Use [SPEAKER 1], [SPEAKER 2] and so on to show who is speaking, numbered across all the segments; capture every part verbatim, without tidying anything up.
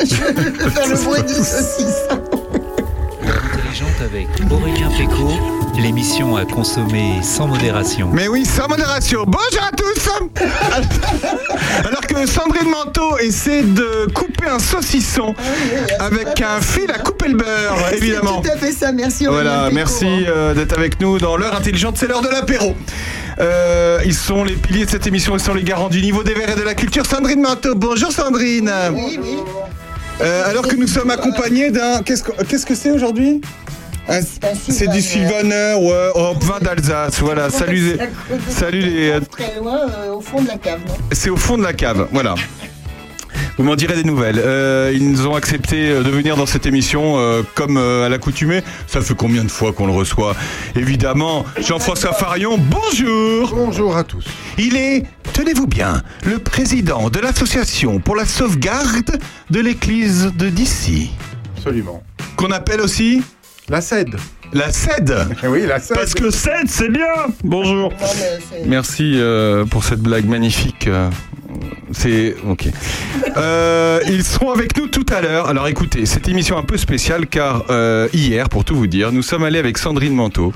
[SPEAKER 1] Je veux faire le bruit du saucisson.
[SPEAKER 2] Intelligente avec Aurélien Péco, l'émission à consommer sans modération.
[SPEAKER 3] Mais oui, sans modération. Bonjour à tous. Alors que Sandrine Manteau essaie de couper un saucisson avec un fil à couper le beurre, évidemment.
[SPEAKER 1] C'est tout à fait ça, merci Aurélien
[SPEAKER 3] Voilà,
[SPEAKER 1] Péco.
[SPEAKER 3] merci euh, d'être avec nous dans l'heure intelligente, c'est l'heure de l'apéro. Euh, ils sont les piliers de cette émission, ils sont les garants du niveau des verts et de la culture. Sandrine Manteau, bonjour Sandrine.
[SPEAKER 1] Oui, oui.
[SPEAKER 3] Euh, alors que nous sommes accompagnés d'un... Qu'est-ce que, qu'est-ce que c'est aujourd'hui? Un- C'est du Sylvaner, ouais, oh, vin d'Alsace, voilà. Salut, les, salut les.
[SPEAKER 1] Très loin, euh, au fond de la cave, non?
[SPEAKER 3] C'est au fond de la cave, voilà. Vous m'en direz des nouvelles. Euh, ils nous ont accepté de venir dans cette émission euh, comme euh, à l'accoutumée. Ça fait combien de fois qu'on le reçoit? Évidemment, Jean-François Farion, bonjour.
[SPEAKER 4] Bonjour à tous.
[SPEAKER 3] Il est, tenez-vous bien, le président de l'association pour la sauvegarde de l'église de Dissy.
[SPEAKER 4] Absolument.
[SPEAKER 3] Qu'on appelle aussi
[SPEAKER 4] La C E D.
[SPEAKER 3] la C E D.
[SPEAKER 4] Oui, la C E D.
[SPEAKER 3] Parce que C E D, c'est bien. Bonjour.
[SPEAKER 1] Non, mais c'est-
[SPEAKER 3] Merci euh, pour cette blague magnifique. euh, C'est ok. Euh, ils seront avec nous tout à l'heure. Alors écoutez, cette émission un peu spéciale car euh, hier, pour tout vous dire, nous sommes allés avec Sandrine Manteau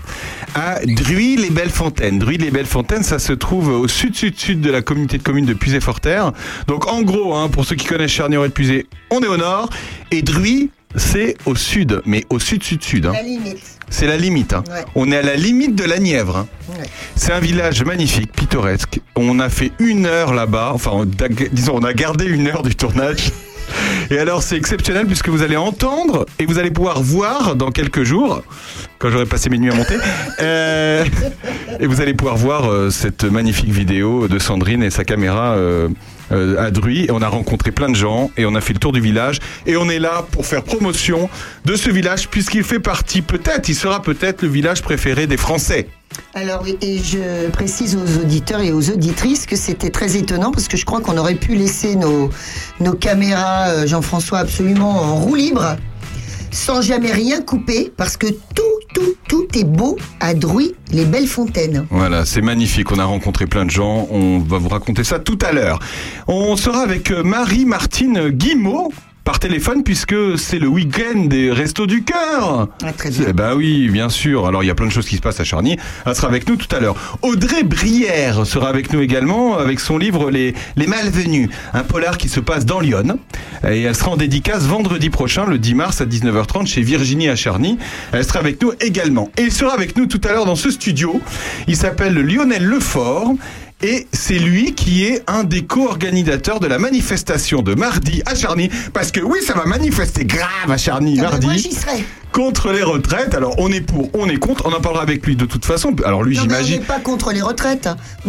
[SPEAKER 3] à Druy-les-Belles-Fontaines. Druy-les-Belles-Fontaines, ça se trouve au sud-sud-sud de la communauté de communes de Puisé-Forterre. Donc en gros, hein, pour ceux qui connaissent Charnier et Puisé, on est au nord et Druy, c'est au sud, mais au sud-sud-sud. Hein.
[SPEAKER 1] La limite.
[SPEAKER 3] C'est la limite. Hein.
[SPEAKER 1] Ouais.
[SPEAKER 3] On est à la limite de la Nièvre. Hein.
[SPEAKER 1] Ouais.
[SPEAKER 3] C'est un village magnifique, pittoresque. On a fait une heure là-bas. Enfin, on a, disons, on a gardé une heure du tournage. Et alors, c'est exceptionnel puisque vous allez entendre et vous allez pouvoir voir dans quelques jours, quand j'aurai passé mes nuits à monter, euh, et vous allez pouvoir voir euh, cette magnifique vidéo de Sandrine et sa caméra euh, euh, à Druy. Et on a rencontré plein de gens et on a fait le tour du village. Et on est là pour faire promotion de ce village puisqu'il fait partie, peut-être, il sera peut-être le village préféré des Français.
[SPEAKER 1] Alors, et- et je précise aux auditeurs et aux auditrices que c'était très étonnant parce que je crois qu'on aurait pu laisser nos, nos caméras, euh, Jean-François, absolument en roue libre, sans jamais rien couper parce que tout, tout, tout est beau à Druy, les Belles Fontaines.
[SPEAKER 3] Voilà, c'est magnifique. On a rencontré plein de gens. On va vous raconter ça tout à l'heure. On sera avec Marie-Martine Guimau par téléphone puisque c'est le week-end des Restos du Cœur.
[SPEAKER 1] Ah, très bien.
[SPEAKER 3] Eh ben oui, bien sûr. Alors il y a plein de choses qui se passent à Charny. Elle sera avec nous tout à l'heure. Audrey Brière sera avec nous également avec son livre Les, Les Malvenus, un polar qui se passe dans Lyon. Et elle sera en dédicace vendredi prochain, le dix mars à dix-neuf heures trente chez Virginie à Charny. Elle sera avec nous également. Et il sera avec nous tout à l'heure dans ce studio. Il s'appelle Lionel Lefort. Et c'est lui qui est un des co-organisateurs de la manifestation de mardi à Charny. Parce que oui, ça va manifester grave à Charny
[SPEAKER 1] Ah, mais moi,
[SPEAKER 3] mardi
[SPEAKER 1] j'y serai.
[SPEAKER 3] contre les retraites. Alors on est pour, on est contre. On en parlera avec lui de toute façon. Alors lui,
[SPEAKER 1] Non, mais on
[SPEAKER 3] j'imagine.
[SPEAKER 1] n'est pas contre les retraites.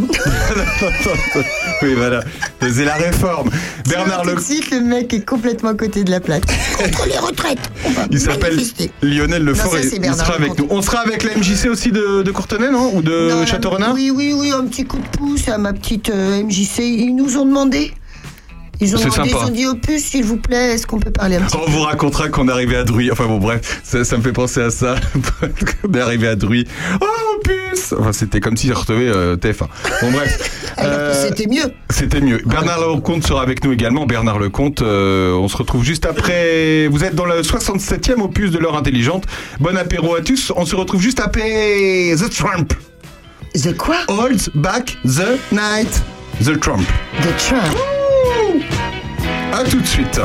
[SPEAKER 3] Oui, voilà. C'est la réforme. Bernard
[SPEAKER 1] Tout
[SPEAKER 3] Le...
[SPEAKER 1] de suite, le mec est complètement à côté de la plaque. Contre les retraites. On va
[SPEAKER 3] Il s'appelle
[SPEAKER 1] manifester.
[SPEAKER 3] Lionel Lefort
[SPEAKER 1] Non, ça,
[SPEAKER 3] et
[SPEAKER 1] c'est
[SPEAKER 3] il
[SPEAKER 1] Bernard
[SPEAKER 3] sera avec
[SPEAKER 1] Lecomte.
[SPEAKER 3] nous. On sera avec la M J C aussi de, de Courtenay, non? Ou de
[SPEAKER 1] Non, la-
[SPEAKER 3] Château-Renard?
[SPEAKER 1] Oui, oui, oui, un petit coup de pouce à ma petite euh, M J C. Ils nous ont demandé. Ils ont
[SPEAKER 3] C'est
[SPEAKER 1] demandé,
[SPEAKER 3] sympa.
[SPEAKER 1] ils ont dit Opus, s'il vous plaît, est-ce qu'on peut parler un petit
[SPEAKER 3] On vous racontera qu'on est arrivé à Druy. Enfin bon, bref, ça, ça me fait penser à ça. On est arrivé à Druy. Oh, puce! Enfin, c'était comme si j'ai retrouvé euh, T F un. Bon, bref.
[SPEAKER 1] Alors que
[SPEAKER 3] Euh,
[SPEAKER 1] c'était mieux.
[SPEAKER 3] C'était mieux. Bernard Lecomte sera avec nous également. Bernard Lecomte, euh, on se retrouve juste après. Vous êtes dans le soixante-septième opus de l'heure intelligente. Bon apéro à tous. On se retrouve juste après The Trump.
[SPEAKER 1] The quoi?
[SPEAKER 3] Hold back the night. The Trump.
[SPEAKER 1] The Trump.
[SPEAKER 3] À tout de suite.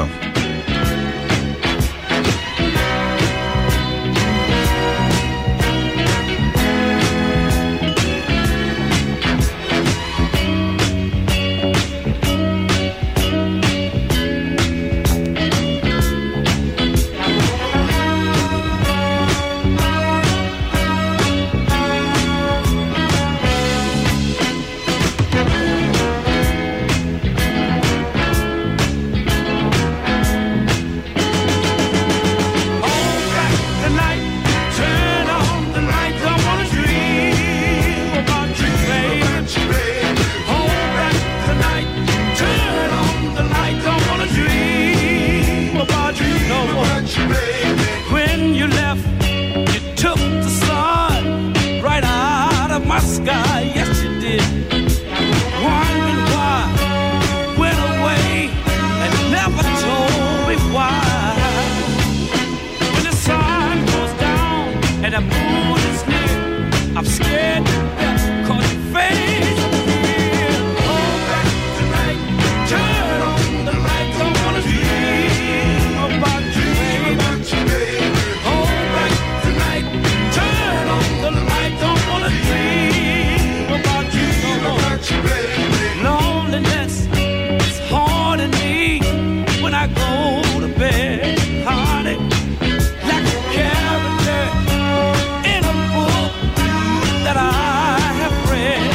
[SPEAKER 5] the moon is near. I'm scared to death, 'cause your face is near. Hold back tonight, turn on the lights. Don't wanna dream about you, baby. Hold back tonight, turn on the lights. Don't wanna dream about you no more. Loneliness is haunting me when I go to bed, honey, like a character in a book that I have read.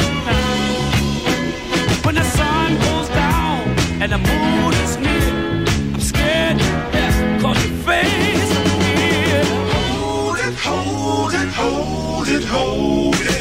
[SPEAKER 5] When the sun goes down and the moon is near, I'm scared to death, 'cause your face is near. Hold it, hold it, hold it, hold it.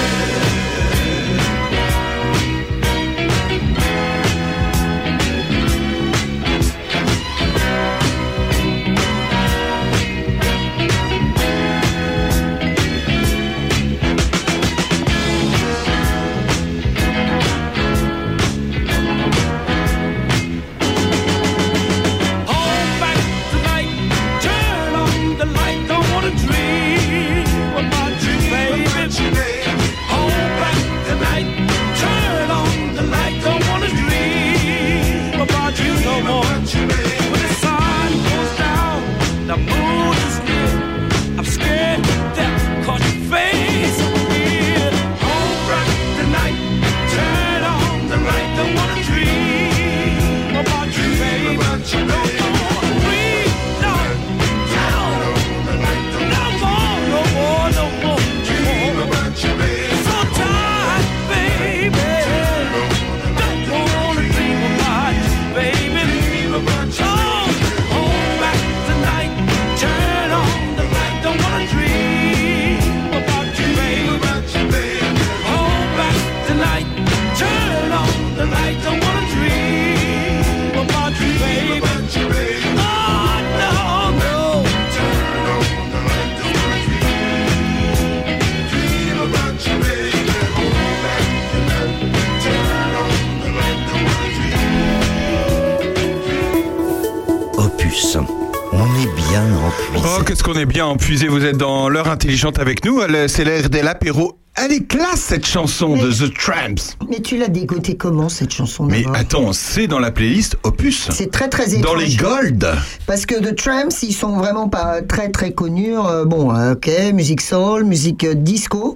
[SPEAKER 3] Oh, qu'est-ce qu'on est bien empuisé. Vous êtes dans l'heure intelligente avec nous. C'est l'heure de l'apéro. Elle est classe, cette chanson mais, de The Tramps.
[SPEAKER 1] Mais tu l'as dégotée comment, cette chanson
[SPEAKER 3] Mais
[SPEAKER 1] d'abord?
[SPEAKER 3] attends, c'est dans la playlist Opus.
[SPEAKER 1] C'est très très étrange.
[SPEAKER 3] Dans les Gold.
[SPEAKER 1] Parce que The Tramps, ils sont vraiment pas très très connus. Euh, bon, ok, musique soul, musique euh, disco.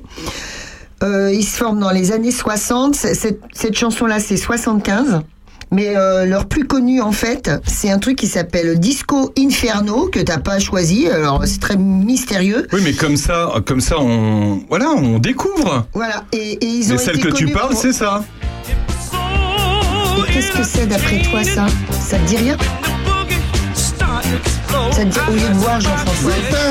[SPEAKER 1] Euh, ils se forment dans les années soixante. Cette, cette chanson-là, c'est soixante-quinze. Mais euh, leur plus connu, en fait, c'est un truc qui s'appelle Disco Inferno, que t'as pas choisi. Alors, c'est très mystérieux.
[SPEAKER 3] Oui, mais comme ça, comme ça, on, voilà, on découvre.
[SPEAKER 1] Voilà. Et, et ils ont
[SPEAKER 3] mais celle
[SPEAKER 1] été
[SPEAKER 3] que tu parles, pour... c'est ça.
[SPEAKER 1] Et qu'est-ce que c'est d'après toi, ça? Ça te dit rien? Ça te dit, au lieu de voir Jean-François.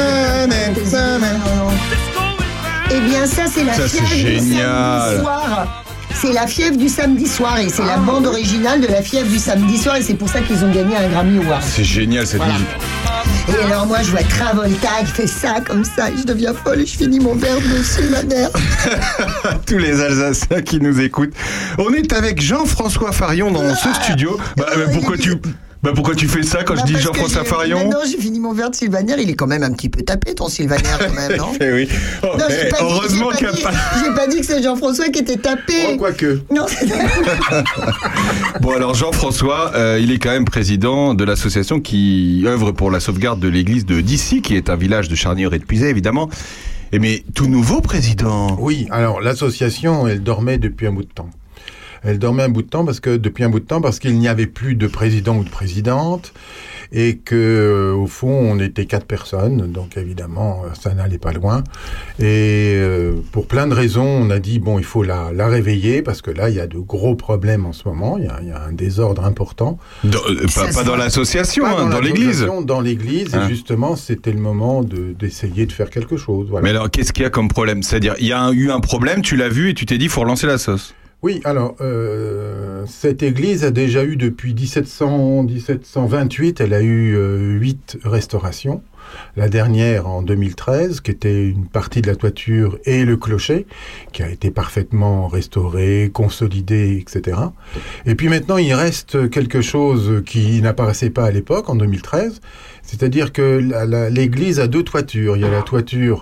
[SPEAKER 1] Eh bien, ça, c'est la
[SPEAKER 3] ça,
[SPEAKER 1] fièvre
[SPEAKER 3] c'est
[SPEAKER 1] du samedi soir. C'est la fièvre du samedi soir et c'est ah. la bande originale de la fièvre du samedi soir et c'est pour ça qu'ils ont gagné un Grammy Award.
[SPEAKER 3] C'est génial cette voilà. musique.
[SPEAKER 1] Et alors moi je vois Travolta qui fait ça comme ça et je deviens folle et je finis mon verre dessus ma mère.
[SPEAKER 3] Tous les Alsaciens qui nous écoutent. On est avec Jean-François Farion dans ah. ce studio. Bah, bah, pourquoi tu... Bah pourquoi tu fais ça quand bah je dis Jean-François Farion?
[SPEAKER 1] Non, j'ai fini mon verre de Sylvaner, il est quand même un petit peu tapé ton Sylvaner quand même, non?
[SPEAKER 3] Eh oui. Oh, non, j'ai pas heureusement
[SPEAKER 1] dit, j'ai, pas dit, pas... j'ai pas dit que c'est Jean-François qui était tapé.
[SPEAKER 4] Oh, quoique.
[SPEAKER 1] Non, c'est...
[SPEAKER 3] Bon alors Jean-François, euh, il est quand même président de l'association qui œuvre pour la sauvegarde de l'église de Dissy, qui est un village de charnières et de puisées évidemment. Et mais tout nouveau président.
[SPEAKER 4] Oui, alors l'association, elle dormait depuis un bout de temps. Elle dormait un bout de temps parce que depuis un bout de temps parce qu'il n'y avait plus de président ou de présidente et que au fond on était quatre personnes, donc évidemment ça n'allait pas loin. Et euh, pour plein de raisons, on a dit bon il faut la, la réveiller parce que là il y a de gros problèmes en ce moment. Il y a, il y a un désordre important.
[SPEAKER 3] Dans, euh, pas, pas dans l'association, hein, dans, dans l'église.
[SPEAKER 4] Dans l'église hein. Et justement c'était le moment de, d'essayer de faire quelque chose. Voilà.
[SPEAKER 3] Mais alors qu'est-ce qu'il y a comme problème? C'est-à-dire il y a un, eu un problème, tu l'as vu et tu t'es dit il faut relancer la sauce.
[SPEAKER 4] Oui, alors, euh, cette église a déjà eu depuis dix-sept cents, dix-sept cent vingt-huit, elle a eu euh, huit restaurations. La dernière en deux mille treize, qui était une partie de la toiture et le clocher, qui a été parfaitement restauré, consolidé, et cetera. Et puis maintenant, il reste quelque chose qui n'apparaissait pas à l'époque, en deux mille treize, c'est-à-dire que la, la, l'église a deux toitures. Il y a la toiture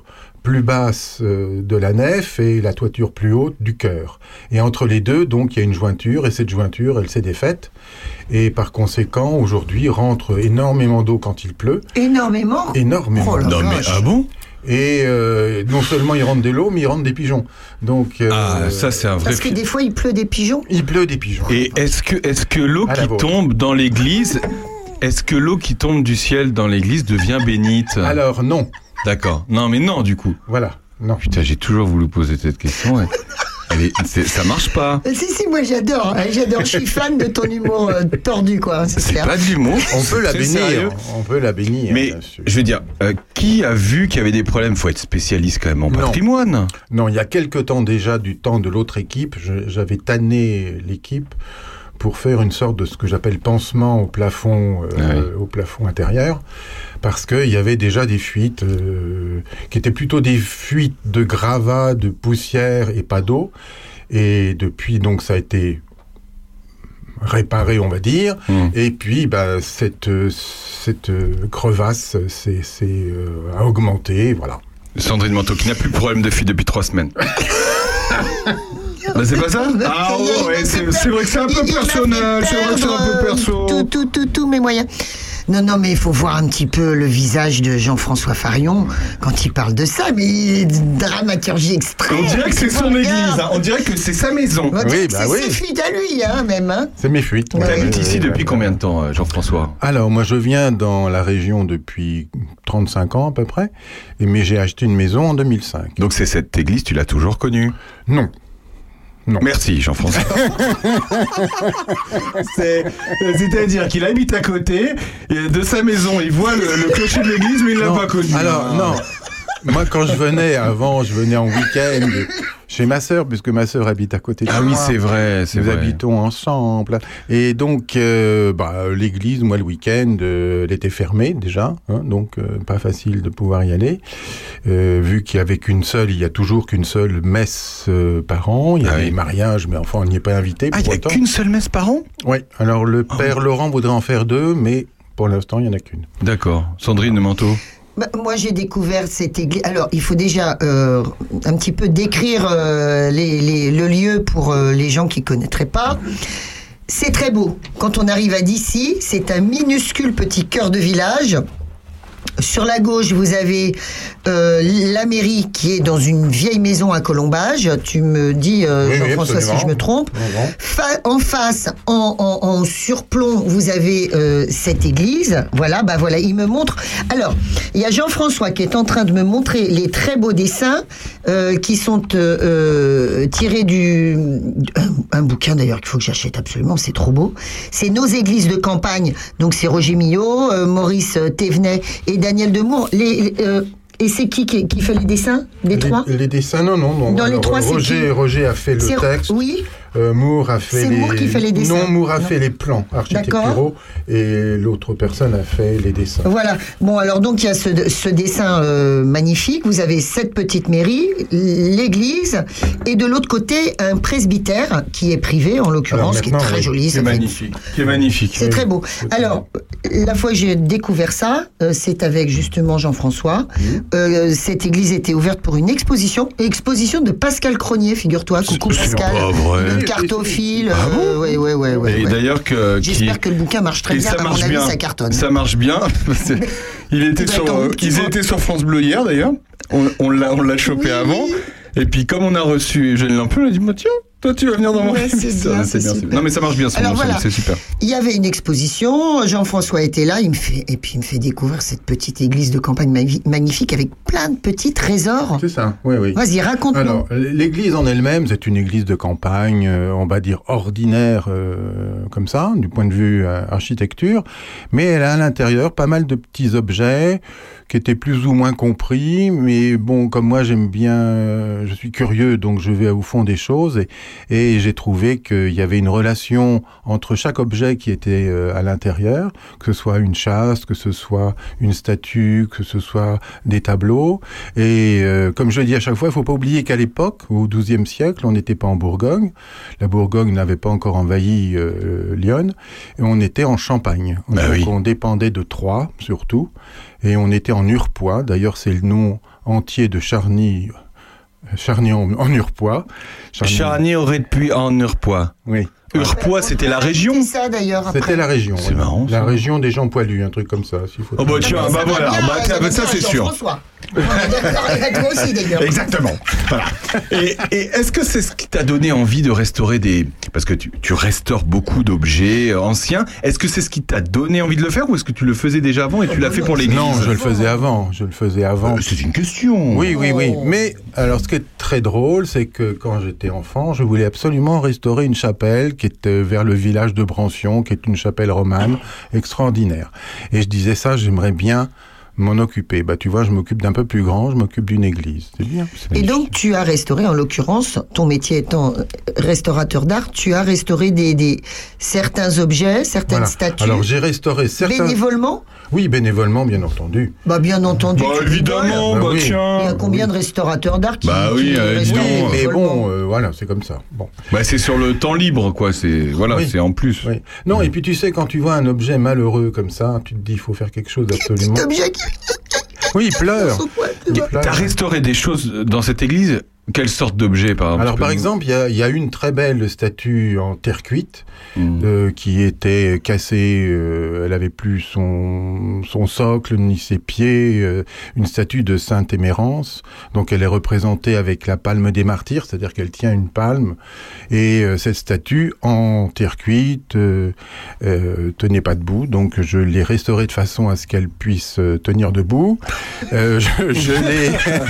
[SPEAKER 4] plus basse euh, de la nef et la toiture plus haute du chœur. Et entre les deux, donc, il y a une jointure, et cette jointure, elle s'est défaite. Et par conséquent, aujourd'hui, rentre énormément d'eau quand il pleut.
[SPEAKER 1] Énormément.
[SPEAKER 4] Énormément.
[SPEAKER 1] Oh la
[SPEAKER 3] Non mais
[SPEAKER 1] vache.
[SPEAKER 3] ah bon?
[SPEAKER 4] Et euh, non seulement il rentre de l'eau, mais il rentre des pigeons. Donc, euh,
[SPEAKER 3] Ah ça c'est un vrai.
[SPEAKER 1] Parce que
[SPEAKER 3] fi-
[SPEAKER 1] des fois, il pleut des pigeons.
[SPEAKER 4] il pleut des pigeons.
[SPEAKER 3] Et est-ce que est-ce que l'eau
[SPEAKER 4] À la
[SPEAKER 3] qui
[SPEAKER 4] vôtre.
[SPEAKER 3] tombe dans l'église, est-ce que l'eau qui tombe du ciel dans l'église devient bénite?
[SPEAKER 4] Alors non,
[SPEAKER 3] D'accord. Non mais non du coup.
[SPEAKER 4] voilà, non.
[SPEAKER 3] Putain, j'ai toujours voulu poser cette question. Ouais. Elle est- c'est- ça marche pas.
[SPEAKER 1] Euh, Si, si, moi j'adore. hein, J'adore. Je suis fan de ton humour euh, tordu, quoi. C'est
[SPEAKER 3] C'est
[SPEAKER 1] clair.
[SPEAKER 3] pas de l'humour.
[SPEAKER 4] On peut la
[SPEAKER 3] C'est
[SPEAKER 4] bénir.
[SPEAKER 3] sérieux.
[SPEAKER 4] On peut la bénir.
[SPEAKER 3] Mais
[SPEAKER 4] bien sûr.
[SPEAKER 3] je veux dire, euh, qui a vu qu'il y avait des problèmes? Faut être spécialiste quand même en
[SPEAKER 4] Non.
[SPEAKER 3] patrimoine.
[SPEAKER 4] Non, il y a quelque temps déjà, du temps de l'autre équipe, je- j'avais tanné l'équipe pour faire une sorte de ce que j'appelle pansement au plafond, euh,
[SPEAKER 3] Ah oui.
[SPEAKER 4] au plafond intérieur, parce qu'il y avait déjà des fuites euh, qui étaient plutôt des fuites de gravats, de poussière et pas d'eau. Et depuis, donc, ça a été réparé, on va dire.
[SPEAKER 3] Mmh.
[SPEAKER 4] Et puis, bah, cette, euh, cette euh, crevasse s'est s'est, euh, a augmenté, voilà.
[SPEAKER 3] Sandrine Manteau qui n'a plus de problème de fuite depuis trois semaines. Bah, c'est pas ça? Ah
[SPEAKER 1] Il- il-
[SPEAKER 3] ouais,
[SPEAKER 1] il-
[SPEAKER 3] c'est c'est vrai que c'est un peu
[SPEAKER 1] il- il m'a
[SPEAKER 3] personnel,
[SPEAKER 1] fait
[SPEAKER 3] c'est vrai que c'est un
[SPEAKER 1] perdre,
[SPEAKER 3] peu perso.
[SPEAKER 1] Tout, tout, tout, tous mes moyens. Non, non, mais il faut voir un petit peu le visage de Jean-François Farion quand il parle de ça, mais dramaturgie extrême.
[SPEAKER 3] On dirait que c'est son
[SPEAKER 1] Regarde.
[SPEAKER 3] église, hein. On dirait que c'est sa maison.
[SPEAKER 1] On dirait
[SPEAKER 4] Oui,
[SPEAKER 1] que
[SPEAKER 4] bah
[SPEAKER 1] c'est
[SPEAKER 4] oui.
[SPEAKER 1] ses fuites à lui, hein, même. Hein.
[SPEAKER 4] C'est mes fuites.
[SPEAKER 3] Tu
[SPEAKER 1] Ouais,
[SPEAKER 3] habites
[SPEAKER 1] oui,
[SPEAKER 3] ici
[SPEAKER 4] oui,
[SPEAKER 3] depuis
[SPEAKER 4] oui.
[SPEAKER 3] combien de temps, euh, Jean-François?
[SPEAKER 4] Alors, moi, je viens dans la région depuis trente-cinq ans à peu près, et- mais j'ai acheté une maison en deux mille cinq.
[SPEAKER 3] Donc c'est cette église, tu l'as toujours connue?
[SPEAKER 4] Non. Non.
[SPEAKER 3] Merci Jean-François. C'est- C'est-à-dire qu'il habite à côté, et de sa maison, il voit le, le clocher de l'église, mais il l'a
[SPEAKER 4] Non.
[SPEAKER 3] pas connu.
[SPEAKER 4] Alors, non. Moi, quand je venais avant, je venais en week-end chez ma sœur, puisque ma sœur habite à côté de
[SPEAKER 3] Ah
[SPEAKER 4] chez
[SPEAKER 3] oui,
[SPEAKER 4] moi.
[SPEAKER 3] c'est vrai, c'est
[SPEAKER 4] Nous
[SPEAKER 3] vrai.
[SPEAKER 4] habitons ensemble. Et donc, euh, bah, l'église, moi, le week-end, euh, elle était fermée déjà, hein, donc euh, pas facile de pouvoir y aller. Euh, vu qu'il n'y avait qu'une seule, il y a toujours qu'une seule messe euh, par an. Il y a
[SPEAKER 3] Ah
[SPEAKER 4] des
[SPEAKER 3] oui.
[SPEAKER 4] mariages, mais enfin, on n'y est pas invité.
[SPEAKER 3] Ah, il
[SPEAKER 4] pour
[SPEAKER 3] n'y a
[SPEAKER 4] autant.
[SPEAKER 3] qu'une seule messe par an?
[SPEAKER 4] Oui, alors le père Laurent voudrait en faire deux, mais pour l'instant, il n'y en a qu'une.
[SPEAKER 3] D'accord. Sandrine Manteau.
[SPEAKER 1] Bah, moi, j'ai découvert cette église. Alors, il faut déjà euh, un petit peu décrire euh, les, les- le lieu pour euh, les gens qui connaîtraient pas. C'est très beau. Quand on arrive à d'ici, c'est un minuscule petit cœur de village. Sur la gauche, vous avez euh, la mairie qui est dans une vieille maison à Colombage. Tu me dis, euh,
[SPEAKER 4] Oui, oui,
[SPEAKER 1] Jean-François, si
[SPEAKER 4] absolument.
[SPEAKER 1] je me trompe.
[SPEAKER 4] Non, non.
[SPEAKER 1] Fa- en face, en, en- en surplomb, vous avez euh, cette église. Voilà, bah voilà, il me montre. Alors, il y a Jean-François qui est en train de me montrer les très beaux dessins euh, qui sont euh, euh, tirés du un, un bouquin d'ailleurs qu'il faut que j'achète absolument. C'est trop beau. C'est Nos églises de campagne. Donc c'est Roger Millot, euh, Maurice Thévenet et Daniel Demour. Les, les, euh, et c'est qui, qui qui fait les dessins des trois?
[SPEAKER 4] Les, les dessins, non, non, non.
[SPEAKER 1] Dans les trois, c'est
[SPEAKER 4] Roger,
[SPEAKER 1] qui
[SPEAKER 4] Roger a fait le
[SPEAKER 1] C'est-
[SPEAKER 4] texte.
[SPEAKER 1] Oui.
[SPEAKER 4] Euh, Moore a fait
[SPEAKER 1] C'est
[SPEAKER 4] les...
[SPEAKER 1] Moore qui fait les dessins.
[SPEAKER 4] Non, Moore a
[SPEAKER 1] Non.
[SPEAKER 4] fait les plans architecturaux et l'autre personne a fait les dessins.
[SPEAKER 1] Voilà. Bon, alors donc il y a ce, ce dessin euh, magnifique. Vous avez cette petite mairie, l'église, et de l'autre côté un presbytère qui est privé en l'occurrence,
[SPEAKER 4] Alors
[SPEAKER 1] qui est
[SPEAKER 4] maintenant,
[SPEAKER 1] très
[SPEAKER 4] oui,
[SPEAKER 1] joli.
[SPEAKER 3] C'est
[SPEAKER 1] ça fait-
[SPEAKER 3] magnifique. C'est magnifique.
[SPEAKER 1] C'est très beau.
[SPEAKER 4] Tout à
[SPEAKER 1] Alors, la fois que j'ai découvert ça, euh, c'est avec justement Jean-François. Euh, cette église était ouverte pour une exposition, exposition de Pascal Cronier, figure-toi. Coucou
[SPEAKER 3] C'est
[SPEAKER 1] Pascal.
[SPEAKER 3] pas vrai.
[SPEAKER 1] Le cartophile.
[SPEAKER 3] Ah bon
[SPEAKER 1] euh, ouais, ouais, ouais, ouais,
[SPEAKER 3] Et
[SPEAKER 1] ouais.
[SPEAKER 3] d'ailleurs que qui-
[SPEAKER 1] J'espère que le bouquin marche très
[SPEAKER 3] et
[SPEAKER 1] bien.
[SPEAKER 3] ça
[SPEAKER 1] À mon
[SPEAKER 3] marche
[SPEAKER 1] avis,
[SPEAKER 3] bien.
[SPEAKER 1] ça cartonne.
[SPEAKER 3] Ça marche bien. C'est- Il était
[SPEAKER 1] doit
[SPEAKER 3] sur,
[SPEAKER 1] être en
[SPEAKER 3] euh,
[SPEAKER 1] petit
[SPEAKER 3] ils
[SPEAKER 1] mot.
[SPEAKER 3] étaient sur France Bleu hier d'ailleurs. On, on l'a, on l'a chopé
[SPEAKER 1] Oui.
[SPEAKER 3] avant. Et puis comme on a reçu Eugène Lampion, on a dit bah, tiens, toi tu vas venir dans mon
[SPEAKER 1] Ouais, c'est
[SPEAKER 3] émission.
[SPEAKER 1] bien, c'est super.
[SPEAKER 3] Non mais ça marche bien, son
[SPEAKER 1] Alors,
[SPEAKER 3] nom,
[SPEAKER 1] voilà.
[SPEAKER 3] c'est super.
[SPEAKER 1] Il y avait une exposition, Jean-François était là, il me fait, et puis il me fait découvrir cette petite église de campagne mavi- magnifique avec plein de petits trésors.
[SPEAKER 4] C'est ça, oui, oui.
[SPEAKER 1] Vas-y, raconte-nous.
[SPEAKER 4] Alors, l'église en elle-même, c'est une église de campagne, euh, on va dire ordinaire, euh, comme ça, du point de vue euh, architecture, mais elle a à l'intérieur pas mal de petits objets qui étaient plus ou moins compris, mais bon, comme moi j'aime bien, euh, je suis curieux, donc je vais au fond des choses, et, et j'ai trouvé qu'il y avait une relation entre chaque objet qui était euh, à l'intérieur, que ce soit une chasse, que ce soit une statue, que ce soit des tableaux, et euh, comme je le dis à chaque fois, il faut pas oublier qu'à l'époque, au douzième siècle, on n'était pas en Bourgogne, la Bourgogne n'avait pas encore envahi euh, Lyon, et on était en Champagne.
[SPEAKER 3] Bah
[SPEAKER 4] Donc
[SPEAKER 3] oui.
[SPEAKER 4] on dépendait de Troyes, surtout, et on était en Urpois, d'ailleurs c'est le nom entier de Charny, Charny en, en Urpois.
[SPEAKER 3] Charny aurait depuis en Urpois.
[SPEAKER 4] Oui.
[SPEAKER 3] Urpois, c'était la région.
[SPEAKER 1] C'est ça d'ailleurs. Après.
[SPEAKER 4] C'était la région.
[SPEAKER 3] C'est
[SPEAKER 4] oui.
[SPEAKER 3] marrant, ça.
[SPEAKER 4] La région des gens poilus, un truc comme ça. S'il faut
[SPEAKER 3] Oh bah tiens,
[SPEAKER 1] Ah,
[SPEAKER 3] bah
[SPEAKER 1] ça
[SPEAKER 3] voilà,
[SPEAKER 1] va bien,
[SPEAKER 3] bah,
[SPEAKER 1] ça, va
[SPEAKER 3] ça
[SPEAKER 1] bien,
[SPEAKER 3] c'est sûr.
[SPEAKER 1] Jean-François. On est d'accord avec toi aussi d'ailleurs.
[SPEAKER 3] Exactement. Voilà. Et, et est-ce que c'est ce qui t'a donné envie de restaurer des... Parce que tu, tu restaures beaucoup d'objets anciens. Est-ce que c'est ce qui t'a donné envie de le faire ou est-ce que tu le faisais déjà avant et tu l'as fait pour l'église?
[SPEAKER 4] Non, je le faisais avant. Je le faisais avant.
[SPEAKER 3] Euh, c'est une question.
[SPEAKER 4] Oui, oui, oui.
[SPEAKER 1] Oh.
[SPEAKER 4] Mais alors, ce qui est très drôle, c'est que quand j'étais enfant, je voulais absolument restaurer une chapelle qui était vers le village de Brancion, qui est une chapelle romane extraordinaire. Et je disais ça, j'aimerais bien m'en occuper. Bah, tu vois, je m'occupe d'un peu plus grand, je m'occupe d'une église. C'est bien. C'est
[SPEAKER 1] Et donc, tu as restauré, en l'occurrence, ton métier étant restaurateur d'art, tu as restauré des, des certains objets, certaines
[SPEAKER 4] Voilà.
[SPEAKER 1] statues.
[SPEAKER 4] Alors, j'ai restauré certains...
[SPEAKER 1] Bénévolement?
[SPEAKER 4] Oui, bénévolement, bien entendu.
[SPEAKER 1] Bah, bien entendu.
[SPEAKER 3] Bah
[SPEAKER 1] tu rigoles.
[SPEAKER 3] évidemment,
[SPEAKER 4] Bah
[SPEAKER 3] bah
[SPEAKER 4] oui.
[SPEAKER 3] tiens.
[SPEAKER 1] Il y a combien de restaurateurs d'art qui,
[SPEAKER 3] Bah oui,
[SPEAKER 1] qui
[SPEAKER 3] euh, dis
[SPEAKER 1] restaurent
[SPEAKER 3] donc.
[SPEAKER 4] Oui, mais
[SPEAKER 1] bénévolement?
[SPEAKER 4] bon, euh, voilà, c'est comme ça. Bon.
[SPEAKER 3] Bah c'est sur le temps libre quoi, c'est voilà,
[SPEAKER 4] Oui.
[SPEAKER 3] c'est en plus.
[SPEAKER 4] Oui. Non, et puis tu sais, quand tu vois un objet malheureux comme ça, tu te dis, il faut faire quelque chose absolument...
[SPEAKER 1] Petit objet qui...
[SPEAKER 4] Oui, il pleure. Il pleure.
[SPEAKER 3] T'as restauré des choses dans cette église? Quelle sorte d'objet par exemple?
[SPEAKER 4] Alors, par exemple, il y a, il y a une très belle statue en terre cuite
[SPEAKER 3] Mmh.
[SPEAKER 4] euh, qui était cassée. Euh, elle avait plus son, son socle ni ses pieds. Euh, une statue de Sainte Émérance. Donc, elle est représentée avec la palme des martyrs, c'est-à-dire qu'elle tient une palme. Et euh, cette statue en terre cuite euh, euh, tenait pas debout. Donc, je l'ai restaurée de façon à ce qu'elle puisse euh, tenir debout. Euh, je je l'ai,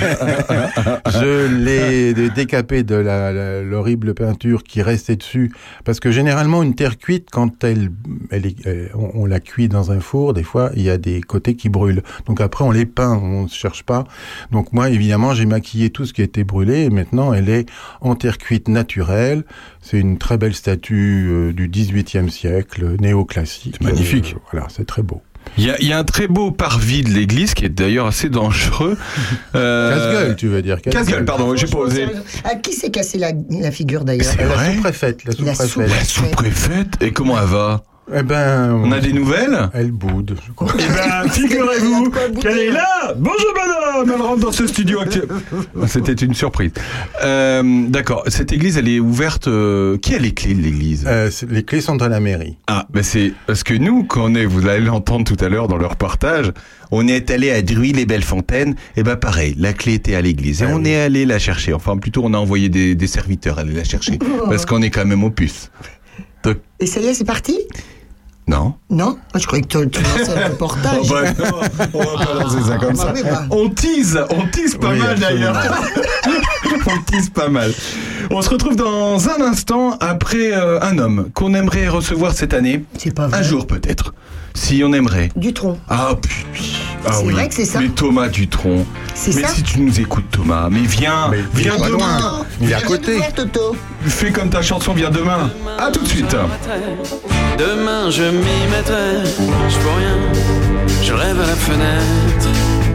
[SPEAKER 4] je l'ai décapé de la, la, l'horrible peinture qui restait dessus, parce que généralement une terre cuite, quand elle, elle est, elle, on, on la cuit dans un four, des fois il y a des côtés qui brûlent. Donc après on les peint, on ne cherche pas. Donc moi évidemment j'ai maquillé tout ce qui était brûlé et maintenant elle est en terre cuite naturelle. C'est une très belle statue euh, du dix-huitième siècle, néoclassique.
[SPEAKER 3] C'est magnifique.
[SPEAKER 4] Euh, voilà, c'est très beau.
[SPEAKER 3] Il y a, il y a un très beau parvis de l'église qui est d'ailleurs assez dangereux. Euh...
[SPEAKER 4] Casse-gueule, tu veux dire.
[SPEAKER 3] Casse-gueule, pardon, j'ai pas osé.
[SPEAKER 1] À qui s'est cassé la, la figure d'ailleurs?
[SPEAKER 3] C'est
[SPEAKER 4] La
[SPEAKER 3] vrai
[SPEAKER 4] sous-préfète, la
[SPEAKER 1] La
[SPEAKER 4] sous-préfète.
[SPEAKER 3] La sous-préfète. Et comment elle va?
[SPEAKER 4] Eh ben,
[SPEAKER 3] On a des nouvelles?
[SPEAKER 4] elle boude, je crois.
[SPEAKER 3] Eh ben, figurez-vous qu'elle est là. Bonjour madame, elle rentre dans ce studio actuel. C'était une surprise. Euh, d'accord, cette église, elle est ouverte. Euh... Qui a les clés de l'église?
[SPEAKER 4] Euh, c'est- les clés sont à la mairie.
[SPEAKER 3] Ah, ben c'est parce que nous, quand on est, vous allez l'entendre tout à l'heure dans leur partage, on est allé à Druy-les-Belles-Fontaines, et ben pareil, la clé était à l'église, et
[SPEAKER 4] Ah
[SPEAKER 3] on
[SPEAKER 4] oui.
[SPEAKER 3] est allé la chercher. Enfin, plutôt, on a envoyé des, des serviteurs aller la chercher, parce qu'on est quand même au puce. Donc,
[SPEAKER 1] Et ça y est, c'est parti?
[SPEAKER 3] non.
[SPEAKER 1] Non? Moi, je croyais que tu tu lançais un reportage.
[SPEAKER 3] Oh, bah, non, on va pas lancer ça comme
[SPEAKER 1] Ah,
[SPEAKER 3] ça.
[SPEAKER 1] bah oui, bah.
[SPEAKER 3] On tease, on tease pas
[SPEAKER 4] Oui,
[SPEAKER 3] mal
[SPEAKER 4] absolument.
[SPEAKER 3] d'ailleurs. On tease pas mal. On se retrouve dans un instant après euh, un homme qu'on aimerait recevoir cette année.
[SPEAKER 1] C'est pas vrai.
[SPEAKER 3] Un jour peut-être. Si on aimerait.
[SPEAKER 1] Dutronc.
[SPEAKER 3] Ah, puis, ah
[SPEAKER 1] C'est
[SPEAKER 3] oui.
[SPEAKER 1] vrai que c'est ça.
[SPEAKER 3] Mais Thomas Dutronc.
[SPEAKER 1] C'est
[SPEAKER 3] Mais
[SPEAKER 1] ça?
[SPEAKER 3] si tu nous écoutes, Thomas, mais viens,
[SPEAKER 4] Mais il
[SPEAKER 3] viens
[SPEAKER 4] est pas
[SPEAKER 3] demain.
[SPEAKER 4] loin. Il est à
[SPEAKER 1] Viens
[SPEAKER 4] côté.
[SPEAKER 1] nous voir, Toto.
[SPEAKER 3] Fais comme ta chanson, viens demain. À tout de suite.
[SPEAKER 6] Demain je m'y mettrai, je vois rien, je rêve à la fenêtre.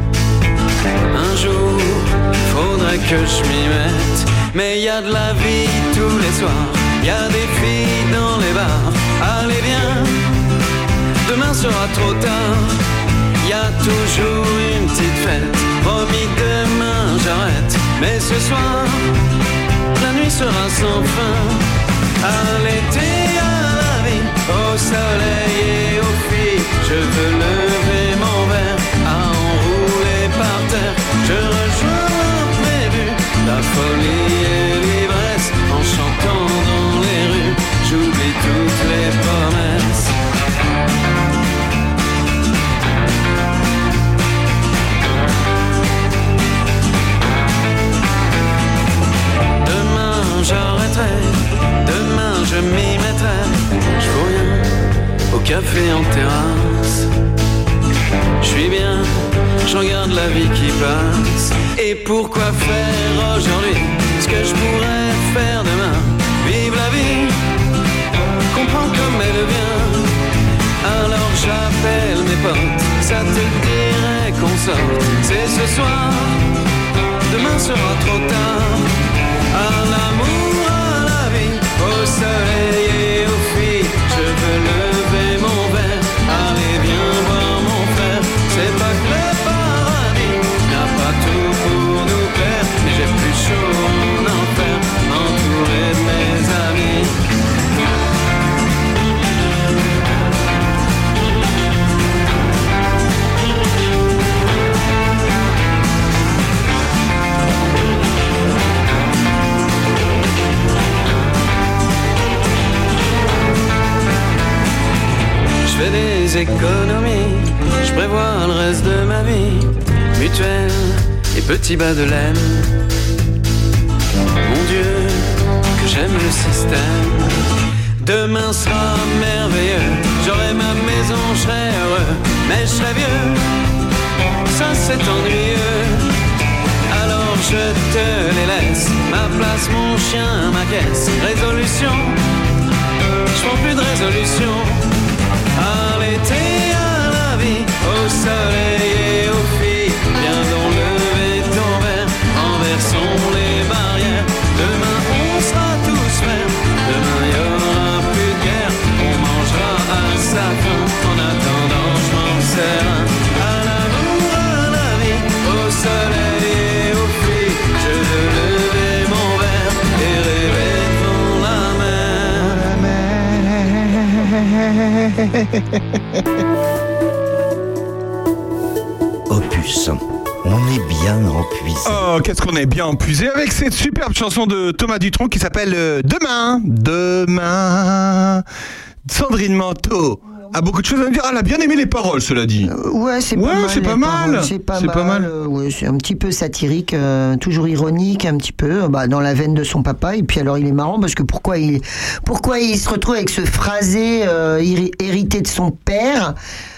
[SPEAKER 6] Un jour, faudrait que je m'y mette. Mais y a de la vie tous les soirs, y a des filles dans les bars. Allez viens, demain sera trop tard. Y a toujours une petite fête, promis demain j'arrête. Mais ce soir, la nuit sera sans fin. À l'été, à la vie, au soleil et aux filles, je veux lever mon verre à enrouler par terre. Je rejoins prévu la folie et l'ivresse en chantant dans les rues. J'oublie toutes les promesses. Demain j'arrêterai, demain je m'y mettrai. Je vois rien au café en terrasse. Je suis bien, je regarde la vie qui passe. Et pourquoi faire aujourd'hui ce que je pourrais faire demain? Vive la vie, comprends comme elle vient. Alors j'appelle mes potes, ça te dirait qu'on sorte. C'est ce soir, demain sera trop tard. À l'amour, à la vie, au soleil et aux filles, je veux lever mon verre. Allez viens voir mon frère, c'est pas que le paradis n'a pas tout pour économies, je prévois le reste de ma vie. Mutuelle et petits bas de laine. Mon Dieu, que j'aime le système. Demain sera merveilleux, j'aurai ma maison, je serai heureux, mais je serai vieux, ça c'est ennuyeux. Alors je te les laisse, ma place, mon chien, ma caisse. Résolution, je prends plus de résolution. À l'été, à la vie, au soleil et aux filles, viens donc lever ton verre, renversons les barrières. Demain on sera tous frères, demain il y aura plus de guerre, on mangera à sa faim, en attendant je m'en sers un. À l'amour, à la vie, au soleil et aux filles, je veux lever mon verre et rêver devant la mer.
[SPEAKER 7] Opus, on est bien empuisé.
[SPEAKER 3] Oh, qu'est-ce qu'on est bien empuisé avec cette superbe chanson de Thomas Dutronc qui s'appelle euh, Demain. Demain. Sandrine Manteau a beaucoup de choses à me dire. Elle a bien aimé les paroles, cela dit.
[SPEAKER 1] Euh, ouais, c'est pas
[SPEAKER 3] Ouais,
[SPEAKER 1] mal.
[SPEAKER 3] c'est pas
[SPEAKER 1] les
[SPEAKER 3] mal.
[SPEAKER 1] paroles, C'est pas
[SPEAKER 3] C'est
[SPEAKER 1] mal.
[SPEAKER 3] pas mal.
[SPEAKER 1] euh, ouais, c'est un petit peu satirique, euh, toujours ironique, un petit peu, euh, bah, dans la veine de son papa. Et puis alors, il est marrant parce que pourquoi il, pourquoi il se retrouve avec ce phrasé euh, héri- hérité de son père.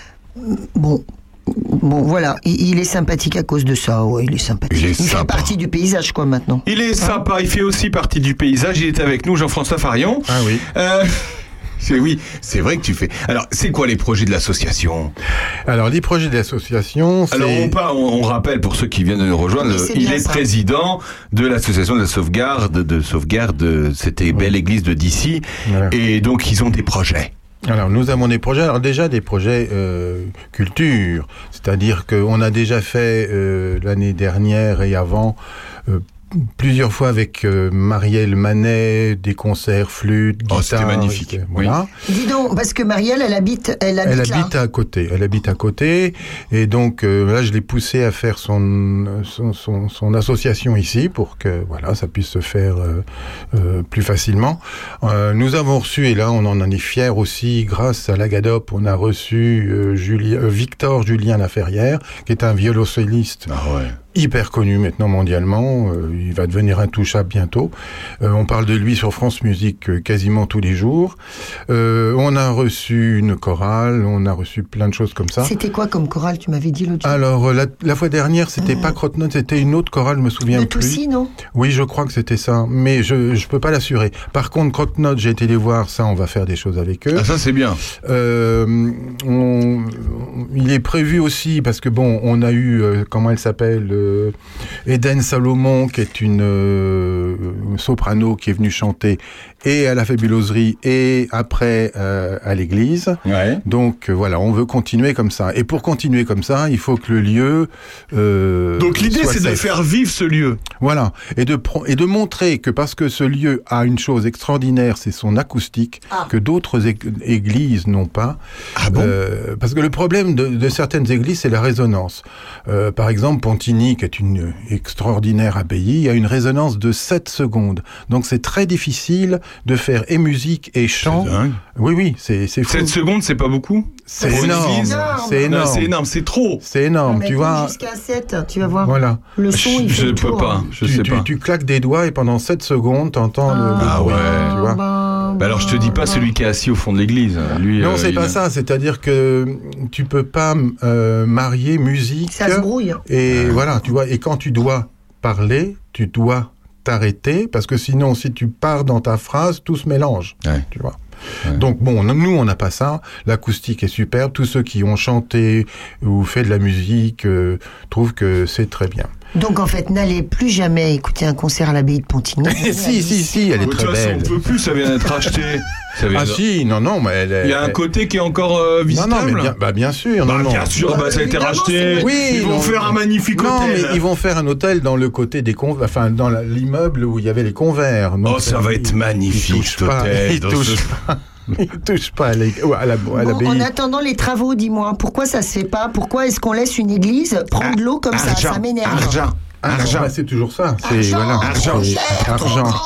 [SPEAKER 1] Bon. Bon, voilà, il, il est sympathique à cause de ça. Ouais, il est sympathique.
[SPEAKER 3] Il est
[SPEAKER 1] fait
[SPEAKER 3] sympa.
[SPEAKER 1] partie du paysage, quoi, maintenant.
[SPEAKER 3] Il est sympa, il fait aussi partie du paysage. Il est avec nous, Jean-François Farion.
[SPEAKER 4] Ah oui.
[SPEAKER 3] Euh, c'est, oui, c'est vrai que tu fais. Alors, c'est quoi les projets de l'association?
[SPEAKER 4] Alors, les projets d'association, c'est...
[SPEAKER 3] Alors, on, part, on, on rappelle pour ceux qui viennent de nous rejoindre,
[SPEAKER 1] Oui, c'est
[SPEAKER 3] il
[SPEAKER 1] bien
[SPEAKER 3] est
[SPEAKER 1] ça.
[SPEAKER 3] président de l'association de la sauvegarde de sauvegarde de cette belle église de d'ici.
[SPEAKER 4] Voilà.
[SPEAKER 3] Et donc, ils ont des projets.
[SPEAKER 4] Alors, nous avons des projets, alors déjà des projets euh, culture, c'est-à-dire qu'on a déjà fait euh, l'année dernière et avant euh, plusieurs fois avec euh, Marielle Manet, des concerts, flûte, guitare.
[SPEAKER 3] Oh, c'était magnifique.
[SPEAKER 4] et- Voilà.
[SPEAKER 1] Dis donc, parce que Marielle, elle habite, elle habite
[SPEAKER 4] Elle
[SPEAKER 1] là.
[SPEAKER 4] habite à côté, elle habite à côté, et donc euh, là je l'ai poussée à faire son, son, son, son association ici pour que voilà ça puisse se faire euh, euh, plus facilement. Euh, nous avons reçu, et là on en est fiers aussi, grâce à l'Agadop, on a reçu euh, Julien, euh, Victor Julien Laferrière, qui est un violoncelliste
[SPEAKER 3] Ah ouais.
[SPEAKER 4] hyper connu maintenant mondialement, euh, il va devenir intouchable bientôt. Euh, on parle de lui sur France Musique euh, quasiment tous les jours. Euh, on a reçu une chorale, on a reçu plein de choses comme ça.
[SPEAKER 1] C'était quoi comme chorale, tu m'avais dit l'autre jour?
[SPEAKER 4] Alors euh, la, la fois dernière, c'était pas Crotte-Note, c'était une autre chorale, je me souviens
[SPEAKER 1] De
[SPEAKER 4] plus.
[SPEAKER 1] Toussy, non?
[SPEAKER 4] Oui, je crois que c'était ça, mais je je peux pas l'assurer. Par contre, Croque-Note, j'ai été les voir, ça, on va faire des choses avec eux.
[SPEAKER 3] Ah, ça, c'est bien.
[SPEAKER 4] Euh, on, il est prévu aussi, parce que bon, on a eu, euh, comment elle s'appelle, euh, Eden Salomon, qui est une euh, soprano qui est venue chanter et à la fabuloserie et après euh, à l'église.
[SPEAKER 3] Ouais.
[SPEAKER 4] Donc euh, voilà, on veut continuer comme ça. Et pour continuer comme ça, il faut que le lieu euh,
[SPEAKER 3] Donc, l'idée,
[SPEAKER 4] soit
[SPEAKER 3] c'est de
[SPEAKER 4] safe.
[SPEAKER 3] faire vivre ce lieu.
[SPEAKER 4] Voilà, et de, pro- et de montrer que parce que ce lieu a une chose extraordinaire, c'est son acoustique,
[SPEAKER 1] Ah.
[SPEAKER 4] que d'autres ég- églises n'ont pas.
[SPEAKER 3] Ah bon?
[SPEAKER 4] Euh, parce que le problème de, de certaines églises, c'est la résonance. Euh, par exemple, Pontigny, qui est une extraordinaire abbaye, a une résonance de sept secondes. Donc c'est très difficile de faire et musique et chant.
[SPEAKER 3] C'est dingue.
[SPEAKER 4] Oui, oui, c'est c'est fou.
[SPEAKER 3] sept secondes, c'est pas beaucoup?
[SPEAKER 4] C'est
[SPEAKER 3] Pour une
[SPEAKER 4] énorme.
[SPEAKER 3] église?
[SPEAKER 4] C'est
[SPEAKER 3] Non,
[SPEAKER 4] énorme.
[SPEAKER 3] c'est énorme, c'est trop.
[SPEAKER 4] C'est énorme,
[SPEAKER 1] Mais
[SPEAKER 4] tu
[SPEAKER 1] compte
[SPEAKER 4] vois.
[SPEAKER 1] jusqu'à sept, tu vas voir.
[SPEAKER 4] Voilà.
[SPEAKER 1] Le son, il
[SPEAKER 3] je
[SPEAKER 1] fait le
[SPEAKER 3] peux
[SPEAKER 1] tour.
[SPEAKER 3] pas, je
[SPEAKER 4] tu,
[SPEAKER 3] sais
[SPEAKER 4] tu,
[SPEAKER 3] pas.
[SPEAKER 4] tu claques des doigts et pendant sept secondes, t'entends le, le
[SPEAKER 3] Ah
[SPEAKER 4] bruit,
[SPEAKER 3] ouais.
[SPEAKER 4] tu vois.
[SPEAKER 1] bah,
[SPEAKER 3] Bah alors je te dis pas
[SPEAKER 1] bah,
[SPEAKER 3] celui qui est assis au fond de l'église. Lui,
[SPEAKER 4] Non,
[SPEAKER 3] euh,
[SPEAKER 4] c'est
[SPEAKER 3] il-
[SPEAKER 4] pas ça. C'est-à-dire que tu peux pas euh, marier musique
[SPEAKER 1] Ça se brouille.
[SPEAKER 4] et voilà, tu vois. Et quand tu dois parler, tu dois t'arrêter parce que sinon, si tu pars dans ta phrase, tout se mélange.
[SPEAKER 3] Ouais.
[SPEAKER 4] Tu vois.
[SPEAKER 3] Ouais.
[SPEAKER 4] Donc bon, nous on n'a pas ça. L'acoustique est superbe. Tous ceux qui ont chanté ou fait de la musique euh, trouvent que c'est très bien.
[SPEAKER 1] Donc en fait, n'allez plus jamais écouter un concert à l'abbaye de Pontigny.
[SPEAKER 4] si, si, si, elle est
[SPEAKER 3] De toute
[SPEAKER 4] très
[SPEAKER 3] façon,
[SPEAKER 4] belle.
[SPEAKER 3] on peut plus, ça vient d'être acheté. Ça vient
[SPEAKER 4] Ah
[SPEAKER 3] d'être-
[SPEAKER 4] si, non, non, mais elle est.
[SPEAKER 3] Il y a un
[SPEAKER 4] elle-
[SPEAKER 3] côté qui est encore euh,
[SPEAKER 4] Non,
[SPEAKER 3] visitable.
[SPEAKER 4] non, mais bien, bah bien sûr,
[SPEAKER 3] Bah,
[SPEAKER 4] non, non.
[SPEAKER 3] bien sûr, bah, ça a été
[SPEAKER 1] Évidemment,
[SPEAKER 3] racheté.
[SPEAKER 1] c'est
[SPEAKER 4] Oui,
[SPEAKER 3] Ils vont
[SPEAKER 4] non,
[SPEAKER 3] faire un magnifique
[SPEAKER 4] Non,
[SPEAKER 3] hôtel.
[SPEAKER 4] mais ils vont faire un hôtel dans le côté des convers, enfin dans la- l'immeuble où il y avait les convers. Donc,
[SPEAKER 3] Oh, ça
[SPEAKER 4] euh,
[SPEAKER 3] va être
[SPEAKER 4] ils-
[SPEAKER 3] magnifique,
[SPEAKER 4] Ils touchent
[SPEAKER 3] cet
[SPEAKER 4] pas,
[SPEAKER 3] hôtel,
[SPEAKER 4] ils
[SPEAKER 3] dans
[SPEAKER 4] touchent
[SPEAKER 3] ce-
[SPEAKER 4] pas, ils touchent pas à la, à la, à
[SPEAKER 1] Bon,
[SPEAKER 4] l'abbaye.
[SPEAKER 1] en attendant les travaux, dis-moi, pourquoi ça se fait pas? Pourquoi est-ce qu'on laisse une église prendre l'eau comme ça?
[SPEAKER 3] Argent,
[SPEAKER 1] Ça m'énerve.
[SPEAKER 3] argent,
[SPEAKER 4] Ah,
[SPEAKER 3] argent.
[SPEAKER 4] bah, c'est toujours ça. C'est
[SPEAKER 1] Argent,
[SPEAKER 4] voilà,
[SPEAKER 1] argent
[SPEAKER 4] c'est
[SPEAKER 1] cher,
[SPEAKER 4] argent.
[SPEAKER 1] trop grand.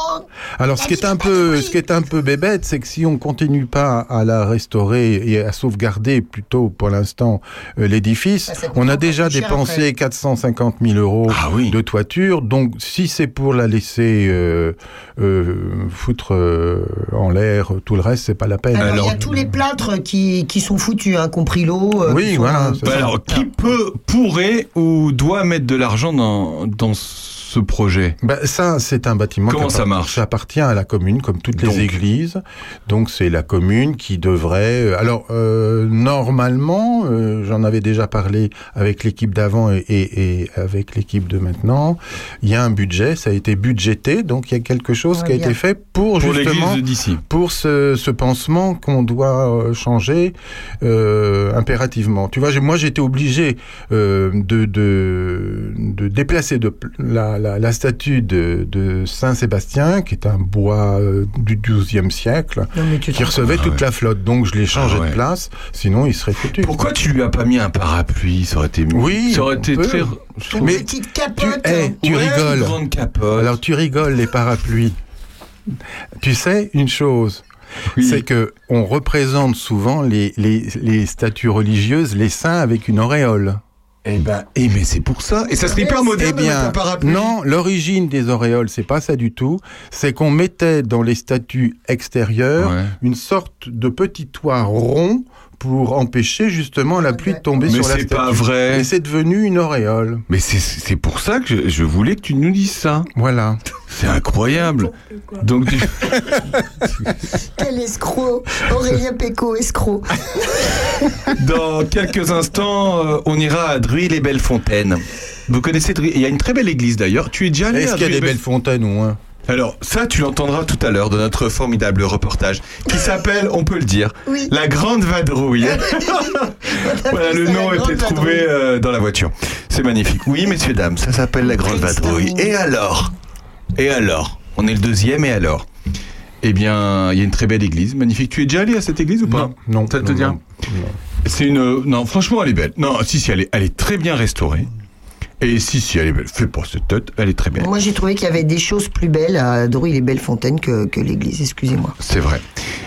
[SPEAKER 4] Alors, ce qui est un peu, ce qui est un peu bébête, c'est que si on continue pas à la restaurer et à sauvegarder plutôt pour l'instant euh, l'édifice,
[SPEAKER 1] Ah, ça coûte
[SPEAKER 4] on a
[SPEAKER 1] encore
[SPEAKER 4] déjà
[SPEAKER 1] plus cher
[SPEAKER 4] dépensé
[SPEAKER 1] après.
[SPEAKER 4] quatre cent cinquante mille euros
[SPEAKER 3] Ah oui.
[SPEAKER 4] de toiture. Donc, si c'est pour la laisser euh, euh, foutre euh, en l'air tout le reste, c'est pas la peine.
[SPEAKER 1] Alors, il y a
[SPEAKER 3] Alors-
[SPEAKER 1] tous les plâtres qui, qui sont foutus, hein, compris l'eau. euh,
[SPEAKER 4] Oui,
[SPEAKER 1] qui sont,
[SPEAKER 4] voilà,
[SPEAKER 1] euh,
[SPEAKER 4] c'est
[SPEAKER 3] Bah
[SPEAKER 4] ça.
[SPEAKER 3] alors, qui peut, pourrait ou doit mettre de l'argent dans, dans ce projet?
[SPEAKER 4] Ben, ça, c'est un bâtiment.
[SPEAKER 3] Comment
[SPEAKER 4] qui
[SPEAKER 3] ça
[SPEAKER 4] appart-
[SPEAKER 3] marche?
[SPEAKER 4] Ça appartient à la commune, comme toutes
[SPEAKER 3] Donc.
[SPEAKER 4] les églises. Donc, c'est la commune qui devrait. euh, Alors, euh, normalement, euh, j'en avais déjà parlé avec l'équipe d'avant et, et, et avec l'équipe de maintenant. Il y a un budget, ça a été budgété, donc il y a quelque chose
[SPEAKER 1] Ouais,
[SPEAKER 4] qui a
[SPEAKER 1] bien.
[SPEAKER 4] été fait pour,
[SPEAKER 3] Pour
[SPEAKER 4] justement
[SPEAKER 3] l'église d'ici.
[SPEAKER 4] pour ce, ce pansement qu'on doit euh, changer euh, impérativement. Tu vois, j'ai- moi j'étais obligé euh, de, de, de déplacer de, la, la, la statue de, de Saint-Sébastien, qui est un bois euh, du douzième siècle,
[SPEAKER 1] Non, mais tu te
[SPEAKER 4] qui
[SPEAKER 1] rends
[SPEAKER 4] recevait
[SPEAKER 3] Ah
[SPEAKER 4] toute
[SPEAKER 3] ouais.
[SPEAKER 4] la flotte. Donc je l'ai changé
[SPEAKER 3] Ah ouais.
[SPEAKER 4] de place, sinon il serait foutu.
[SPEAKER 3] Pourquoi tu lui as pas mis un parapluie? Ça aurait été mieux.
[SPEAKER 4] Oui,
[SPEAKER 3] ça aurait
[SPEAKER 4] on
[SPEAKER 3] été
[SPEAKER 4] peut.
[SPEAKER 3] très.
[SPEAKER 1] compte. Une
[SPEAKER 4] Mais
[SPEAKER 1] petite
[SPEAKER 4] tu,
[SPEAKER 1] capote.
[SPEAKER 4] hey, tu
[SPEAKER 3] Ouais,
[SPEAKER 4] rigoles.
[SPEAKER 3] une grande capote.
[SPEAKER 4] Alors tu rigoles les parapluies. Tu sais une chose,
[SPEAKER 3] Oui.
[SPEAKER 4] c'est que on représente souvent les, les, les statues religieuses, les saints avec une auréole.
[SPEAKER 3] Eh ben, eh mais c'est pour ça. Et ça serait hyper moderne
[SPEAKER 4] Eh
[SPEAKER 3] de mettre
[SPEAKER 4] bien,
[SPEAKER 3] un parapluie.
[SPEAKER 4] non, l'origine des auréoles, c'est pas ça du tout. C'est qu'on mettait dans les statues extérieures
[SPEAKER 3] Ouais.
[SPEAKER 4] une sorte de petit toit rond pour empêcher justement la pluie de tomber
[SPEAKER 3] Mais
[SPEAKER 4] sur la
[SPEAKER 3] c'est
[SPEAKER 4] statue.
[SPEAKER 3] pas vrai.
[SPEAKER 4] Et c'est devenu une auréole.
[SPEAKER 3] Mais c'est c'est pour ça que je, je voulais que tu nous dises ça.
[SPEAKER 4] Voilà.
[SPEAKER 3] C'est incroyable. Donc tu-
[SPEAKER 1] Quel escroc. Aurélien Péco, escroc.
[SPEAKER 3] dans quelques instants, euh, on ira à Druy-les-Belles-Fontaines. Vous connaissez Druy? Il y a une très belle église d'ailleurs. Tu es déjà allé
[SPEAKER 4] Est-ce
[SPEAKER 3] à
[SPEAKER 4] qu'il y a des belles
[SPEAKER 3] Druy-les-Belles-
[SPEAKER 4] fontaines au moins?
[SPEAKER 3] Alors ça, tu l'entendras tout à l'heure dans notre formidable reportage qui s'appelle, on peut le dire,
[SPEAKER 1] Oui.
[SPEAKER 3] La Grande Vadrouille. Voilà, le
[SPEAKER 1] Ça,
[SPEAKER 3] nom
[SPEAKER 1] la
[SPEAKER 3] a été
[SPEAKER 1] Grande
[SPEAKER 3] trouvé
[SPEAKER 1] Vadrouille.
[SPEAKER 3] euh, dans la voiture. C'est magnifique. Oui, messieurs, dames, ça s'appelle La Grande
[SPEAKER 1] Prince
[SPEAKER 3] Vadrouille.
[SPEAKER 1] Darwin.
[SPEAKER 3] Et alors Et alors On est le deuxième, et alors Eh bien, il y a une très belle église, magnifique. Tu es déjà allé à cette église ou pas?
[SPEAKER 4] Non, non.
[SPEAKER 3] Ça te
[SPEAKER 4] non,
[SPEAKER 3] dit
[SPEAKER 4] non, non.
[SPEAKER 3] C'est une... Non, franchement, elle est belle. Non, si, si, elle est, elle est très bien restaurée. Et si, si, elle est belle. Fais pas cette tête, elle est très belle.
[SPEAKER 1] Moi, j'ai trouvé qu'il y avait des choses plus belles à Druy-les-Belles-Fontaines que, que l'église, excusez-moi.
[SPEAKER 3] C'est vrai.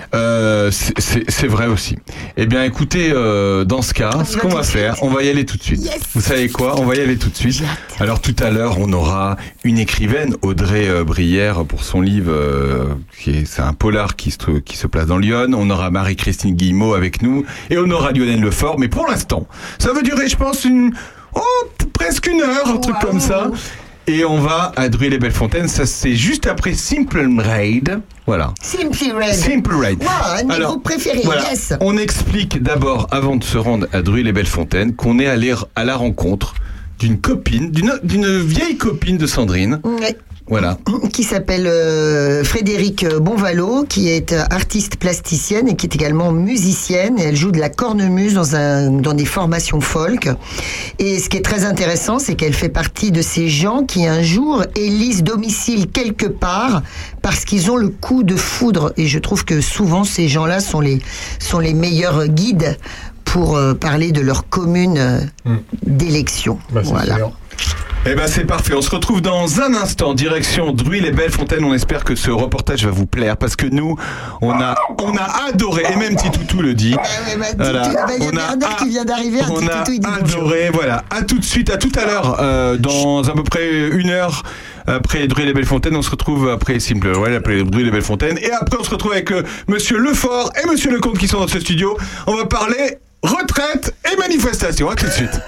[SPEAKER 3] Euh, c'est- c'est c'est vrai aussi. Eh bien, écoutez, euh, dans ce cas,
[SPEAKER 1] On y
[SPEAKER 3] ce
[SPEAKER 1] va
[SPEAKER 3] qu'on
[SPEAKER 1] tout
[SPEAKER 3] va
[SPEAKER 1] de
[SPEAKER 3] faire,
[SPEAKER 1] suite.
[SPEAKER 3] on va y aller tout de suite.
[SPEAKER 1] Yes.
[SPEAKER 3] Vous savez quoi? On va y aller tout de suite. Alors, tout à l'heure, on aura une écrivaine, Audrey euh, Brière, pour son livre, euh, qui est, c'est un polar qui se, qui se place dans Lyon. On aura Marie-Christine Guillemot avec nous, et on aura Lionel Lefort. Mais pour l'instant, ça va durer, je pense, une, oh, p- presque une heure, un truc
[SPEAKER 1] Wow.
[SPEAKER 3] comme ça. Et on va à Druy-les-Belles-Fontaines. Ça, c'est juste après Simple Raid. Voilà.
[SPEAKER 1] Simply Red.
[SPEAKER 3] Simple Raid.
[SPEAKER 1] Wow, un de mes
[SPEAKER 3] Alors,
[SPEAKER 1] groupes préférés,
[SPEAKER 3] Voilà.
[SPEAKER 1] yes.
[SPEAKER 3] On explique d'abord, avant de se rendre à Druy-les-Belles-Fontaines, qu'on est allé à la rencontre d'une copine, d'une, d'une vieille copine de Sandrine.
[SPEAKER 1] Ouais.
[SPEAKER 3] Voilà.
[SPEAKER 1] Qui s'appelle euh, Frédéric Bonvalo, qui est euh, artiste plasticienne et qui est également musicienne. Et elle joue de la cornemuse dans, un, dans des formations folk. Et ce qui est très intéressant, c'est qu'elle fait partie de ces gens qui un jour élisent domicile quelque part parce qu'ils ont le coup de foudre. Et je trouve que souvent ces gens-là sont les, sont les meilleurs guides pour euh, parler de leur commune euh,
[SPEAKER 4] Mm.
[SPEAKER 1] d'élection.
[SPEAKER 4] Bah, c'est
[SPEAKER 1] voilà.
[SPEAKER 4] sûr.
[SPEAKER 3] Eh ben c'est parfait. On se retrouve dans un instant, direction Druy-les-Belles-Fontaines. On espère que ce reportage va vous plaire parce que nous, on a, on a adoré. Et même Titoutou le dit.
[SPEAKER 1] Ah ouais, bah, dis-
[SPEAKER 3] Voilà.
[SPEAKER 1] bah, il y a
[SPEAKER 3] On a
[SPEAKER 1] Bernard qui vient d'arriver. Un
[SPEAKER 3] On
[SPEAKER 1] petit
[SPEAKER 3] a
[SPEAKER 1] toutou, il dit bonjour.
[SPEAKER 3] adoré, voilà. À tout de suite, à tout à l'heure, euh, dans à peu près une heure après Druy-les-Belles-Fontaines, on se retrouve après Simple, ouais, après Druy-les-Belles-Fontaines, et après on se retrouve avec euh, Monsieur Lefort et Monsieur Lecomte qui sont dans ce studio. On va parler retraite et manifestation. À tout de suite.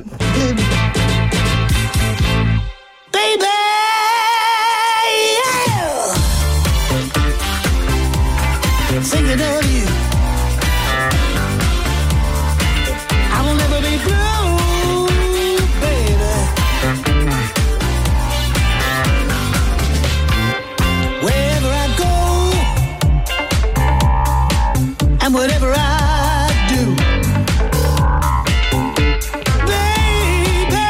[SPEAKER 5] Baby, yeah. Thinking of you, I will never be blue, baby. Wherever I go, and whatever I do, baby,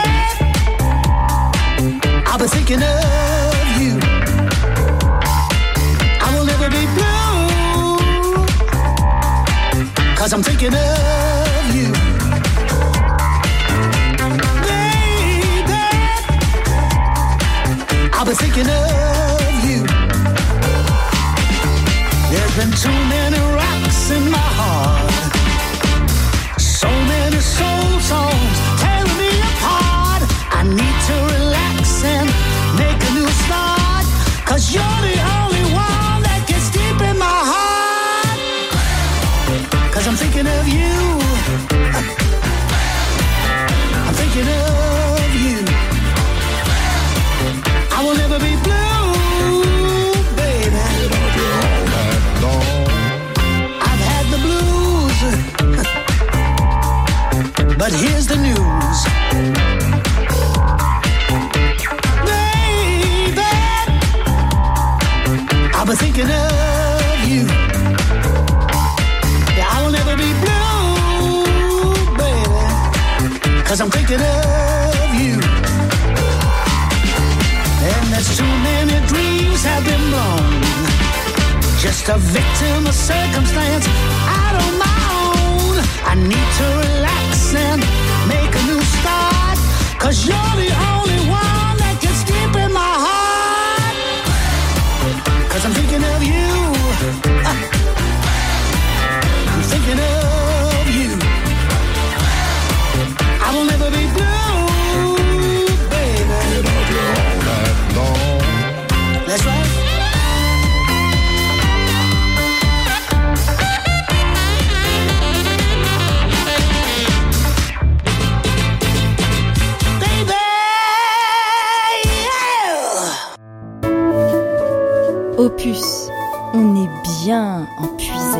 [SPEAKER 5] I'll be thinking of you. I will never be blue, cause I'm thinking of you. Baby, I'll be thinking of you.
[SPEAKER 8] here's the news. Baby, I've been thinking of you. Yeah, I will never be blue, baby, 'cause I'm thinking of you. And there's too many dreams have been blown. Just a victim of circumstance out of my own. I need to relax and make a new start, 'cause you're the only one that can skip in my heart. 'Cause I'm thinking of you. I'm thinking of you. I will never be blue, baby. That's right.
[SPEAKER 9] Opus, on est bien empuisé.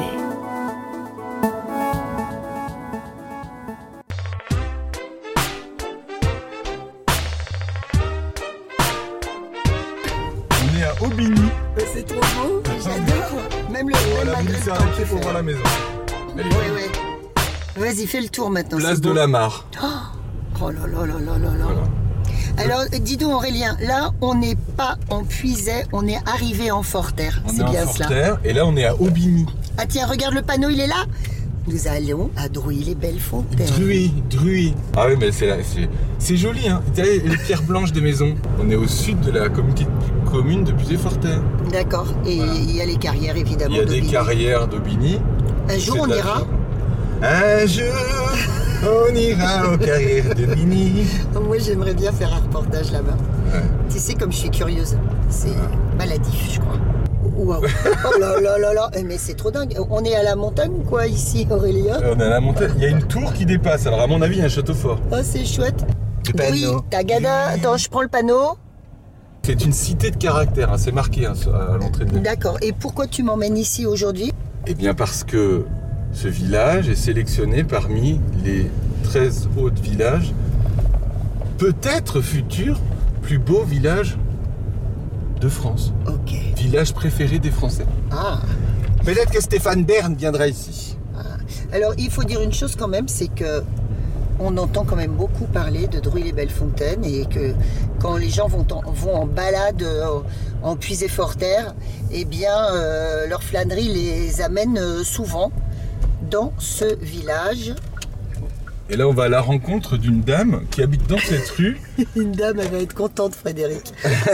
[SPEAKER 3] On est à Aubigny.
[SPEAKER 1] C'est trop beau, j'adore. Même le
[SPEAKER 10] Voilà,
[SPEAKER 1] même
[SPEAKER 10] vous
[SPEAKER 1] adresse
[SPEAKER 10] laissez un
[SPEAKER 1] qu'on
[SPEAKER 10] pied
[SPEAKER 1] peut
[SPEAKER 10] pour
[SPEAKER 1] faire.
[SPEAKER 10] voir la maison.
[SPEAKER 1] Oui, oui. Vas-y, fais le tour maintenant.
[SPEAKER 10] Place
[SPEAKER 1] c'est
[SPEAKER 10] de
[SPEAKER 1] beau.
[SPEAKER 10] la Mare.
[SPEAKER 1] Oh là là là là là là. Alors, dis donc Aurélien, là, on n'est pas en Puisaye, on est arrivé en Forterre.
[SPEAKER 10] On
[SPEAKER 1] C'est
[SPEAKER 10] est en
[SPEAKER 1] bien cela.
[SPEAKER 10] Forterre et là on est à Aubigny.
[SPEAKER 1] Ah tiens, regarde le panneau, il est là. Nous allons à Druy-les-Belles-Fontaines.
[SPEAKER 10] Druy, Druy. Ah oui, mais c'est là, c'est, c'est joli, hein. T'as les les pierres blanches des maisons. On est au sud de la communauté commune de Puisaye-Forterre.
[SPEAKER 1] D'accord. Et
[SPEAKER 10] Voilà.
[SPEAKER 1] il y a les carrières, évidemment.
[SPEAKER 10] Il y a des
[SPEAKER 1] d'Aubigny.
[SPEAKER 10] carrières d'Aubigny.
[SPEAKER 1] Un jour,
[SPEAKER 10] C'est
[SPEAKER 1] on
[SPEAKER 10] de la
[SPEAKER 1] ira.
[SPEAKER 10] chambre. Un jour, on ira aux carrières d'Aubigny.
[SPEAKER 1] Moi, j'aimerais bien faire un reportage là-bas.
[SPEAKER 10] Ouais.
[SPEAKER 1] Tu sais, comme je suis curieuse, c'est maladif, je crois. Waouh. Oh là là là là. Eh, mais c'est trop dingue. On est à la montagne, quoi, ici, Aurélien.
[SPEAKER 10] On est à la montagne. Il y a une tour qui dépasse. Alors à mon avis, il y a un château fort.
[SPEAKER 1] Oh, c'est chouette.
[SPEAKER 10] Le
[SPEAKER 1] Oui, Tagada. Attends, je prends le panneau.
[SPEAKER 10] C'est une cité de caractère, hein. C'est marqué hein, à l'entrée de la ville.
[SPEAKER 1] D'accord. Et pourquoi tu m'emmènes ici aujourd'hui?
[SPEAKER 10] Eh bien parce que ce village est sélectionné parmi les treize autres villages, peut-être futurs plus beaux villages de France.
[SPEAKER 1] Ok.
[SPEAKER 10] Village préféré des Français.
[SPEAKER 1] Ah.
[SPEAKER 10] Peut-être que Stéphane Bern viendra ici.
[SPEAKER 1] Alors, il faut dire une chose quand même, c'est que on entend quand même beaucoup parler de Druy-les-Belles-Fontaines et que quand les gens vont en, vont en balade euh, en Puisaye-Forterre, eh bien, euh, leur flânerie les amène euh, souvent dans ce village.
[SPEAKER 10] Et là, on va à la rencontre d'une dame qui habite dans cette rue.
[SPEAKER 1] Une dame, elle va être contente, Frédéric.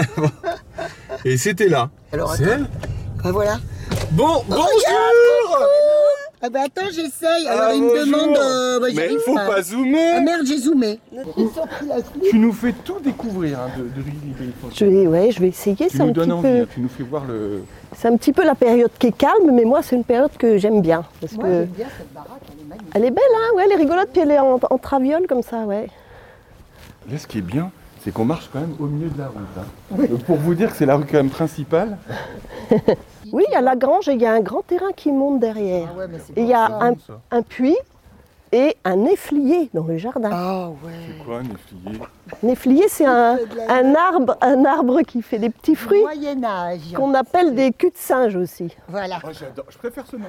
[SPEAKER 10] Et c'était là.
[SPEAKER 1] Alors,
[SPEAKER 10] C'est
[SPEAKER 1] attends.
[SPEAKER 10] elle.
[SPEAKER 1] Ben voilà.
[SPEAKER 10] Bon, bonjour.
[SPEAKER 1] Ah ben attends, j'essaye. Alors,
[SPEAKER 10] Ah,
[SPEAKER 1] il me
[SPEAKER 10] bonjour.
[SPEAKER 1] demande... euh, bah,
[SPEAKER 10] Mais
[SPEAKER 1] j'arrive
[SPEAKER 10] il faut pas zoomer.
[SPEAKER 1] Ah merde, j'ai zoomé.
[SPEAKER 3] Tu nous fais tout découvrir hein, de, de Druy-les-Belles-Fontaines.
[SPEAKER 11] Je vais, ouais, je vais essayer.
[SPEAKER 3] Tu
[SPEAKER 11] C'est un,
[SPEAKER 3] nous
[SPEAKER 11] petit
[SPEAKER 3] donnes envie,
[SPEAKER 11] peu,
[SPEAKER 3] hein, tu nous fais voir le...
[SPEAKER 11] c'est un petit peu la période qui est calme, mais moi, c'est une période que j'aime bien. Parce
[SPEAKER 1] Moi,
[SPEAKER 11] que
[SPEAKER 1] j'aime bien cette baraque, elle est magnifique.
[SPEAKER 11] elle est belle, hein, ouais, elle est rigolote, puis elle est en, en traviole comme ça, ouais.
[SPEAKER 3] Là, ce qui est bien, c'est qu'on marche quand même au milieu de la route. hein. Donc, pour vous dire que c'est la rue quand même principale.
[SPEAKER 11] Oui, il y a la grange et il y a un grand terrain qui monte derrière.
[SPEAKER 1] Ah ouais, mais c'est
[SPEAKER 11] Et il
[SPEAKER 1] pour
[SPEAKER 11] y a
[SPEAKER 1] ça.
[SPEAKER 11] un, un puits et un efflier dans le jardin.
[SPEAKER 1] Ah ouais.
[SPEAKER 3] C'est quoi un efflier?
[SPEAKER 11] Un efflier, c'est un, un arbre, un arbre qui fait des petits fruits
[SPEAKER 1] Moyen-Âge.
[SPEAKER 11] qu'on appelle des culs-de-singe aussi.
[SPEAKER 1] Voilà.
[SPEAKER 3] Oh, j'adore, je préfère ce nom.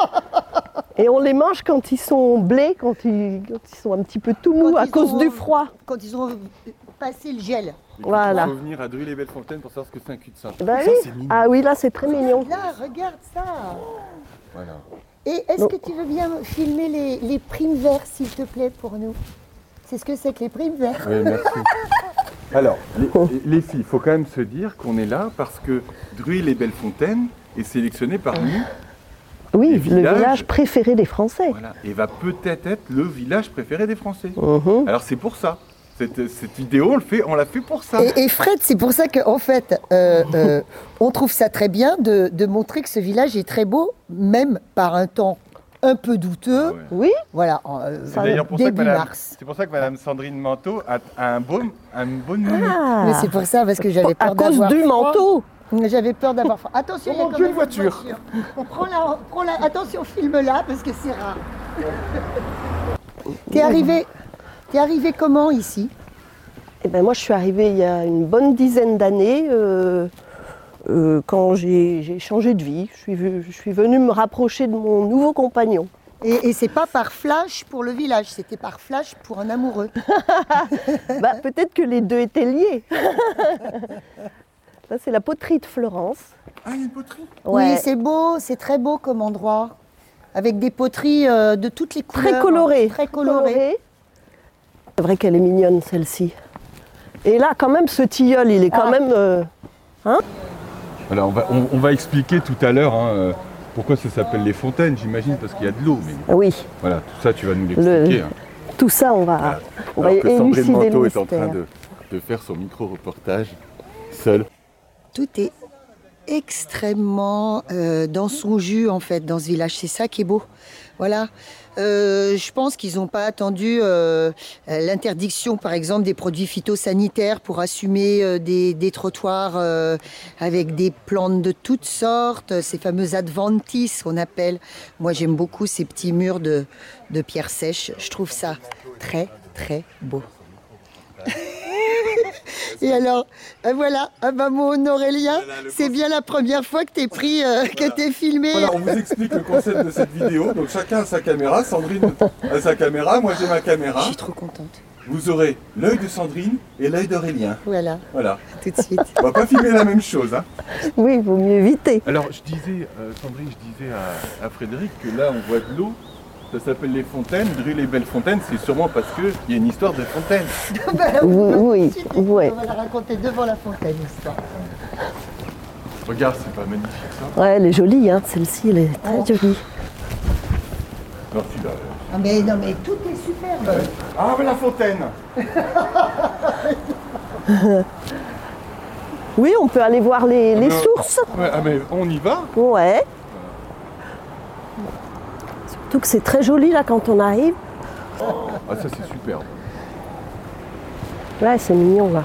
[SPEAKER 11] Et on les mange quand ils sont blés, quand ils, quand ils sont un petit peu tout mous
[SPEAKER 1] Quand
[SPEAKER 11] à
[SPEAKER 1] ils
[SPEAKER 11] cause
[SPEAKER 1] ont-
[SPEAKER 11] du froid.
[SPEAKER 1] Quand ils ont passé le gel.
[SPEAKER 11] Voilà.
[SPEAKER 3] Il faut venir à Druy-les-Belles-Fontaines pour savoir ce que c'est un cul-de-sac.
[SPEAKER 11] Bah
[SPEAKER 3] Ça,
[SPEAKER 11] oui.
[SPEAKER 3] c'est mignon.
[SPEAKER 11] Ah oui, là c'est très mignon.
[SPEAKER 1] Là, regarde ça.
[SPEAKER 3] Voilà.
[SPEAKER 1] Et est-ce
[SPEAKER 11] Donc-
[SPEAKER 1] que tu veux bien filmer les, les primes verts, s'il te plaît, pour nous? C'est ce que c'est que les primes verts.
[SPEAKER 3] Oui, merci. Alors, les, les filles, il faut quand même se dire qu'on est là parce que Druy-les-Belles-Fontaines est sélectionné parmi,
[SPEAKER 11] Oui,
[SPEAKER 3] Les
[SPEAKER 11] le
[SPEAKER 3] villages.
[SPEAKER 11] village préféré des Français.
[SPEAKER 3] voilà, et va peut-être être le village préféré des Français.
[SPEAKER 11] Mhm.
[SPEAKER 3] Alors c'est pour ça. Cette, cette vidéo, on le fait, on l'a fait pour ça.
[SPEAKER 1] Et, et Fred, c'est pour ça qu'en fait, euh, euh, on trouve ça très bien de, de montrer que ce village est très beau, même par un temps un peu douteux.
[SPEAKER 3] Ouais.
[SPEAKER 11] Oui,
[SPEAKER 1] Voilà, en, euh,
[SPEAKER 3] C'est d'ailleurs pour ça que
[SPEAKER 1] début
[SPEAKER 3] Madame-
[SPEAKER 1] mars.
[SPEAKER 3] c'est pour ça que Madame Sandrine Manteau a, a un beau, un beau nounou.
[SPEAKER 11] ah,
[SPEAKER 1] Mais c'est pour ça, parce que j'avais
[SPEAKER 11] à
[SPEAKER 1] peur
[SPEAKER 11] cause
[SPEAKER 1] d'avoir
[SPEAKER 11] du
[SPEAKER 1] froid.
[SPEAKER 11] manteau.
[SPEAKER 1] J'avais peur d'avoir froid. Attention,
[SPEAKER 3] Oh
[SPEAKER 1] il y a
[SPEAKER 3] mon
[SPEAKER 1] quand
[SPEAKER 3] Dieu,
[SPEAKER 1] même
[SPEAKER 3] une voiture.
[SPEAKER 1] Prends la, prends la, attention, filme-la, parce que c'est rare. T'es arrivé, T'es arrivé comment ici?
[SPEAKER 11] Eh ben moi, je suis arrivée il y a une bonne dizaine d'années, euh, euh, quand j'ai j'ai changé de vie. Je suis, ve- je suis venue me rapprocher de mon nouveau compagnon.
[SPEAKER 1] Et, et c'est pas par flash pour le village, c'était par flash pour un amoureux.
[SPEAKER 11] Bah, peut-être que les deux étaient liés. Ça, c'est la poterie de Florence.
[SPEAKER 10] Ah, il y a une poterie.
[SPEAKER 1] Oui, c'est beau, c'est très beau comme endroit. Avec des poteries euh, de toutes les couleurs.
[SPEAKER 11] Très colorée.
[SPEAKER 1] Très colorées.
[SPEAKER 11] C'est vrai qu'elle est mignonne, celle-ci. Et là, quand même, ce tilleul, il est quand
[SPEAKER 1] Ah.
[SPEAKER 11] même... euh, hein?
[SPEAKER 10] Alors, on va, on, on va expliquer tout à l'heure hein, euh, pourquoi ça s'appelle les fontaines, j'imagine, parce qu'il y a de l'eau. Mais
[SPEAKER 11] Oui.
[SPEAKER 10] voilà, tout ça, tu vas nous l'expliquer.
[SPEAKER 11] Le-
[SPEAKER 10] hein.
[SPEAKER 11] Tout ça, on va, on va
[SPEAKER 10] Alors que Sandrine
[SPEAKER 11] élucider le
[SPEAKER 10] Manteau est en train
[SPEAKER 11] mystère.
[SPEAKER 10] de, de faire son micro-reportage seul.
[SPEAKER 1] Tout est extrêmement euh, dans son jus en fait dans ce village. C'est ça qui est beau. Voilà. Euh, je pense qu'ils n'ont pas attendu euh, l'interdiction, par exemple, des produits phytosanitaires pour assumer euh, des, des trottoirs euh, avec des plantes de toutes sortes, ces fameux adventices qu'on appelle. Moi, j'aime beaucoup ces petits murs de, de pierre sèche. Je trouve ça très, très beau. Et alors, euh, voilà, ah bah, mon Aurélien, c'est bien la première fois que t'es pris, euh, que t'es filmé.
[SPEAKER 10] Voilà, on vous explique le concept de cette vidéo. Donc chacun a sa caméra. Sandrine a sa caméra, moi j'ai ma caméra.
[SPEAKER 1] Je suis trop contente.
[SPEAKER 10] Vous aurez l'œil de Sandrine et l'œil d'Aurélien.
[SPEAKER 1] Voilà,
[SPEAKER 10] Voilà.
[SPEAKER 1] tout de suite.
[SPEAKER 10] On va pas filmer la même chose. Hein.
[SPEAKER 11] Oui, il vaut mieux éviter.
[SPEAKER 10] Alors je disais, euh, Sandrine, je disais à, à Frédéric que là on voit de l'eau. Ça s'appelle les fontaines. Drue les belles fontaines, c'est sûrement parce qu'il y a une histoire de fontaine.
[SPEAKER 1] Bah,
[SPEAKER 11] Oui,
[SPEAKER 1] tout de suite,
[SPEAKER 11] oui, ouais.
[SPEAKER 1] On va la raconter devant la fontaine, l'histoire.
[SPEAKER 10] Regarde, c'est pas magnifique ça.
[SPEAKER 11] Ouais, elle est jolie, hein. Celle-ci, elle est très
[SPEAKER 1] Oh.
[SPEAKER 11] jolie.
[SPEAKER 10] Non, celui-là.
[SPEAKER 1] Ah, mais non, mais tout est superbe.
[SPEAKER 10] Ah, mais la fontaine.
[SPEAKER 11] Oui, on peut aller voir les, les
[SPEAKER 10] mais-
[SPEAKER 11] sources.
[SPEAKER 10] Ouais, ah mais on y va.
[SPEAKER 11] Ouais. Surtout que c'est très joli là quand on arrive.
[SPEAKER 10] Ah ça c'est superbe.
[SPEAKER 11] Ouais, c'est mignon là.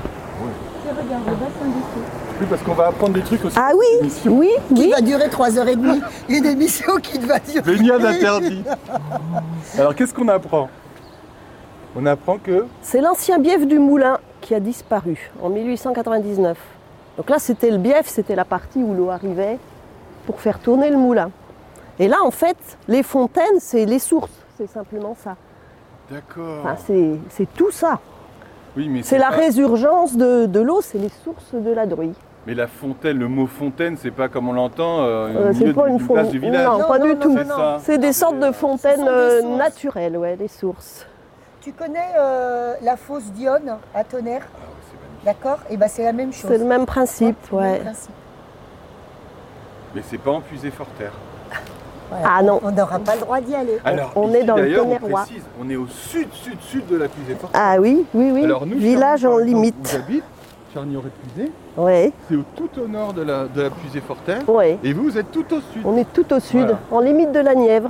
[SPEAKER 10] Oui, parce qu'on va apprendre des trucs aussi.
[SPEAKER 11] Ah oui, oui,
[SPEAKER 1] Qui
[SPEAKER 11] oui.
[SPEAKER 1] va durer trois heures trente. Une émission qui va durer.
[SPEAKER 10] Baignade interdite. Alors qu'est-ce qu'on apprend? On apprend que...
[SPEAKER 11] C'est l'ancien bief du moulin qui a disparu en mille huit cent quatre-vingt-dix-neuf. Donc là, c'était le bief, c'était la partie où l'eau arrivait pour faire tourner le moulin. Et là, en fait, les fontaines, c'est les sources, c'est simplement ça.
[SPEAKER 10] D'accord.
[SPEAKER 11] Enfin, c'est c'est tout ça.
[SPEAKER 10] Oui, mais
[SPEAKER 11] C'est la
[SPEAKER 10] pas-
[SPEAKER 11] résurgence de, de l'eau, c'est les sources de la Druye.
[SPEAKER 10] Mais la fontaine, le mot fontaine, c'est pas comme on l'entend euh,
[SPEAKER 11] Euh,
[SPEAKER 10] au
[SPEAKER 11] c'est
[SPEAKER 10] milieu
[SPEAKER 11] pas
[SPEAKER 10] du-
[SPEAKER 11] une
[SPEAKER 10] d'une place
[SPEAKER 11] fon-
[SPEAKER 10] du village.
[SPEAKER 11] Non, pas
[SPEAKER 1] Non,
[SPEAKER 11] du
[SPEAKER 1] non,
[SPEAKER 11] tout.
[SPEAKER 1] non,
[SPEAKER 10] C'est ça.
[SPEAKER 11] C'est des sortes de fontaines
[SPEAKER 1] Ce sont des
[SPEAKER 11] euh,
[SPEAKER 1] sources.
[SPEAKER 11] naturelles, ouais, des sources.
[SPEAKER 1] Tu connais euh, la fosse d'Yonne à Tonnerre?
[SPEAKER 10] Ah ouais, c'est magnifique.
[SPEAKER 1] D'accord. Et ben c'est la même chose.
[SPEAKER 11] C'est le même principe,
[SPEAKER 1] C'est le même
[SPEAKER 11] ouais.
[SPEAKER 1] principe.
[SPEAKER 10] Mais c'est pas en puisé fort terre.
[SPEAKER 1] Voilà.
[SPEAKER 11] Ah non.
[SPEAKER 1] On n'aura pas le droit d'y aller.
[SPEAKER 10] Alors,
[SPEAKER 11] on
[SPEAKER 10] ici,
[SPEAKER 11] est dans le
[SPEAKER 10] d'ailleurs, on
[SPEAKER 11] Tonnerrois.
[SPEAKER 10] précise, on est au sud, sud, sud de la puisée fort terre.
[SPEAKER 11] Ah oui, oui, oui.
[SPEAKER 10] Alors nous,
[SPEAKER 11] Village
[SPEAKER 10] Charny,
[SPEAKER 11] en
[SPEAKER 10] par exemple,
[SPEAKER 11] limite.
[SPEAKER 10] où j'habite, Charny-Auray-Puisé,
[SPEAKER 11] Ouais,
[SPEAKER 10] c'est au, tout au nord de la, de la puisée fort terre.
[SPEAKER 11] ouais.
[SPEAKER 10] Et vous, vous êtes tout au sud.
[SPEAKER 11] On est tout au sud,
[SPEAKER 10] Voilà.
[SPEAKER 11] en limite de la Nièvre.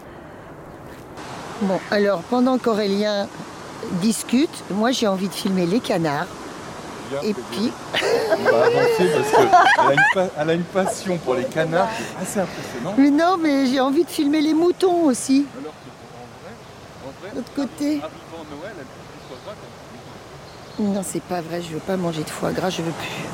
[SPEAKER 1] Bon, alors pendant qu'Aurélien discute, moi j'ai envie de filmer les canards. Et puis,
[SPEAKER 10] On va avancer parce qu'elle a, une pa- elle a une passion pour les canards qui est assez impressionnante.
[SPEAKER 1] mais non, mais j'ai envie de filmer les moutons aussi.
[SPEAKER 10] Alors que, en vrai, en vrai,
[SPEAKER 1] De l'autre côté.
[SPEAKER 10] arrivant Noël, elle fait du foie gras comme ça.
[SPEAKER 1] Non, c'est pas vrai, je veux pas manger de foie gras, je veux plus.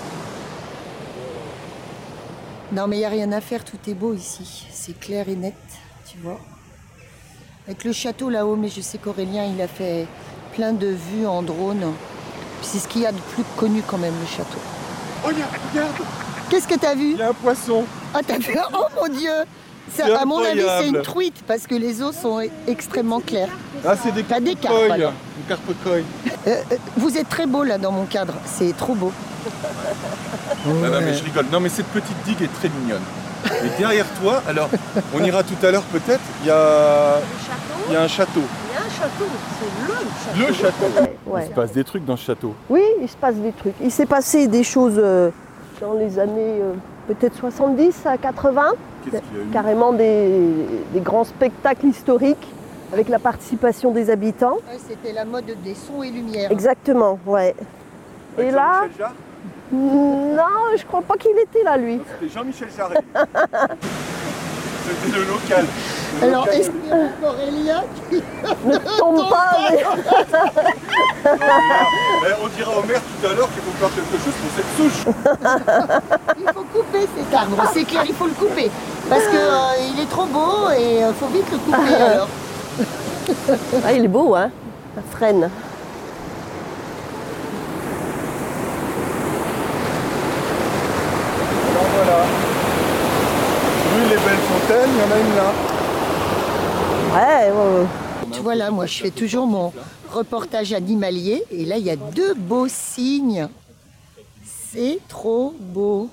[SPEAKER 1] Non, mais il n'y a rien à faire, tout est beau ici. C'est clair et net, tu vois. Avec le château là-haut, mais je sais qu'Aurélien, il a fait plein de vues en drone. Puis c'est ce qu'il y a de plus connu quand même, le château.
[SPEAKER 10] Oh, regarde, regarde,
[SPEAKER 1] Qu'est-ce que t'as vu?
[SPEAKER 10] il y a un poisson.
[SPEAKER 1] Ah, t'as vu? Oh mon Dieu! Ça,
[SPEAKER 10] C'est
[SPEAKER 1] à mon avis, c'est
[SPEAKER 10] incroyable.
[SPEAKER 1] une truite parce que les eaux sont e- extrêmement claires.
[SPEAKER 10] Ah, c'est des
[SPEAKER 1] T'as des carpes,
[SPEAKER 10] carpecoilles.
[SPEAKER 1] alors.
[SPEAKER 10] Des carpecoilles.
[SPEAKER 1] Euh, euh, vous êtes très beau là dans mon cadre, c'est trop beau.
[SPEAKER 10] Non, non, mais je rigole. Non, mais cette petite digue est très mignonne. Et derrière toi, alors, on ira tout à l'heure peut-être, il y a, il y a un château.
[SPEAKER 11] Il y a un château, c'est le
[SPEAKER 10] Le château.
[SPEAKER 11] Ouais.
[SPEAKER 10] Il se passe des trucs dans ce château.
[SPEAKER 11] Oui, il se passe des trucs. Il s'est passé des choses euh, dans les années euh, peut-être soixante-dix à quatre-vingts.
[SPEAKER 10] Qu'est-ce qu'il y a eu?
[SPEAKER 11] Carrément des, des grands spectacles historiques avec la participation des habitants.
[SPEAKER 1] Ouais, c'était la mode des sons et lumières.
[SPEAKER 11] Exactement, ouais.
[SPEAKER 10] Avec
[SPEAKER 11] Et là,
[SPEAKER 10] Jean-Michel Jarre.
[SPEAKER 11] non, je crois pas qu'il était là, lui.
[SPEAKER 10] C'était Jean-Michel Jarret. C'était le local.
[SPEAKER 1] Alors, est-ce qu'il y a Aurélien qui
[SPEAKER 11] Ne tombe pas. mais-
[SPEAKER 10] Eh, on dira au maire tout à l'heure qu'il faut faire quelque chose pour cette souche.
[SPEAKER 1] Il faut couper cet arbre, c'est clair, il faut le couper. Parce qu'il il est trop beau et il faut vite le couper alors.
[SPEAKER 11] Ah, il est beau, hein. La frêne.
[SPEAKER 10] Alors voilà. Vu les belles fontaines, il y en a une là.
[SPEAKER 11] Ouais, ouais, ouais.
[SPEAKER 1] Tu vois là, moi je fais toujours mon reportage animalier et là il y a deux beaux cygnes. C'est trop beau.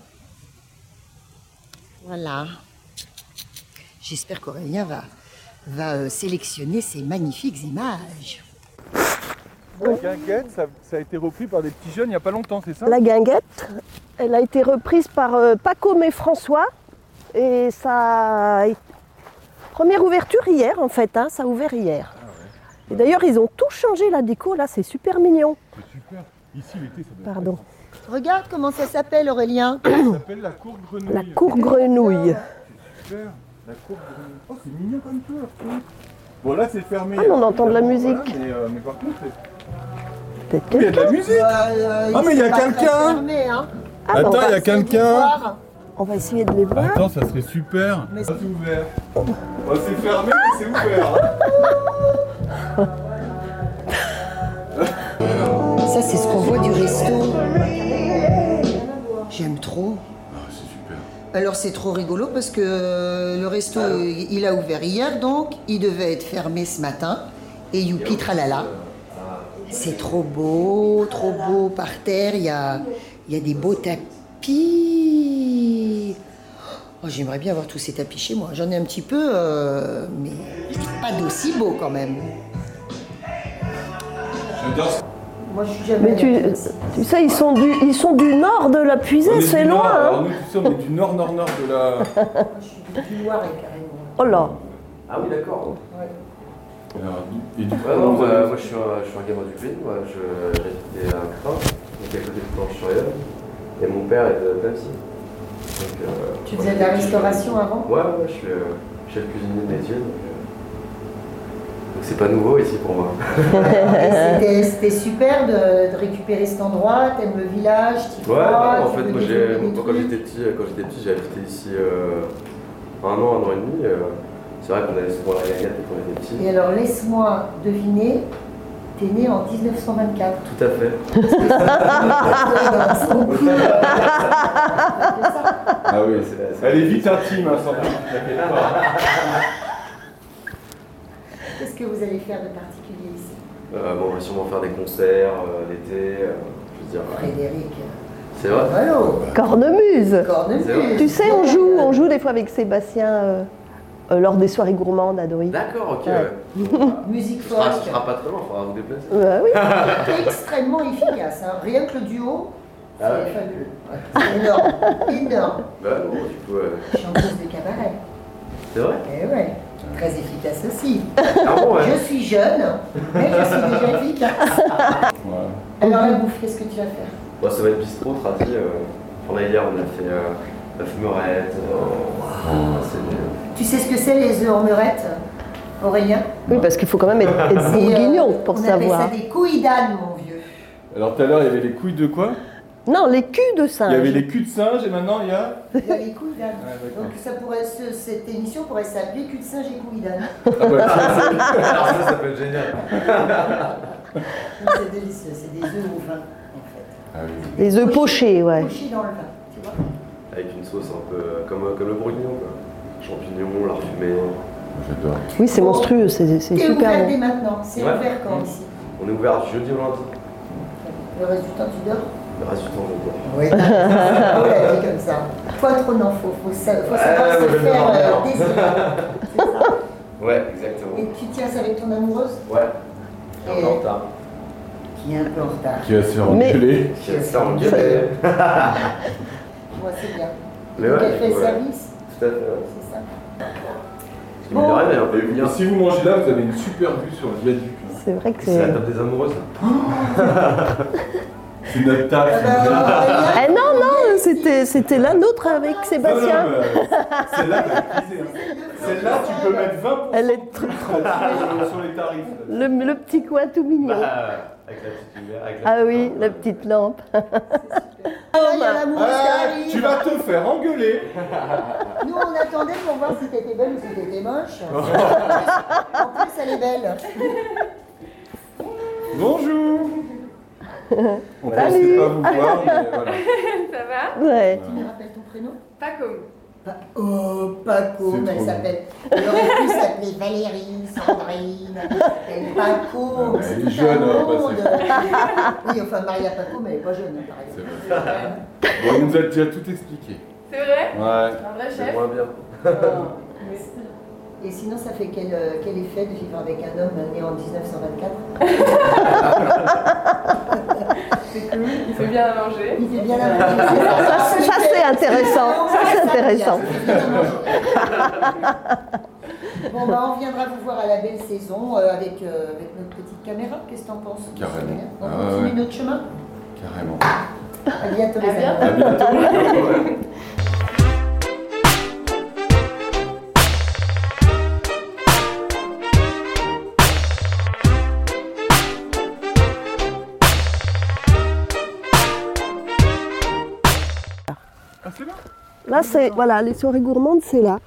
[SPEAKER 1] Voilà. J'espère qu'Aurélien va, va euh, sélectionner ces magnifiques images.
[SPEAKER 10] La guinguette, ça, ça a été repris par des petits jeunes il n'y a pas longtemps, c'est ça?
[SPEAKER 11] La guinguette, elle a été reprise par euh, Paco et François. Et ça a été... Première ouverture hier en fait, hein, ça a ouvert hier.
[SPEAKER 10] Ah ouais.
[SPEAKER 11] Et d'ailleurs ils ont tout changé la déco, là c'est super mignon.
[SPEAKER 10] C'est super. Ici l'été ça doit
[SPEAKER 11] Pardon.
[SPEAKER 1] Regarde comment ça s'appelle Aurélien.
[SPEAKER 10] Ça s'appelle la cour grenouille.
[SPEAKER 11] La cour grenouille.
[SPEAKER 10] Super. La cour grenouille. Oh c'est mignon comme tout leur truc. Bon là c'est fermé.
[SPEAKER 11] Ah, mais on entend de la
[SPEAKER 10] Voilà,
[SPEAKER 11] musique.
[SPEAKER 10] mais, euh, mais par contre c'est...
[SPEAKER 11] Peut-être
[SPEAKER 10] Il y a de la
[SPEAKER 11] quelqu'un.
[SPEAKER 10] musique.
[SPEAKER 1] Euh,
[SPEAKER 10] Ah, mais il y a
[SPEAKER 1] c'est pas très
[SPEAKER 10] quelqu'un.
[SPEAKER 1] fermé, hein.
[SPEAKER 11] Ah, bah,
[SPEAKER 10] Attends,
[SPEAKER 11] on,
[SPEAKER 10] il y
[SPEAKER 11] va,
[SPEAKER 10] a quelqu'un.
[SPEAKER 1] Voir.
[SPEAKER 11] on va essayer de les voir.
[SPEAKER 10] Attends, ça serait super.
[SPEAKER 1] Mais
[SPEAKER 10] Mais c'est ouvert. Oh, c'est fermé, mais c'est ouvert. hein.
[SPEAKER 1] Ça c'est ce qu'on voit du resto. J'aime trop.
[SPEAKER 10] Ah, c'est super.
[SPEAKER 1] Alors c'est trop rigolo parce que euh, le resto il a ouvert hier donc il devait être fermé ce matin et youpi tralala. C'est trop beau, trop beau par terre, il y a, il y a des beaux tapis. Oh, j'aimerais bien avoir tous ces tapis chez moi. J'en ai un petit peu, euh, mais pas d'aussi beau quand même.
[SPEAKER 10] J'adore ça.
[SPEAKER 1] Moi je suis jamais
[SPEAKER 11] Mais tu, tu sais, ils sont, du, ils sont du nord de la
[SPEAKER 10] On
[SPEAKER 11] Puisée,
[SPEAKER 10] est
[SPEAKER 11] c'est
[SPEAKER 10] du nord,
[SPEAKER 11] loin.
[SPEAKER 10] alors
[SPEAKER 11] Hein.
[SPEAKER 10] nous, tu sais, on est du nord-nord-nord de la...
[SPEAKER 1] du Loiret carrément.
[SPEAKER 11] Oh là.
[SPEAKER 12] Ah oui, d'accord.
[SPEAKER 10] Alors, et du coup,
[SPEAKER 12] Ouais, non,
[SPEAKER 10] vous
[SPEAKER 12] moi,
[SPEAKER 10] avez-
[SPEAKER 12] moi, je suis un, je suis un gamin du pays, moi je j'habitais à Crin, donc à côté de Planche-sur-Yonne, et mon père est de Pepsi. Donc, euh,
[SPEAKER 1] Tu
[SPEAKER 12] moi,
[SPEAKER 1] faisais de la restauration avant?
[SPEAKER 12] Ouais, ouais, je suis euh, chef cuisinier de métier, donc euh, donc c'est pas nouveau ici pour moi.
[SPEAKER 1] Et C'était c'était super de, de récupérer cet endroit, t'aimes le village, t'y
[SPEAKER 12] Ouais,
[SPEAKER 1] crois,
[SPEAKER 12] non, en
[SPEAKER 1] tu
[SPEAKER 12] fait,
[SPEAKER 1] veux
[SPEAKER 12] moi, j'ai,
[SPEAKER 1] développer des
[SPEAKER 12] moi, quand
[SPEAKER 1] trucs.
[SPEAKER 12] j'étais petit, quand j'étais petit, j'ai habité ici euh, un an, un an et demi. euh, c'est vrai qu'on allait souvent à la Gaillette quand on était petit.
[SPEAKER 1] Et alors laisse-moi deviner, t'es né en dix-neuf cent vingt-quatre.
[SPEAKER 12] Tout à fait.
[SPEAKER 10] Ah oui, c'est- elle est vite intime, hein, sans doute, t'inquiète pas.
[SPEAKER 1] Qu'est-ce que vous allez faire de particulier ici?
[SPEAKER 12] Euh, bon, on va sûrement faire des concerts euh, l'été. euh, je veux dire, euh,
[SPEAKER 1] Frédéric.
[SPEAKER 12] c'est vrai.
[SPEAKER 1] Allô.
[SPEAKER 11] Cornemuse.
[SPEAKER 1] Cornemuse.
[SPEAKER 11] Tu sais, on joue, on joue des fois avec Sébastien euh, euh, lors des soirées gourmandes à Dory.
[SPEAKER 12] D'accord, ok.
[SPEAKER 11] Ouais.
[SPEAKER 12] Ouais.
[SPEAKER 1] Musique
[SPEAKER 12] Ce sera,
[SPEAKER 1] folk.
[SPEAKER 12] ce sera pas très loin, il faudra vous déplacer.
[SPEAKER 11] Ouais, oui.
[SPEAKER 1] Extrêmement efficace. Hein. Rien que le duo, c'est
[SPEAKER 12] Ah ouais.
[SPEAKER 1] fabuleux. Ouais. C'est énorme. Énorme.
[SPEAKER 12] Bah bon, du coup, euh,
[SPEAKER 1] Chanteuse de cabaret.
[SPEAKER 12] c'est vrai.
[SPEAKER 1] Eh ouais. Très efficace aussi.
[SPEAKER 12] Ah bon, ouais.
[SPEAKER 1] Je suis jeune, mais je suis déjà efficace. Alors la bouffe, qu'est-ce que tu vas faire?
[SPEAKER 12] Bon, ça va être bistrot, tradi. Euh, enfin, là, hier, on a fait euh, la fumerette. Euh, c'est des-
[SPEAKER 1] Tu sais ce que c'est les œufs en meurette, Aurélien?
[SPEAKER 11] Oui, parce qu'il faut quand même être, être
[SPEAKER 1] C'est, euh,
[SPEAKER 11] bourguignon pour
[SPEAKER 1] on
[SPEAKER 11] savoir.
[SPEAKER 1] appelle ça des couilles d'âne, mon vieux.
[SPEAKER 10] Alors tout à l'heure, il y avait les couilles de quoi?
[SPEAKER 11] Non, les culs de singe.
[SPEAKER 10] Il y avait les culs de singe et maintenant il y a...
[SPEAKER 1] Il y a les couilles d'âne.
[SPEAKER 10] Ouais, d'accord.
[SPEAKER 1] Donc ça pourrait, ce- cette émission pourrait s'appeler cul de singe et couilles d'âne.
[SPEAKER 10] Ah bah,
[SPEAKER 12] Alors ça, ça peut être génial.
[SPEAKER 1] C'est délicieux, c'est des œufs au vin, en fait.
[SPEAKER 10] ah oui.
[SPEAKER 11] Les œufs pochés, ouais.
[SPEAKER 1] Pochés dans le vin, tu vois.
[SPEAKER 12] Avec une sauce un peu euh, comme, comme le bourguignon, quoi. Champignons, lard fumé.
[SPEAKER 10] J'adore.
[SPEAKER 11] Oui, c'est monstrueux, c'est c'est
[SPEAKER 1] T'es
[SPEAKER 11] super
[SPEAKER 1] ouvert dès
[SPEAKER 11] bon.
[SPEAKER 1] maintenant, c'est
[SPEAKER 12] Ouais.
[SPEAKER 1] ouvert quand ici?
[SPEAKER 12] On est ouvert du jeudi au lundi.
[SPEAKER 1] Le reste du temps, tu dors?
[SPEAKER 12] Le reste du temps, je dors.
[SPEAKER 1] Oui, on l'a dit comme ça. Toi, trop n'en faut, faut, sa- faut savoir
[SPEAKER 12] Ouais,
[SPEAKER 1] se
[SPEAKER 12] ouais,
[SPEAKER 1] faire
[SPEAKER 12] ouais,
[SPEAKER 1] euh,
[SPEAKER 12] ouais.
[SPEAKER 1] désirer. C'est ça.
[SPEAKER 12] Ouais, exactement.
[SPEAKER 1] Et tu tiens ça avec ton amoureuse?
[SPEAKER 12] Ouais. Je suis un peu en retard.
[SPEAKER 1] Qui est un peu en retard.
[SPEAKER 10] Qui va se faire
[SPEAKER 11] Mais-
[SPEAKER 10] engueuler.
[SPEAKER 12] Qui va se faire engueuler.
[SPEAKER 1] Moi, c'est bien.
[SPEAKER 12] Mais
[SPEAKER 1] Donc,
[SPEAKER 12] ouais,
[SPEAKER 1] elle fait le
[SPEAKER 12] ouais.
[SPEAKER 1] service,
[SPEAKER 12] Tout à fait, ouais.
[SPEAKER 1] c'est ça.
[SPEAKER 12] Parce que mine de rien, elle est un peu bien.
[SPEAKER 10] Et si vous mangez là, vous avez une super vue sur le viaduc. là.
[SPEAKER 11] C'est vrai que
[SPEAKER 12] C'est la
[SPEAKER 11] c'est...
[SPEAKER 12] table des amoureuses.
[SPEAKER 10] C'est notre table.
[SPEAKER 1] Ah bah, Aurélien,
[SPEAKER 11] Eh non, non, c'était c'était la nôtre avec
[SPEAKER 10] Non, non,
[SPEAKER 11] Sébastien.
[SPEAKER 10] mais, euh, c'est là que vous cuisez, hein. Celle-là, tu peux mettre vingt pour cent
[SPEAKER 11] Elle est
[SPEAKER 10] de plus sur, sur les tarifs.
[SPEAKER 11] Le, le petit coin tout mignon.
[SPEAKER 12] Bah, avec la petite lumière, avec la
[SPEAKER 11] Ah
[SPEAKER 12] petite
[SPEAKER 11] oui,
[SPEAKER 12] lampe.
[SPEAKER 11] la petite lampe.
[SPEAKER 1] Ah, il y a l'amour qui
[SPEAKER 10] Ah,
[SPEAKER 1] arrive.
[SPEAKER 10] tu vas te faire engueuler.
[SPEAKER 1] Nous, on attendait pour voir si t'étais belle ou si t'étais moche. En plus, elle est belle.
[SPEAKER 10] Bonjour. On
[SPEAKER 11] Salut.
[SPEAKER 10] pensait pas vous voir, mais voilà.
[SPEAKER 13] Ça va?
[SPEAKER 11] Ouais.
[SPEAKER 1] Tu me rappelles ton prénom?
[SPEAKER 13] Paco.
[SPEAKER 1] Pa- Oh, Paco,
[SPEAKER 10] C'est
[SPEAKER 1] mais elle
[SPEAKER 10] trop
[SPEAKER 1] s'appelle. Elle aurait pu s'appeler Valérie, Sandrine, elle s'appelle Paco.
[SPEAKER 10] Ah,
[SPEAKER 1] c'est
[SPEAKER 10] elle est
[SPEAKER 1] tout
[SPEAKER 10] jeune,
[SPEAKER 1] un
[SPEAKER 10] hein,
[SPEAKER 1] monde.
[SPEAKER 10] parce
[SPEAKER 1] Oui, enfin, Maria Paco, mais elle n'est pas jeune, hein, par exemple.
[SPEAKER 10] Bon, il nous a déjà tout expliqué.
[SPEAKER 13] C'est vrai?
[SPEAKER 10] Ouais.
[SPEAKER 13] Un vrai
[SPEAKER 12] C'est
[SPEAKER 13] chef?
[SPEAKER 12] moins bien.
[SPEAKER 1] Et sinon, ça fait quel, euh, quel effet de vivre avec un homme né en dix-neuf cent vingt-quatre?
[SPEAKER 13] C'est cool, il fait bien à manger.
[SPEAKER 1] Il fait bien la manger.
[SPEAKER 11] Ça, c'est- ça, c'est intéressant. Ça, c'est intéressant.
[SPEAKER 1] Bon, bah, on viendra vous voir à la belle saison euh, avec, euh, avec notre petite caméra. Qu'est-ce que t'en penses?
[SPEAKER 10] Carrément.
[SPEAKER 1] On
[SPEAKER 10] Ah
[SPEAKER 1] continue
[SPEAKER 10] ouais.
[SPEAKER 1] notre chemin?
[SPEAKER 10] Carrément.
[SPEAKER 1] À bientôt, les
[SPEAKER 13] À
[SPEAKER 1] amis.
[SPEAKER 13] bientôt.
[SPEAKER 10] À bientôt. Ah, c'est là?
[SPEAKER 11] Là, c'est. Voilà, les soirées gourmandes, c'est là.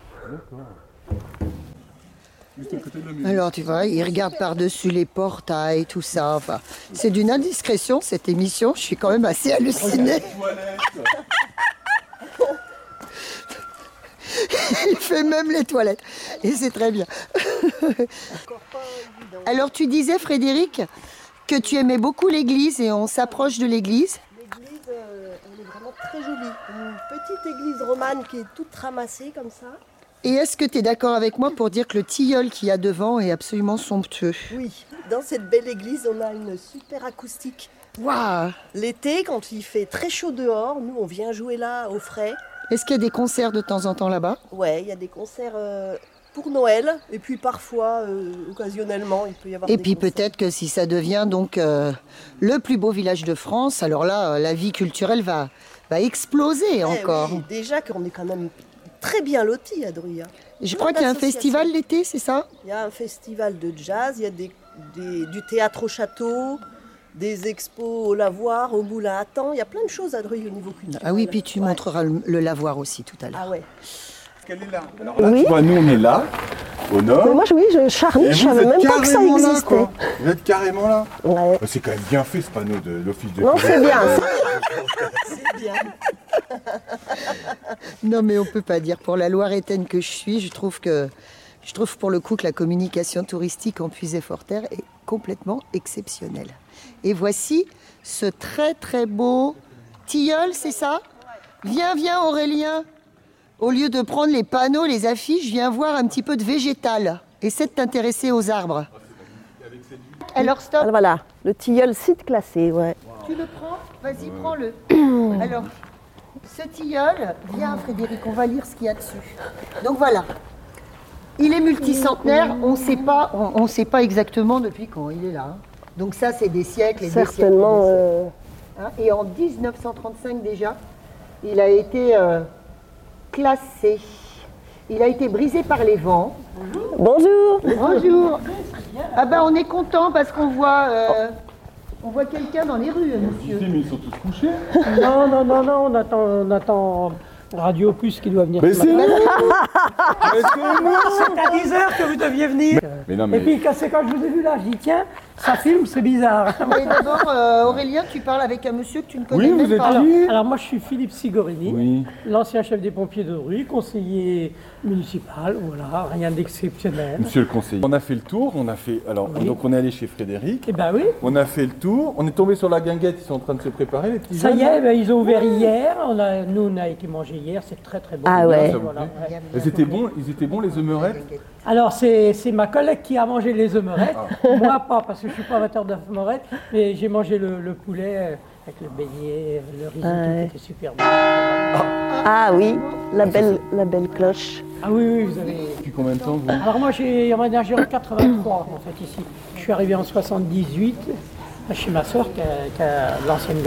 [SPEAKER 10] Juste à côté de la maison.
[SPEAKER 1] Alors, tu vois, il regarde par-dessus les portails, tout ça. Enfin, c'est d'une indiscrétion, cette émission. Je suis quand même assez hallucinée. Il fait même les toilettes. Et c'est très bien. Alors, tu disais, Frédéric, que tu aimais beaucoup l'église et on s'approche de l'église.
[SPEAKER 11] L'église, euh, elle est vraiment très jolie. Une petite église romane qui est toute ramassée comme ça.
[SPEAKER 1] Et est-ce que tu es d'accord avec moi pour dire que le tilleul qu'il y a devant est absolument somptueux?
[SPEAKER 11] Oui, dans cette belle église, on a une super acoustique.
[SPEAKER 1] Waouh!
[SPEAKER 11] L'été, quand il fait très chaud dehors, nous, on vient jouer là au frais.
[SPEAKER 1] Est-ce qu'il y a des concerts de temps en temps là-bas?
[SPEAKER 11] Ouais, il y a des concerts euh, pour Noël, et puis parfois, euh, occasionnellement, il peut y avoir
[SPEAKER 1] Et
[SPEAKER 11] des
[SPEAKER 1] puis
[SPEAKER 11] concerts.
[SPEAKER 1] peut-être que si ça devient donc euh, le plus beau village de France, alors là, euh, la vie culturelle va, va exploser
[SPEAKER 11] Eh
[SPEAKER 1] encore.
[SPEAKER 11] oui, déjà qu'on est quand même très bien lotis à Druy. hein.
[SPEAKER 1] Je
[SPEAKER 11] Plein
[SPEAKER 1] crois qu'il y a un
[SPEAKER 11] d'associations.
[SPEAKER 1] festival l'été, c'est ça?
[SPEAKER 11] Il y a un festival de jazz, il y a des, des- du théâtre au château, des expos au lavoir, au moulin à temps. Il y a plein de choses à Druy au niveau culturel.
[SPEAKER 1] Ah oui, puis tu
[SPEAKER 11] Ouais.
[SPEAKER 1] montreras le, le lavoir aussi tout à l'heure.
[SPEAKER 11] Ah ouais.
[SPEAKER 10] Parce qu'elle est là. Alors là,
[SPEAKER 11] Oui.
[SPEAKER 10] tu vois, nous, on est là, au nord.
[SPEAKER 11] Mais moi, je- oui, je
[SPEAKER 10] Et
[SPEAKER 11] charnie, je
[SPEAKER 10] vous
[SPEAKER 11] savais
[SPEAKER 10] êtes
[SPEAKER 11] même pas que ça
[SPEAKER 10] carrément là,
[SPEAKER 11] existait.
[SPEAKER 10] quoi. Vous êtes carrément là.
[SPEAKER 11] Ouais.
[SPEAKER 10] Oh, c'est quand même bien fait, ce panneau de l'office de
[SPEAKER 11] Non,
[SPEAKER 10] tourisme.
[SPEAKER 11] c'est bien. c'est- C'est bien.
[SPEAKER 1] Non, mais on peut pas dire. Pour la Loiretaine que je suis, je trouve que je trouve pour le coup que la communication touristique en Puisay-Forterre est complètement exceptionnelle. Et voici ce très très beau tilleul, c'est ça? Viens, viens Aurélien. Au lieu de prendre les panneaux, les affiches, viens voir un petit peu de végétal. Essaie de t'intéresser aux arbres. Alors stop.
[SPEAKER 11] Alors, voilà, le tilleul site classé, ouais.
[SPEAKER 1] Tu le prends? Vas-y, prends-le. Alors, ce tilleul, viens Frédéric, on va lire ce qu'il y a dessus. Donc voilà. Il est multicentenaire, on sait pas, on, on sait pas exactement depuis quand il est là. hein. Donc ça, c'est des siècles et
[SPEAKER 11] Certainement.
[SPEAKER 1] des siècles.
[SPEAKER 11] euh,
[SPEAKER 1] Hein, et en dix-neuf cent trente-cinq déjà, il a été euh, classé. Il a été brisé par les vents.
[SPEAKER 11] Bonjour.
[SPEAKER 1] Bonjour. Ah ben on est content parce qu'on voit, euh, on voit quelqu'un dans les rues, monsieur.
[SPEAKER 10] Mais ils sont tous couchés.
[SPEAKER 14] Non, non, non, non, on attend, on attend Radio Plus qui doit venir.
[SPEAKER 10] Mais
[SPEAKER 14] ce
[SPEAKER 10] c'est
[SPEAKER 14] matin.
[SPEAKER 10] nous. Mais c'est nous.
[SPEAKER 14] C'est à dix heures que vous deviez venir.
[SPEAKER 10] Mais non,
[SPEAKER 14] Et
[SPEAKER 10] mais...
[SPEAKER 14] puis quand c'est quand je vous ai vu là, je dis tiens, ça filme, c'est bizarre.
[SPEAKER 1] Mais d'abord, euh, Aurélien, tu parles avec un monsieur que tu ne connais
[SPEAKER 10] Oui,
[SPEAKER 1] même
[SPEAKER 10] vous êtes
[SPEAKER 1] pas.
[SPEAKER 14] Alors,
[SPEAKER 10] qui
[SPEAKER 14] alors moi je suis Philippe Sigorini,
[SPEAKER 10] Oui.
[SPEAKER 14] l'ancien chef des pompiers de Druy, conseiller municipal, voilà, rien d'exceptionnel.
[SPEAKER 10] Monsieur le conseiller. On a fait le tour, on a fait... Alors,
[SPEAKER 14] Oui.
[SPEAKER 10] donc on est allé chez Frédéric.
[SPEAKER 14] Eh ben oui,
[SPEAKER 10] On a fait le tour, on est tombé sur la guinguette, ils sont en train de se préparer, les petits
[SPEAKER 14] ça
[SPEAKER 10] jeunes,
[SPEAKER 14] y est,
[SPEAKER 10] là.
[SPEAKER 14] ben, ils ont ouvert hier, on a, nous on a été manger hier, c'est très très bon.
[SPEAKER 11] Ah ouais.
[SPEAKER 10] Ça vous
[SPEAKER 14] Voilà,
[SPEAKER 10] plaît
[SPEAKER 14] ouais.
[SPEAKER 10] Ils étaient bons, ils étaient bons les œumerettes.
[SPEAKER 14] Alors c'est c'est ma collègue qui a mangé les œumerettes, moi pas parce que je suis pas amateur d'œumerettes, mais j'ai mangé le, le poulet euh, avec le beignet, le risotto
[SPEAKER 11] Ouais.
[SPEAKER 14] qui était super bon.
[SPEAKER 11] Ah oui, la belle, la belle cloche.
[SPEAKER 14] Ah oui, oui, vous avez...
[SPEAKER 10] Depuis combien de temps vous
[SPEAKER 14] Alors moi j'ai emménagé en quatre-vingt-trois en fait ici. Je suis arrivé en soixante-dix-huit chez ma soeur qui a, qui a l'ancienne gare.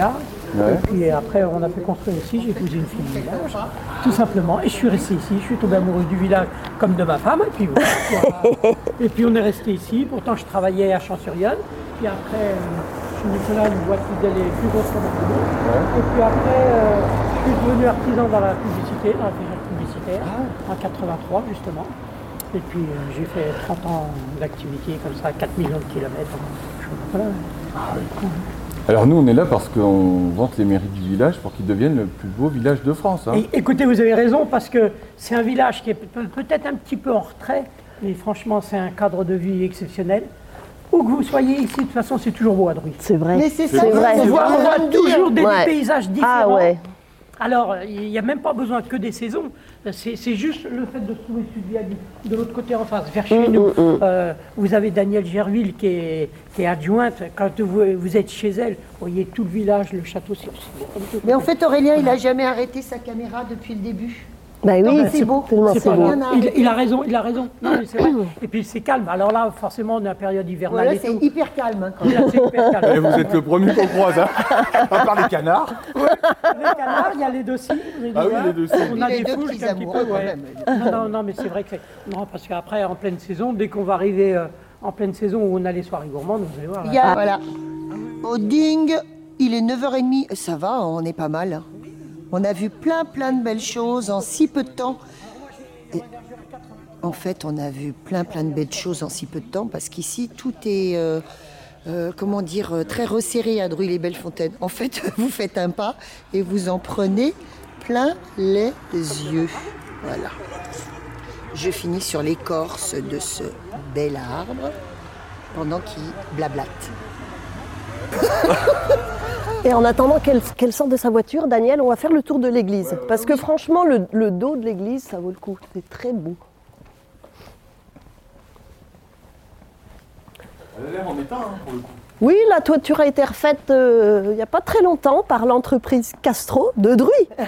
[SPEAKER 10] Ouais.
[SPEAKER 14] Et puis après, on a fait construire ici, j'ai épousé une fille du village, tout simplement. Et je suis resté ici, je suis tombé amoureux du village comme de ma femme. Et puis, voilà. Et puis on est resté ici, pourtant je travaillais à Champs-sur-Yonne. Puis après, euh, je suis venu là, une boîte fidèle et plus grosse que ma maison. Et puis après, euh, je suis devenu artisan dans la publicité, dans la filière publicitaire, en quatre-vingt-trois justement. Et puis euh, j'ai fait trente ans d'activité comme ça, quatre millions de kilomètres. Voilà.
[SPEAKER 10] Alors nous, on est là parce qu'on vante les mairies du village pour qu'il devienne le plus beau village de France. Hein.
[SPEAKER 14] Et, écoutez, vous avez raison, parce que c'est un village qui est peut- peut-être un petit peu en retrait, mais franchement, c'est un cadre de vie exceptionnel. Où que vous soyez ici, de toute façon, c'est toujours beau à Druy.
[SPEAKER 11] C'est vrai.
[SPEAKER 1] Mais c'est ça,
[SPEAKER 11] C'est vrai.
[SPEAKER 14] On voit, on voit toujours des,
[SPEAKER 11] Ouais.
[SPEAKER 14] des paysages différents.
[SPEAKER 11] Ah ouais.
[SPEAKER 14] Alors, il n'y a même pas besoin que des saisons. C'est c'est juste le fait de se trouver de l'autre côté en face, vers chez
[SPEAKER 11] Mm,
[SPEAKER 14] nous.
[SPEAKER 11] mm, mm.
[SPEAKER 14] Euh, vous avez Danielle Gerville qui est, qui est adjointe. Quand vous, vous êtes chez elle, vous voyez tout le village, le château. c'est- c'est-
[SPEAKER 1] Mais en fait, Aurélien, il a jamais arrêté sa caméra depuis le début.
[SPEAKER 11] Bah oui,
[SPEAKER 14] Non, mais
[SPEAKER 1] c'est beau.
[SPEAKER 11] tellement
[SPEAKER 14] C'est
[SPEAKER 11] c'est
[SPEAKER 14] pas
[SPEAKER 11] beau.
[SPEAKER 14] beau.
[SPEAKER 1] Rien à
[SPEAKER 14] Il,
[SPEAKER 1] arrêter.
[SPEAKER 14] il a raison, il a raison. Non, mais c'est vrai. Et puis c'est calme. Alors là, forcément, on est en période hivernale
[SPEAKER 1] Voilà,
[SPEAKER 14] et
[SPEAKER 1] c'est
[SPEAKER 14] tout.
[SPEAKER 1] hyper calme. hein, quand
[SPEAKER 14] Là,
[SPEAKER 1] même.
[SPEAKER 14] c'est hyper calme.
[SPEAKER 10] Et vous êtes le premier qu'on croise, hein. À part les canards.
[SPEAKER 14] Les canards, il y a les dossiers. vous avez
[SPEAKER 10] Ah
[SPEAKER 14] dû
[SPEAKER 10] oui,
[SPEAKER 14] voir.
[SPEAKER 10] les dossiers.
[SPEAKER 14] On a
[SPEAKER 1] Les
[SPEAKER 14] des
[SPEAKER 1] deux
[SPEAKER 14] foules
[SPEAKER 1] petits
[SPEAKER 14] qui un petit
[SPEAKER 1] amoureux,
[SPEAKER 14] peu,
[SPEAKER 1] quand
[SPEAKER 14] ouais.
[SPEAKER 1] même.
[SPEAKER 14] Non, non, non, mais c'est vrai que c'est... Non, parce qu'après, en pleine saison, dès qu'on va arriver euh, en pleine saison où on a les soirées gourmandes, vous allez voir.
[SPEAKER 1] Il
[SPEAKER 14] là.
[SPEAKER 1] y a, voilà. Au ding, il est neuf heures trente. Ça va, on est pas mal. hein. On a vu plein, plein de belles choses en si peu de temps. Et en fait, on a vu plein, plein de belles choses en si peu de temps parce qu'ici, tout est, euh, euh, comment dire, euh, très resserré à Druy-les-Belles-Fontaines. En fait, vous faites un pas et vous en prenez plein les yeux. Voilà. Je finis sur l'écorce de ce bel arbre pendant qu'il blablate.
[SPEAKER 11] Et en attendant qu'elle qu'elle sorte de sa voiture, Daniel, on va faire le tour de l'église. Parce que franchement, le, le dos de l'église, ça vaut le coup. C'est très beau.
[SPEAKER 10] Elle a l'air en état, hein, pour le coup.
[SPEAKER 11] Oui, la toiture a été refaite euh, il n'y a pas très longtemps par l'entreprise Castro de Druy.
[SPEAKER 1] On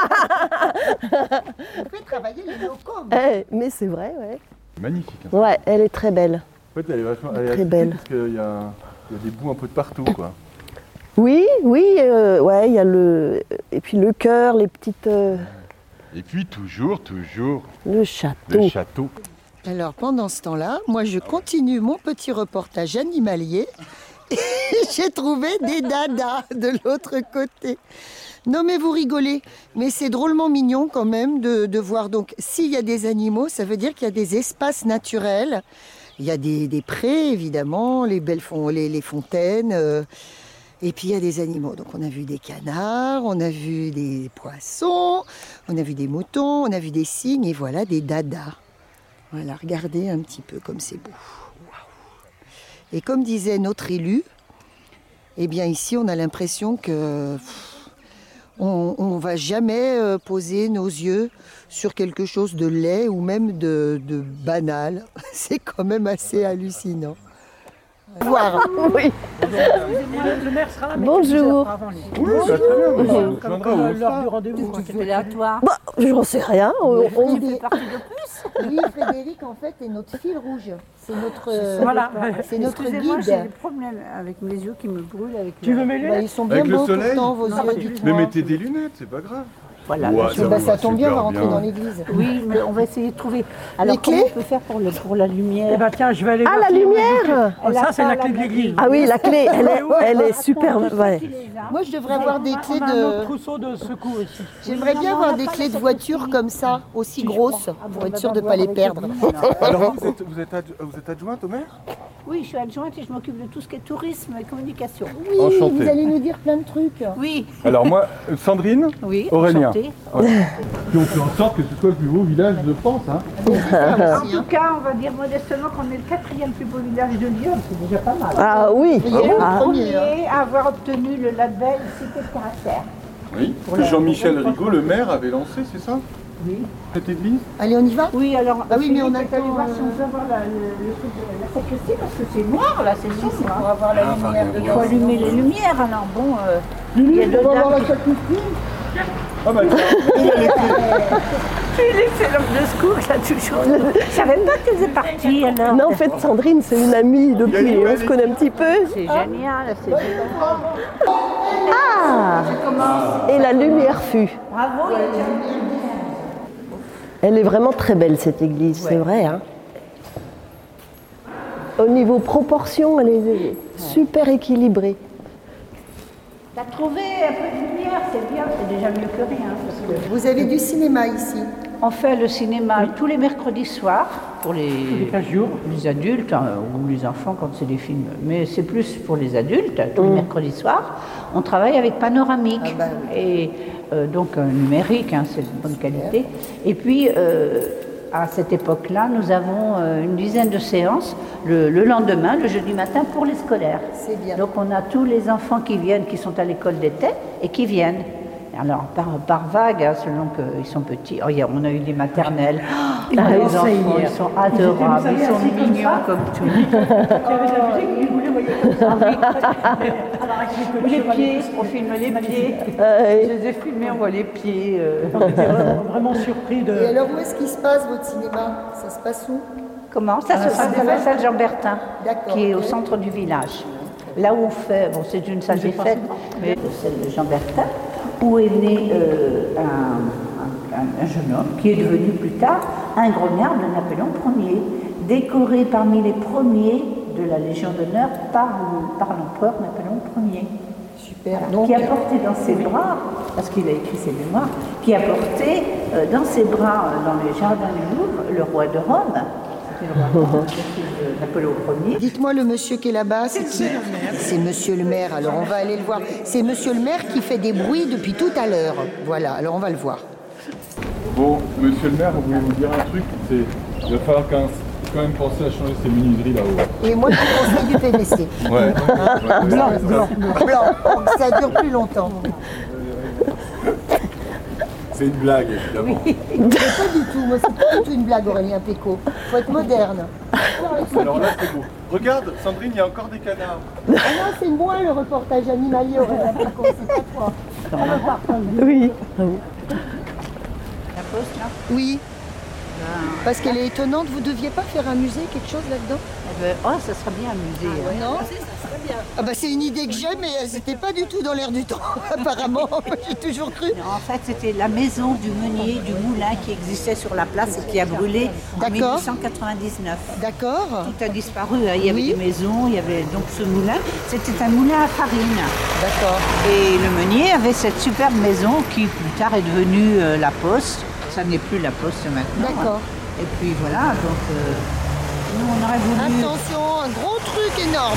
[SPEAKER 1] peut travailler les locaux.
[SPEAKER 11] Eh, mais c'est vrai, ouais.
[SPEAKER 10] Magnifique. Hein.
[SPEAKER 11] Ouais, elle est très belle.
[SPEAKER 10] En fait, elle est vachement elle est
[SPEAKER 11] Très
[SPEAKER 10] atypique
[SPEAKER 11] belle.
[SPEAKER 10] parce qu'il y a, il y a des bouts un peu de partout, quoi.
[SPEAKER 11] Oui, oui, euh, ouais, il y a le... Et puis le cœur, les petites... euh,
[SPEAKER 10] Et puis toujours, toujours,
[SPEAKER 11] le château.
[SPEAKER 10] le château.
[SPEAKER 1] Alors pendant ce temps-là, moi je continue mon petit reportage animalier et j'ai trouvé des dadas de l'autre côté. Non mais vous rigolez, mais c'est drôlement mignon quand même de, de voir. Donc s'il y a des animaux, ça veut dire qu'il y a des espaces naturels. Il y a des, des prés évidemment, les belles fon- les, les fontaines. euh, Et puis il y a des animaux. Donc on a vu des canards, on a vu des poissons, on a vu des moutons, on a vu des cygnes et voilà des dadas. Voilà, regardez un petit peu comme c'est beau. Waouh. Et comme disait notre élu, eh bien ici on a l'impression que pff, on ne va jamais euh, poser nos yeux sur quelque chose de laid ou même de, de banal. C'est quand même assez hallucinant. Voir.
[SPEAKER 11] Oui.
[SPEAKER 14] Le maire sera là, mais
[SPEAKER 11] Bonjour.
[SPEAKER 14] quelques heures avant, lui.
[SPEAKER 10] Oui, bah, très bien.
[SPEAKER 14] Comme,
[SPEAKER 10] Bah, je
[SPEAKER 14] comme,
[SPEAKER 10] viendrai
[SPEAKER 14] comme,
[SPEAKER 10] au
[SPEAKER 14] euh, l'heure
[SPEAKER 10] soir.
[SPEAKER 14] du rendez-vous.
[SPEAKER 15] Tu fais aléatoire.
[SPEAKER 11] Bah, j'en sais rien. On- on-
[SPEAKER 1] Lui,
[SPEAKER 15] partie de plus.
[SPEAKER 1] lui, Frédéric, en fait, est notre fil rouge. C'est notre, euh,
[SPEAKER 14] Voilà.
[SPEAKER 1] c'est notre
[SPEAKER 15] Excusez-moi,
[SPEAKER 1] guide.
[SPEAKER 15] j'ai des problèmes avec mes yeux qui me brûlent. Avec
[SPEAKER 14] Tu
[SPEAKER 15] le-
[SPEAKER 14] veux mes
[SPEAKER 1] Bah,
[SPEAKER 14] lunettes
[SPEAKER 1] ils sont bien
[SPEAKER 10] Avec le
[SPEAKER 1] beaux
[SPEAKER 10] soleil
[SPEAKER 1] pourtant, vos
[SPEAKER 14] Non,
[SPEAKER 1] yeux,
[SPEAKER 14] pas du tout.
[SPEAKER 1] dites-moi.
[SPEAKER 10] Mais mettez des lunettes, c'est pas grave.
[SPEAKER 15] Voilà.
[SPEAKER 10] Ouais,
[SPEAKER 1] Eh ben, ça
[SPEAKER 10] va
[SPEAKER 1] tombe bien, on va
[SPEAKER 10] super
[SPEAKER 1] rentrer
[SPEAKER 10] bien.
[SPEAKER 1] dans l'église.
[SPEAKER 15] Oui, mais on va essayer de trouver. Alors,
[SPEAKER 1] Les
[SPEAKER 15] comment
[SPEAKER 1] clés
[SPEAKER 15] on peut faire pour, le, pour la
[SPEAKER 14] Eh
[SPEAKER 15] lumière
[SPEAKER 14] ben tiens, je vais aller
[SPEAKER 11] Ah,
[SPEAKER 14] voir
[SPEAKER 11] la
[SPEAKER 14] si on va
[SPEAKER 11] lumière
[SPEAKER 14] goûter. Oh, ça, c'est la clé de l'église.
[SPEAKER 11] Ah oui, la clé, elle est, elle est
[SPEAKER 15] Attends,
[SPEAKER 11] super...
[SPEAKER 15] je sais
[SPEAKER 11] Ouais.
[SPEAKER 15] qui les a.
[SPEAKER 1] Moi, je devrais avoir des clés
[SPEAKER 14] On a un autre
[SPEAKER 1] de...
[SPEAKER 14] trousseau de secours ici.
[SPEAKER 1] J'aimerais bien avoir des clés de voiture comme ça, aussi grosses,
[SPEAKER 15] Ah bon,
[SPEAKER 1] pour
[SPEAKER 15] on
[SPEAKER 1] être
[SPEAKER 15] va
[SPEAKER 1] sûr de ne
[SPEAKER 15] voir
[SPEAKER 1] pas les
[SPEAKER 15] avec
[SPEAKER 1] perdre.
[SPEAKER 15] lui, alors.
[SPEAKER 10] Alors vous êtes, vous, êtes adj- vous êtes adjointe au maire?
[SPEAKER 15] Oui, je suis adjointe et je m'occupe de tout ce qui est tourisme et communication.
[SPEAKER 1] Oui,
[SPEAKER 10] Enchanté.
[SPEAKER 1] vous allez nous dire plein de trucs.
[SPEAKER 15] Oui,
[SPEAKER 10] Alors moi, euh, Sandrine,
[SPEAKER 15] oui,
[SPEAKER 10] Aurélien.
[SPEAKER 15] enchanté.
[SPEAKER 10] Puis on fait en sorte que ce soit le plus beau village de France. Hein.
[SPEAKER 15] En tout cas, on va dire modestement qu'on est le quatrième plus beau village de Lyon, c'est déjà pas mal.
[SPEAKER 11] Ah oui.
[SPEAKER 1] Il y a eu
[SPEAKER 11] Ah.
[SPEAKER 1] le premier. hein.
[SPEAKER 15] Premier à avoir obtenu le label Cité de caractère.
[SPEAKER 10] Oui, que Jean-Michel Rigaud, le maire, avait lancé, c'est ça?
[SPEAKER 15] Oui.
[SPEAKER 10] Cette église?
[SPEAKER 1] Allez, on y va?
[SPEAKER 15] Oui, alors,
[SPEAKER 1] Ah oui, mais on
[SPEAKER 15] Philippe est allé
[SPEAKER 1] attend,
[SPEAKER 15] voir si on peut avoir la, le, le truc de la sacristie parce que c'est noir là, c'est sombre. C'est pour avoir la
[SPEAKER 10] Ah,
[SPEAKER 15] lumière.
[SPEAKER 10] enfin,
[SPEAKER 15] Il faut allumer les lumières, alors bon. Euh,
[SPEAKER 1] Lulu,
[SPEAKER 15] il y a
[SPEAKER 1] on
[SPEAKER 15] deux
[SPEAKER 1] va voir
[SPEAKER 15] dames
[SPEAKER 1] la
[SPEAKER 15] qui-
[SPEAKER 1] sacristie.
[SPEAKER 4] Ah bah, il a les clés.
[SPEAKER 15] Il est fait l'homme de secours, il a toujours. Je savais pas qu'elle faisait partie alors.
[SPEAKER 11] Non, en fait, Sandrine, c'est une amie depuis, on se connaît un petit peu.
[SPEAKER 15] C'est génial, c'est génial.
[SPEAKER 11] Ah Et la lumière fut.
[SPEAKER 15] Bravo,
[SPEAKER 11] Elle est vraiment très belle, cette église, c'est vrai. Hein. Au niveau proportion, elle est super équilibrée.
[SPEAKER 15] T'as trouvé un peu de lumière, c'est bien, c'est déjà mieux que rien. Parce que
[SPEAKER 1] Vous avez du cinéma ici?
[SPEAKER 15] on fait le cinéma tous les mercredis soirs pour les,
[SPEAKER 14] les quinze jours.
[SPEAKER 15] les adultes hein, ou les enfants quand c'est des films. Mais c'est plus pour les adultes, tous les mercredis soirs. On travaille avec panoramique
[SPEAKER 1] Ah bah oui.
[SPEAKER 15] et euh, donc un numérique, hein, c'est de bonne qualité. Et puis euh, à cette époque-là, nous avons euh, une dizaine de séances le, le lendemain, le jeudi matin, pour les scolaires.
[SPEAKER 1] C'est bien.
[SPEAKER 15] Donc on a tous les enfants qui viennent, qui sont à l'école d'été et qui viennent. Alors par, par vague, hein, selon qu'ils sont petits. Oh, y a- on a eu des maternelles. Oh,
[SPEAKER 14] Ils m'ont
[SPEAKER 15] les
[SPEAKER 14] lancé
[SPEAKER 15] enfants,
[SPEAKER 14] hier.
[SPEAKER 15] ils sont
[SPEAKER 14] Ils étaient, vous
[SPEAKER 15] adorables,
[SPEAKER 14] savez,
[SPEAKER 15] ils sont
[SPEAKER 14] assis comme
[SPEAKER 15] mignons
[SPEAKER 14] ça.
[SPEAKER 15] comme tout.
[SPEAKER 14] Il y avait de la musique, ils voulaient voyer comme ça. Alors, avec les
[SPEAKER 15] Les
[SPEAKER 14] chevaliers,
[SPEAKER 15] pieds, on filme les pieds.
[SPEAKER 11] Ouais.
[SPEAKER 15] Je les ai filmés, on voit les pieds. euh.
[SPEAKER 14] on était vraiment, vraiment surpris de.
[SPEAKER 1] Et alors, où est-ce qu'il se passe votre cinéma? Ça se passe où?
[SPEAKER 15] Comment Ça se passe à la salle Jean Bertin,
[SPEAKER 1] D'accord,
[SPEAKER 15] qui est au
[SPEAKER 1] ok.
[SPEAKER 15] centre du village. Là où on fait, bon, c'est une salle des fêtes, mais celle de Jean Bertin, où est né euh, un, un- un jeune homme qui est devenu plus tard un grognard de Napoléon Ier, décoré parmi les premiers de la Légion d'honneur par, le- par l'empereur Napoléon Ier.
[SPEAKER 1] Super.
[SPEAKER 15] Voilà.
[SPEAKER 1] Donc,
[SPEAKER 15] Qui a porté dans ses bras, parce qu'il a écrit ses mémoires, qui a porté euh, dans ses bras, euh, dans les jardins du Louvre, le roi de Rome. C'était le roi de Rome, le fils de Napoléon Ier.
[SPEAKER 1] dites-moi, le monsieur qui est là-bas, c'est qui? C'est monsieur le maire, alors on va aller le voir. C'est monsieur le maire qui fait des bruits depuis tout à l'heure. Voilà, alors on va le voir.
[SPEAKER 10] Bon, monsieur le maire, vous voulez vous dire un truc, c'est il va falloir quand quand même penser à changer ces menuiseries là-haut.
[SPEAKER 1] Et moi, je conseille du P V C.
[SPEAKER 10] Ouais.
[SPEAKER 1] Blanc, blanc, blanc. Ça dure plus longtemps.
[SPEAKER 10] C'est une blague, évidemment.
[SPEAKER 1] Mais pas du tout, moi c'est pas du tout une blague, Aurélien Péco. Faut être moderne.
[SPEAKER 10] Alors là, c'est beau. Regarde, Sandrine, il y a encore des canards.
[SPEAKER 1] Ah non, c'est moi le reportage animalier, Aurélien Péco, c'est pas toi.
[SPEAKER 11] Oui.
[SPEAKER 15] La poste, là
[SPEAKER 1] Oui. Parce qu'elle est étonnante, vous deviez pas faire un musée, quelque chose là-dedans?
[SPEAKER 15] Eh ben, oh, ça serait bien un musée. hein.
[SPEAKER 1] Non, ça serait bien. Ah bah c'est une idée que j'ai, mais c'était pas du tout dans l'air du temps, apparemment. J'ai toujours cru.
[SPEAKER 15] Non, en fait, c'était la maison du meunier, du moulin qui existait sur la place et qui a brûlé en mille
[SPEAKER 1] D'accord.
[SPEAKER 15] huit cent quatre-vingt-dix-neuf.
[SPEAKER 1] D'accord.
[SPEAKER 15] Tout a disparu. hein. Il y avait
[SPEAKER 1] Oui.
[SPEAKER 15] des maisons, il y avait donc ce moulin. C'était un moulin à farine.
[SPEAKER 1] D'accord.
[SPEAKER 15] Et le meunier avait cette superbe maison qui plus tard est devenue euh, la poste. Ça n'est plus la poste maintenant.
[SPEAKER 1] D'accord.
[SPEAKER 15] Et puis voilà, donc euh, nous on aurait voulu.
[SPEAKER 1] Attention, un gros truc énorme.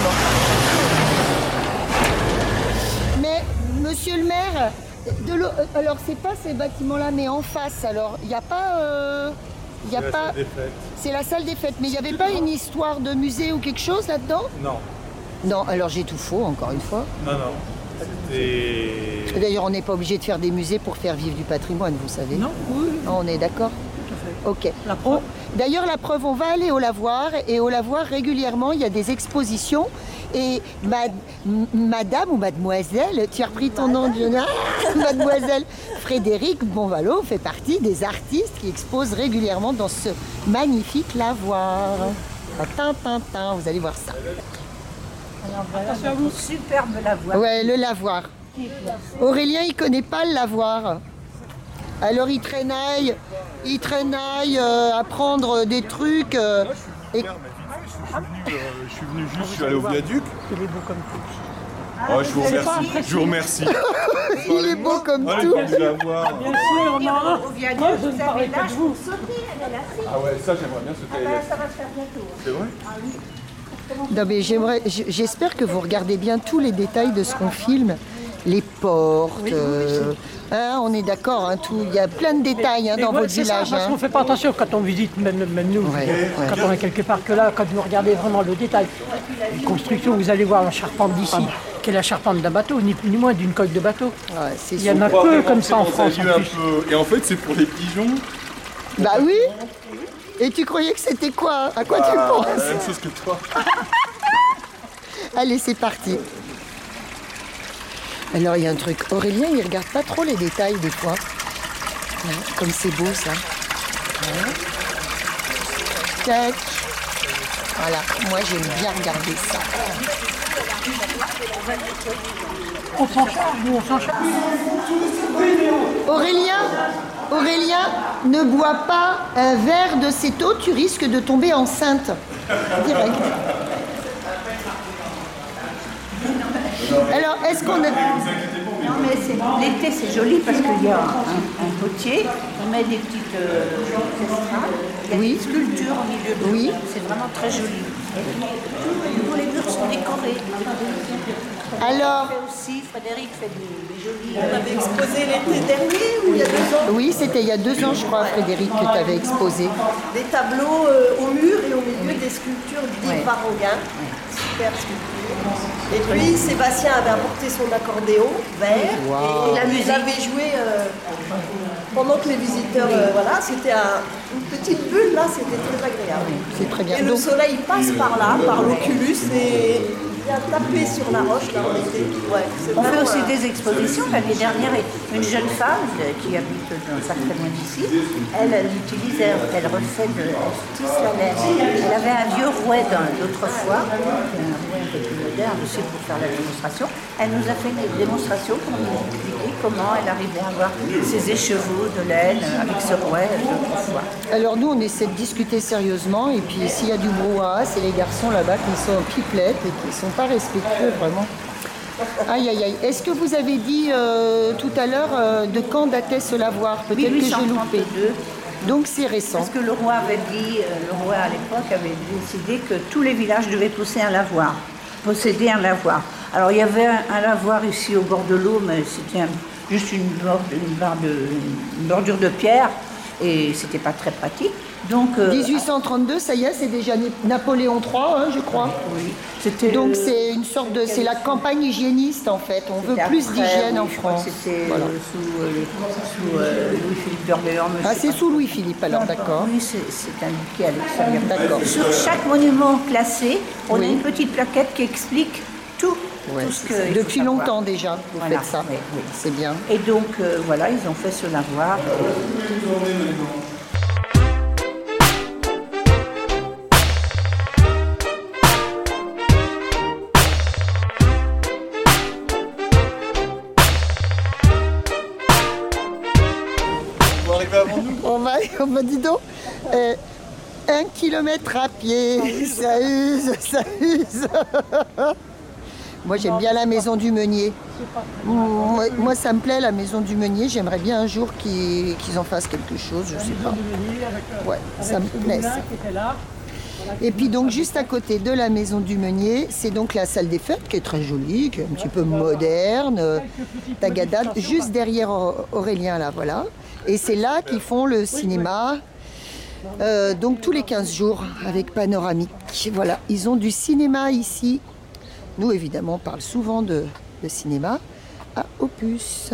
[SPEAKER 1] Mais, monsieur le maire, de l'eau- euh, alors c'est pas ces bâtiments-là, mais en face, alors, il n'y a pas... euh, il y a pas... C'est la salle des fêtes, mais il n'y avait pas une histoire de musée ou quelque chose là-dedans?
[SPEAKER 10] Non,
[SPEAKER 1] Non, alors j'ai tout faux, encore une fois.
[SPEAKER 10] non, non. C'était.
[SPEAKER 1] D'ailleurs, on n'est pas obligé de faire des musées pour faire vivre du patrimoine, vous savez.
[SPEAKER 14] Non, oui.
[SPEAKER 1] On est d'accord? Ok.
[SPEAKER 14] La preuve.
[SPEAKER 1] On- D'ailleurs, la preuve, on va aller au lavoir et au lavoir régulièrement, il y a des expositions. Et ma- m- madame ou mademoiselle, tu as repris ton nom de jeune ah, mademoiselle Frédéric Bonvalo fait partie des artistes qui exposent régulièrement dans ce magnifique lavoir. Tintin, tintin, vous allez voir ça.
[SPEAKER 15] Alors voilà, donc, superbe lavoir.
[SPEAKER 1] Ouais, le lavoir. Aurélien, il connaît pas le lavoir. Alors il traînaille, il traînaille euh, à prendre des trucs. euh, et...
[SPEAKER 10] Je suis venu juste, je suis allé au viaduc.
[SPEAKER 14] Il est beau comme tout.
[SPEAKER 10] Oh, je vous remercie. Je vous remercie.
[SPEAKER 1] Il est beau comme
[SPEAKER 10] Allez,
[SPEAKER 1] tout.
[SPEAKER 10] vous la voir.
[SPEAKER 14] Bien sûr, non.
[SPEAKER 15] Au viaduc,
[SPEAKER 14] Moi, je ne
[SPEAKER 15] vous
[SPEAKER 14] parlerai
[SPEAKER 15] avez
[SPEAKER 14] pas
[SPEAKER 15] l'âge
[SPEAKER 14] de vous.
[SPEAKER 15] pour sauter, elle est là.
[SPEAKER 10] Ah ouais, ça j'aimerais bien sauter
[SPEAKER 15] Ah
[SPEAKER 10] les
[SPEAKER 15] ben,
[SPEAKER 10] laisse.
[SPEAKER 15] ça va se faire bientôt.
[SPEAKER 10] C'est vrai?
[SPEAKER 15] Ah oui.
[SPEAKER 1] Non mais j'aimerais, j- j'espère que vous regardez bien tous les détails de ce qu'on filme, les portes. euh, hein, on est d'accord, hein, tout. Il y a plein de détails hein,
[SPEAKER 14] Et
[SPEAKER 1] dans
[SPEAKER 14] ouais,
[SPEAKER 1] votre
[SPEAKER 14] c'est ça,
[SPEAKER 1] village.
[SPEAKER 14] parce
[SPEAKER 1] hein.
[SPEAKER 14] qu'on fait pas attention quand on visite, même, même nous,
[SPEAKER 1] Ouais, ouais.
[SPEAKER 14] quand on est quelque part que là, quand vous regardez vraiment le détail. Les constructions, vous allez voir la charpente d'ici, qui est la charpente d'un bateau, ni plus ni moins d'une coque de bateau.
[SPEAKER 1] Ouais, c'est
[SPEAKER 14] Il y en
[SPEAKER 1] sûr.
[SPEAKER 14] a
[SPEAKER 10] On va
[SPEAKER 14] peu
[SPEAKER 10] vraiment
[SPEAKER 14] comme ça en
[SPEAKER 10] dans un
[SPEAKER 14] France en
[SPEAKER 10] lieu un
[SPEAKER 14] plus.
[SPEAKER 10] peu- Et en fait, c'est pour les pigeons.
[SPEAKER 1] Bah oui. Et tu croyais que c'était quoi? À quoi tu
[SPEAKER 10] Ah,
[SPEAKER 1] penses?
[SPEAKER 10] la même chose que toi.
[SPEAKER 1] Allez, c'est parti. Alors il y a un truc. Aurélien, il regarde pas trop les détails des fois. Ouais, comme c'est beau ça. Ouais. Tac. Voilà, moi j'aime bien regarder ça.
[SPEAKER 14] On s'en charge, nous on s'en charge.
[SPEAKER 1] Aurélien, Aurélien, ne bois pas un verre de cette eau, tu risques de tomber enceinte. Direct. Alors, est-ce qu'on a...
[SPEAKER 15] Non, mais c'est- l'été, c'est joli parce qu'il y a un, un potier, on met des petites euh, estrades, il y a des sculptures au milieu de
[SPEAKER 1] Oui.
[SPEAKER 15] C'est vraiment très joli. Et puis, tous, tous les murs sont décorés.
[SPEAKER 1] Alors-
[SPEAKER 15] aussi, Frédéric fait des, des jolis...
[SPEAKER 11] On avait exposé l'été dernier ou il y a deux ans?
[SPEAKER 1] Oui, c'était il y a deux ans, je crois, Frédéric, que tu avais exposé.
[SPEAKER 11] Des tableaux euh, au mur et au milieu des sculptures d'Yves
[SPEAKER 1] Ouais.
[SPEAKER 11] Varoguin. Super sculpture. Et puis Sébastien avait apporté son accordéon vert
[SPEAKER 1] Wow.
[SPEAKER 11] et la musique avait joué euh, pendant que les visiteurs, euh, voilà, c'était un- une petite bulle là, c'était très agréable.
[SPEAKER 1] C'est très bien.
[SPEAKER 11] Et le
[SPEAKER 1] Donc-
[SPEAKER 11] soleil passe par là, par l'oculus et vient taper sur la roche là en été. Ouais, c'est
[SPEAKER 15] On fait
[SPEAKER 11] vraiment,
[SPEAKER 15] aussi
[SPEAKER 11] euh,
[SPEAKER 15] des expositions. L'année dernière, une jeune femme euh, qui habite dans pas très loin d'ici, elle, elle utilise, elle, elle refait de, elle tisse la laine. Elle avait un vieux rouet d'un- d'autrefois, qui est un rouet un peu plus moderne aussi pour faire la démonstration. Elle nous a fait une démonstration pour nous expliquer comment elle arrivait à avoir ses écheveaux de laine avec ce rouet d'autrefois.
[SPEAKER 1] Alors nous, on essaie de discuter sérieusement et puis s'il y a du brouhaha, c'est les garçons là-bas qui sont en pipelette et qui sont pas respectueux vraiment. Aïe aïe aïe. Est-ce que vous avez dit euh, tout à l'heure euh, de quand datait ce lavoir? Peut-être que j'ai loupé. Donc c'est récent.
[SPEAKER 15] Parce que le roi avait dit, euh, le roi à l'époque avait décidé que tous les villages devaient posséder un lavoir, posséder un lavoir. Alors il y avait un, un lavoir ici au bord de l'eau, mais c'était un- juste une, borde, une, barre de, une bordure de pierre et c'était pas très pratique. Donc euh,
[SPEAKER 1] dix-huit cent trente-deux, ça y est, c'est déjà Né- Napoléon trois, hein, je crois.
[SPEAKER 15] Oui. C'était
[SPEAKER 1] Donc
[SPEAKER 15] le-
[SPEAKER 1] c'est une sorte de, c'est la campagne hygiéniste en fait. On veut
[SPEAKER 15] c'était
[SPEAKER 1] plus
[SPEAKER 15] après,
[SPEAKER 1] d'hygiène
[SPEAKER 15] oui,
[SPEAKER 1] en
[SPEAKER 15] je crois que
[SPEAKER 1] France.
[SPEAKER 15] C'était
[SPEAKER 1] Voilà.
[SPEAKER 15] euh, sous, euh, sous, euh, Louis-Philippe d'Orléans. mais
[SPEAKER 1] Ah,
[SPEAKER 15] je sais
[SPEAKER 1] c'est
[SPEAKER 15] pas.
[SPEAKER 1] sous Louis-Philippe alors, d'accord.
[SPEAKER 15] Oui, c'est c'est indiqué à l'extérieur.
[SPEAKER 1] D'accord.
[SPEAKER 15] Sur chaque monument classé, on
[SPEAKER 1] Oui.
[SPEAKER 15] a une petite plaquette qui explique tout.
[SPEAKER 1] Ouais,
[SPEAKER 15] tout ce
[SPEAKER 1] c'est
[SPEAKER 15] que
[SPEAKER 1] ça.
[SPEAKER 15] il faut
[SPEAKER 1] Depuis
[SPEAKER 15] savoir.
[SPEAKER 1] longtemps déjà, vous
[SPEAKER 15] Voilà,
[SPEAKER 1] faites ça.
[SPEAKER 15] oui, oui.
[SPEAKER 1] C'est bien.
[SPEAKER 15] Et donc, euh, voilà, ils ont fait ce lavoir.
[SPEAKER 3] Vous arrivez avant nous?
[SPEAKER 1] On va, on va dis donc, euh, un kilomètre à pied, ça use, ça use. Moi j'aime bien la maison du meunier. Moi, moi, ça me plaît la maison du meunier, j'aimerais bien un jour qu'ils qu'ils en fassent quelque chose, je sais pas. Ouais, ça me plaît ça. Et puis donc juste à côté de la maison du meunier, c'est donc la salle des fêtes qui est très jolie, qui est un petit peu moderne, euh, tagadade, juste derrière Au- Aurélien là, voilà. Et c'est là qu'ils font le cinéma, euh, donc tous les quinze jours avec panoramique. Voilà, ils ont du cinéma ici. Nous évidemment on parle souvent de, de cinéma à Opus.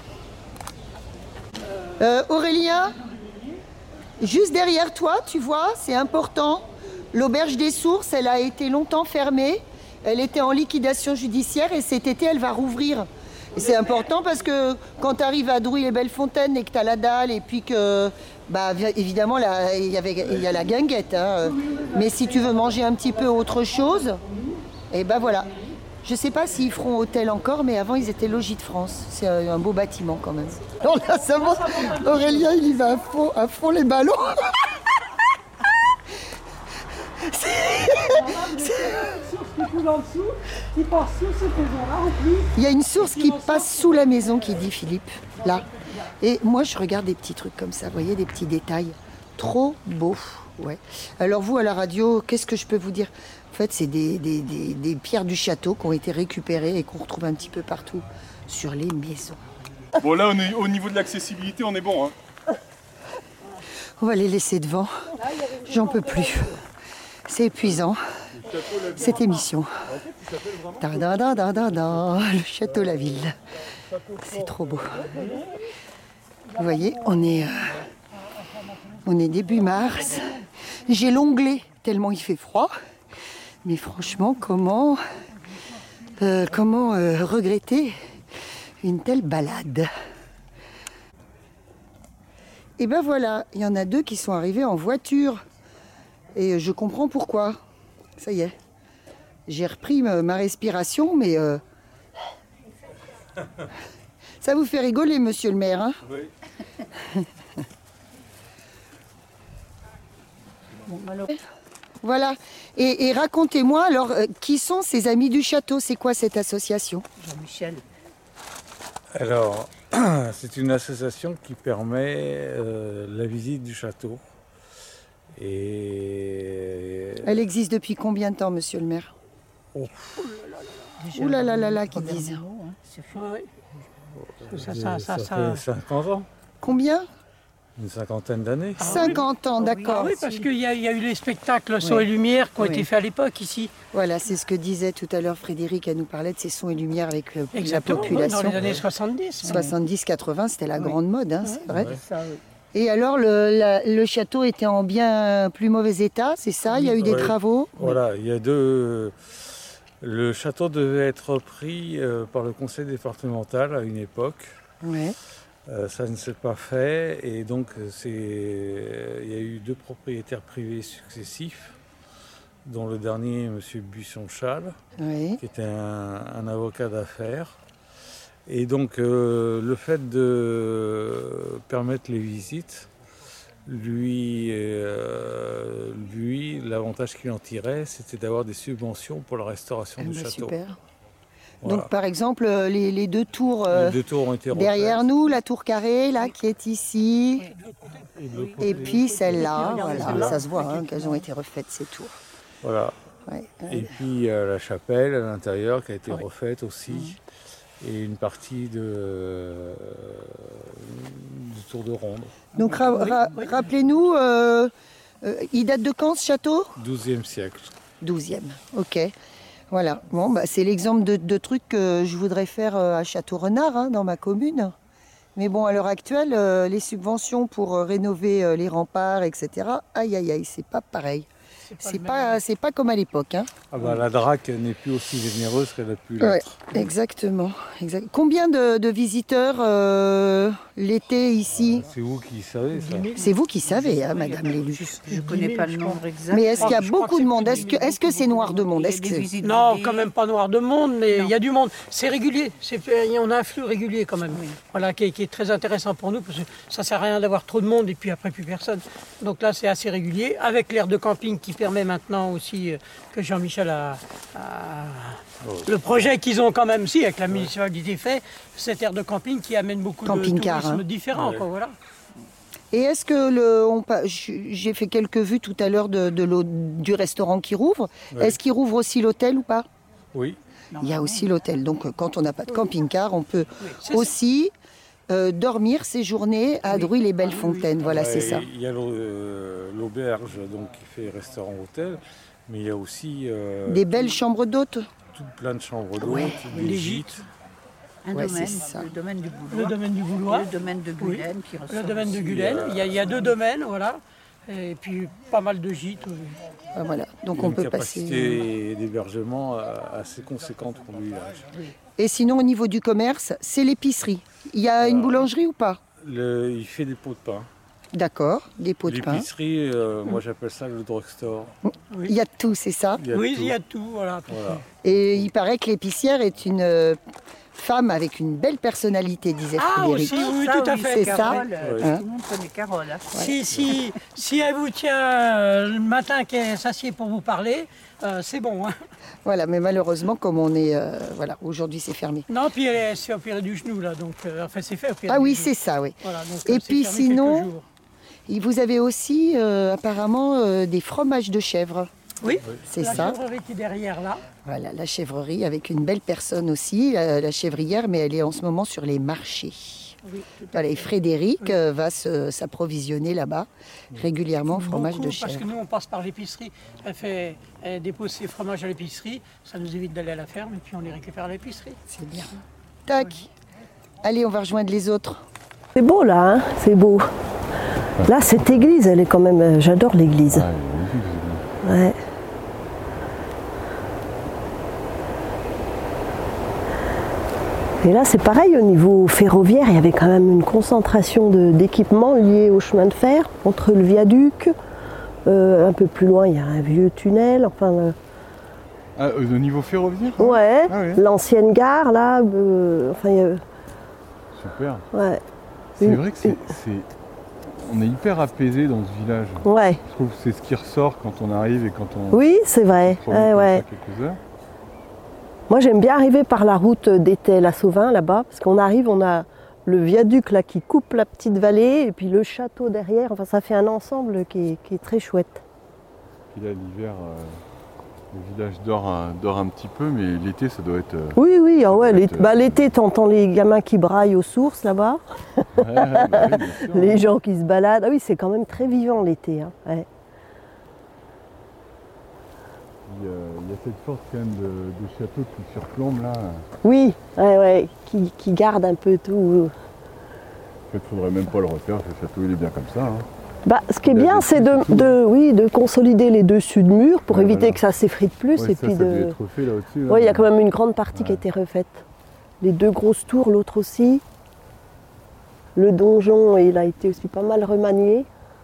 [SPEAKER 1] Euh, Aurélien, juste derrière toi, tu vois, c'est important. L'auberge des Sources, elle a été longtemps fermée. Elle était en liquidation judiciaire et cet été, elle va rouvrir. Et c'est important parce que quand tu arrives à Drouy-les-Belles-Fontaines et que tu as la dalle et puis que, bah, évidemment, là, il y avait- il y a la guinguette. Hein. Mais si tu veux manger un petit peu autre chose, et ben voilà. Je sais pas s'ils feront hôtel encore, mais avant, ils étaient logis de France. C'est un, un beau bâtiment quand même. Non, là, ça monte. Aurélien, il y va à fond, à fond les ballons. Il y a une source qui passe sous la maison qui dit Philippe, là. Et moi, je regarde des petits trucs comme ça, vous voyez, des petits détails. Trop beau, ouais. Alors vous, à la radio, qu'est-ce que je peux vous dire? En fait, c'est des, des- des- des pierres du château qui ont été récupérées et qu'on retrouve un petit peu partout sur les maisons.
[SPEAKER 16] Bon là, on est, au niveau de l'accessibilité, on est bon. Hein.
[SPEAKER 1] On va les laisser devant. J'en peux plus. C'est épuisant, cette émission. Da, da, da, da, da, da. Le château, la ville. C'est trop beau. Vous voyez, on est, euh, on est début mars. J'ai l'onglet tellement il fait froid. Mais franchement, comment, euh, comment euh, regretter une telle balade? Et ben voilà, il y en a deux qui sont arrivés en voiture. Et je comprends pourquoi. Ça y est. J'ai repris ma, ma respiration, mais... euh, ça vous fait rigoler, monsieur le maire, hein?
[SPEAKER 10] Oui.
[SPEAKER 1] Voilà. Et, et racontez-moi, alors, euh, qui sont ces amis du château? C'est quoi cette association?
[SPEAKER 15] Jean-Michel.
[SPEAKER 17] Alors, c'est une association qui permet euh, la visite du château. Et...
[SPEAKER 1] Elle existe depuis combien de temps, monsieur le maire?
[SPEAKER 17] Oh.
[SPEAKER 1] Ouh là là là là, qu'ils disent.
[SPEAKER 14] Ça, ça, ça,
[SPEAKER 17] ça
[SPEAKER 14] ça-
[SPEAKER 17] fait cinquante ans,
[SPEAKER 1] Combien?
[SPEAKER 17] une cinquantaine d'années.
[SPEAKER 1] cinquante ans, d'accord.
[SPEAKER 14] Ah oui, parce qu'il y, a- il y a eu les spectacles Sons
[SPEAKER 1] Oui.
[SPEAKER 14] et Lumière qui ont
[SPEAKER 1] Oui.
[SPEAKER 14] été faits à l'époque ici.
[SPEAKER 1] Voilà, c'est ce que disait tout à l'heure Frédéric. Elle nous parlait de ces sons et lumières avec le- la
[SPEAKER 14] Exactement,
[SPEAKER 1] population.
[SPEAKER 14] dans les années soixante-dix.
[SPEAKER 1] soixante-dix quatre-vingts, c'était la
[SPEAKER 14] Oui.
[SPEAKER 1] grande mode, hein, c'est vrai.
[SPEAKER 14] Ouais. Ça, oui.
[SPEAKER 1] Et alors, le, la- le château était en bien plus mauvais état, c'est ça? Il y a eu des
[SPEAKER 17] Ouais.
[SPEAKER 1] travaux?
[SPEAKER 17] Voilà, il y a deux. Le château devait être repris euh, par le conseil départemental à une époque.
[SPEAKER 1] Ouais.
[SPEAKER 17] Euh, ça ne s'est pas fait et donc c'est, il y a eu deux propriétaires privés successifs, dont le dernier, M. Buisson-Chal,
[SPEAKER 1] Oui.
[SPEAKER 17] qui était un, un avocat d'affaires. Et donc euh, le fait de permettre les visites, lui, euh, lui l'avantage qu'il en tirait, c'était d'avoir des subventions pour la restauration
[SPEAKER 1] Eh
[SPEAKER 17] du
[SPEAKER 1] ben,
[SPEAKER 17] château.
[SPEAKER 1] super.
[SPEAKER 17] Voilà.
[SPEAKER 1] Donc, par exemple, euh, les, les deux tours, euh,
[SPEAKER 17] Les deux tours ont été
[SPEAKER 1] derrière
[SPEAKER 17] refaites.
[SPEAKER 1] nous, la tour carrée, là, qui est ici,
[SPEAKER 17] Et de l'autre
[SPEAKER 1] et
[SPEAKER 17] côté-
[SPEAKER 1] puis celle-là, voilà,
[SPEAKER 17] Celle-là.
[SPEAKER 1] ça se voit hein, qu'elles ont été refaites, ces tours.
[SPEAKER 17] Voilà.
[SPEAKER 1] Ouais.
[SPEAKER 17] Et puis euh, la chapelle à l'intérieur qui a été
[SPEAKER 1] Ouais.
[SPEAKER 17] refaite aussi. Et une partie de, euh, du tour de ronde.
[SPEAKER 1] Donc, ra- ra- rappelez-nous, euh, euh, il date de quand, ce château?
[SPEAKER 17] douzième siècle.
[SPEAKER 1] douzième, ok. Voilà, bon, bah, c'est l'exemple de, de trucs que je voudrais faire euh, à Château-Renard, hein, dans ma commune. Mais bon, à l'heure actuelle, euh, les subventions pour euh, rénover euh, les remparts, et cetera, aïe, aïe, aïe, c'est pas pareil. C'est pas, c'est pas comme à l'époque. Hein.
[SPEAKER 17] Ah bah, la Drac n'est plus aussi généreuse qu'elle a pu
[SPEAKER 1] Ouais,
[SPEAKER 17] l'être.
[SPEAKER 1] exactement. Exact. Combien de, de visiteurs euh, l'été ici?
[SPEAKER 17] C'est vous qui savez ça.
[SPEAKER 1] C'est vous qui savez, hein, Madame l'élu.
[SPEAKER 15] Je ne connais pas le nombre exact.
[SPEAKER 1] Mais est-ce qu'il y a
[SPEAKER 14] Je crois
[SPEAKER 1] beaucoup
[SPEAKER 14] que
[SPEAKER 1] de
[SPEAKER 14] c'est
[SPEAKER 1] monde?
[SPEAKER 14] plus
[SPEAKER 1] Est-ce que est-ce que c'est noir de monde? Est-ce que
[SPEAKER 14] Non, quand même pas noir de monde, mais il y a du monde. C'est régulier. C'est, on a un flux régulier quand même. Voilà, qui est, qui est très intéressant pour nous, parce que ça sert à rien d'avoir trop de monde et puis après plus personne. Donc là, c'est assez régulier, avec l'aire de camping qui permet maintenant aussi euh, que Jean-Michel a, a- le projet qu'ils ont quand même, si, avec la municipalité fait, cette aire de camping qui amène beaucoup
[SPEAKER 1] Camping-car,
[SPEAKER 14] de tourisme
[SPEAKER 1] hein.
[SPEAKER 14] différents,
[SPEAKER 1] Ouais.
[SPEAKER 14] quoi, voilà.
[SPEAKER 1] Et est-ce que le, on pa- j'ai fait quelques vues tout à l'heure de, de l'eau- du restaurant qui rouvre.
[SPEAKER 17] Ouais.
[SPEAKER 1] Est-ce qu'il rouvre aussi l'hôtel ou pas?
[SPEAKER 17] Oui.
[SPEAKER 1] Il y a aussi l'hôtel. Donc euh, quand on n'a pas de camping-car, on peut
[SPEAKER 14] c'est ça.
[SPEAKER 1] aussi euh, dormir, séjourner à Druy-les-Belles-Fontaines. Voilà, c'est
[SPEAKER 17] Ouais,
[SPEAKER 1] ça.
[SPEAKER 17] Il y a l'au- euh, l'auberge donc, qui fait restaurant-hôtel, mais il y a aussi euh,
[SPEAKER 1] Des belles chambres d'hôtes.
[SPEAKER 17] tout plein de chambres d'hôtes,
[SPEAKER 1] Ouais.
[SPEAKER 17] des
[SPEAKER 14] Les
[SPEAKER 17] gîtes.
[SPEAKER 15] Un
[SPEAKER 1] Ouais,
[SPEAKER 15] domaine,
[SPEAKER 1] c'est ça.
[SPEAKER 15] le domaine du Boulois.
[SPEAKER 14] Le domaine du Boulois.
[SPEAKER 15] Et le domaine de
[SPEAKER 14] Oui.
[SPEAKER 15] Gulaine qui
[SPEAKER 14] Le
[SPEAKER 15] ressort
[SPEAKER 14] domaine de
[SPEAKER 15] aussi,
[SPEAKER 14] Gulaine.
[SPEAKER 15] euh,
[SPEAKER 14] Il y, a, il y a deux domaines, voilà. Et puis pas mal de gîtes. oui.
[SPEAKER 1] Ah, voilà. Donc
[SPEAKER 17] Il y a
[SPEAKER 1] on
[SPEAKER 17] une
[SPEAKER 1] peut
[SPEAKER 17] capacité
[SPEAKER 1] passer.
[SPEAKER 17] d'hébergement euh, assez conséquente pour le village.
[SPEAKER 1] Et sinon, au niveau du commerce, c'est l'épicerie. Il y a une boulangerie ou pas?
[SPEAKER 17] Le- il fait des pots de pain.
[SPEAKER 1] D'accord, des pots de pain.
[SPEAKER 17] L'épicerie, euh, moi j'appelle ça le drugstore.
[SPEAKER 1] Il y a de tout, c'est ça?
[SPEAKER 17] Il y a
[SPEAKER 14] Oui,
[SPEAKER 17] tout.
[SPEAKER 14] il y a tout, voilà.
[SPEAKER 17] Voilà.
[SPEAKER 1] Et il paraît que l'épicière est une euh, femme avec une belle personnalité, disait
[SPEAKER 14] Ah,
[SPEAKER 1] Frédéric.
[SPEAKER 14] aussi, oui,
[SPEAKER 15] Ça,
[SPEAKER 14] tout à
[SPEAKER 15] oui,
[SPEAKER 14] fait.
[SPEAKER 1] C'est
[SPEAKER 15] Carole,
[SPEAKER 1] ça
[SPEAKER 15] euh,
[SPEAKER 1] Hein
[SPEAKER 15] Tout le monde connaît Carole. hein.
[SPEAKER 14] Si, si, si elle vous tient euh, le matin qu'elle s'assied pour vous parler, euh, c'est bon. Hein.
[SPEAKER 1] Voilà, mais malheureusement, comme on est... euh, voilà, aujourd'hui c'est fermé.
[SPEAKER 14] Non, puis elle s'est opérée du genou, là. Donc, euh, enfin, c'est fait opérer
[SPEAKER 1] Ah
[SPEAKER 14] du
[SPEAKER 1] oui,
[SPEAKER 14] genou.
[SPEAKER 1] c'est ça, oui.
[SPEAKER 14] Voilà, donc,
[SPEAKER 1] Et
[SPEAKER 14] euh, c'est
[SPEAKER 1] puis
[SPEAKER 14] fermé quelques
[SPEAKER 1] sinon,
[SPEAKER 14] jours.
[SPEAKER 1] et vous avez aussi euh, apparemment euh, des fromages de chèvre.
[SPEAKER 14] Oui,
[SPEAKER 1] C'est
[SPEAKER 14] la
[SPEAKER 1] ça.
[SPEAKER 14] chèvrerie qui est derrière, là.
[SPEAKER 1] Voilà, la chèvrerie avec une belle personne aussi, la, la chèvrière, mais elle est en ce moment sur les marchés.
[SPEAKER 14] Oui, tout à
[SPEAKER 1] Voilà, et
[SPEAKER 14] fait.
[SPEAKER 1] Frédéric euh, va se- s'approvisionner là-bas régulièrement en fromage
[SPEAKER 14] Beaucoup,
[SPEAKER 1] de
[SPEAKER 14] parce
[SPEAKER 1] chèvre.
[SPEAKER 14] que nous, on passe par l'épicerie. Elle, fait, elle dépose ses fromages à l'épicerie. Ça nous évite d'aller à la ferme et puis on les récupère à l'épicerie.
[SPEAKER 1] C'est bien. Tac. Allez, on va rejoindre les autres.
[SPEAKER 11] C'est beau là, hein, c'est beau. Là, cette église, elle est quand même. euh, J'adore l'église. Ouais. Et là, c'est pareil, au niveau ferroviaire, il y avait quand même une concentration de- d'équipements liés au chemin de fer, entre le viaduc, euh, un peu plus loin, il y a un vieux tunnel, enfin... euh,
[SPEAKER 10] Ah, au niveau ferroviaire
[SPEAKER 11] ouais,
[SPEAKER 10] Ah ouais.
[SPEAKER 11] l'ancienne gare, là, euh, enfin, il y a-
[SPEAKER 10] Super.
[SPEAKER 11] ouais.
[SPEAKER 10] C'est
[SPEAKER 11] Une-
[SPEAKER 10] vrai que c'est, c'est- on est hyper apaisé dans ce village.
[SPEAKER 11] Ouais.
[SPEAKER 10] Je trouve que c'est ce qui ressort quand on arrive et quand on.
[SPEAKER 11] Oui, c'est vrai,
[SPEAKER 10] se promène
[SPEAKER 11] ouais,
[SPEAKER 10] comme ça
[SPEAKER 11] ouais.
[SPEAKER 10] quelques heures.
[SPEAKER 11] Moi, j'aime bien arriver par la route d'Étel à Sauvin, là-bas, parce qu'on arrive, on a le viaduc là qui coupe la petite vallée, et puis le château derrière. Enfin, ça fait un ensemble qui est, qui est très chouette.
[SPEAKER 10] Puis là, l'hiver, euh, le village dort un, dort un petit peu, mais l'été, ça doit être. euh,
[SPEAKER 11] Oui, oui, ah ouais,
[SPEAKER 10] doit
[SPEAKER 11] l'été,
[SPEAKER 10] être,
[SPEAKER 11] bah, l'été, t'entends les gamins qui braillent aux sources là-bas,
[SPEAKER 10] ouais, ouais, bah oui, bien sûr,
[SPEAKER 11] les
[SPEAKER 10] hein.
[SPEAKER 11] gens qui se baladent. Ah oui, c'est quand même très vivant l'été. Hein. Ouais.
[SPEAKER 10] Il y, a, il y a cette sorte quand même de, de château qui surplombe là.
[SPEAKER 11] Oui, ouais, ouais, qui, qui garde un peu tout.
[SPEAKER 10] En fait, il faudrait même pas le refaire, ce château il est bien comme ça. hein.
[SPEAKER 11] Bah, ce qui est
[SPEAKER 10] Il a
[SPEAKER 11] bien,
[SPEAKER 10] des
[SPEAKER 11] c'est
[SPEAKER 10] trucs
[SPEAKER 11] de, de, oui, de consolider les dessus de murs pour
[SPEAKER 10] Ouais,
[SPEAKER 11] éviter
[SPEAKER 10] voilà.
[SPEAKER 11] que ça s'effrite plus.
[SPEAKER 10] Ouais,
[SPEAKER 11] et
[SPEAKER 10] ça,
[SPEAKER 11] puis
[SPEAKER 10] ça
[SPEAKER 11] de...
[SPEAKER 10] devait être refait là au-dessus. là.
[SPEAKER 11] Oui, il y a quand même une grande partie qui a été refaite. Les deux grosses tours, l'autre aussi. Le donjon, il a été aussi pas mal remanié.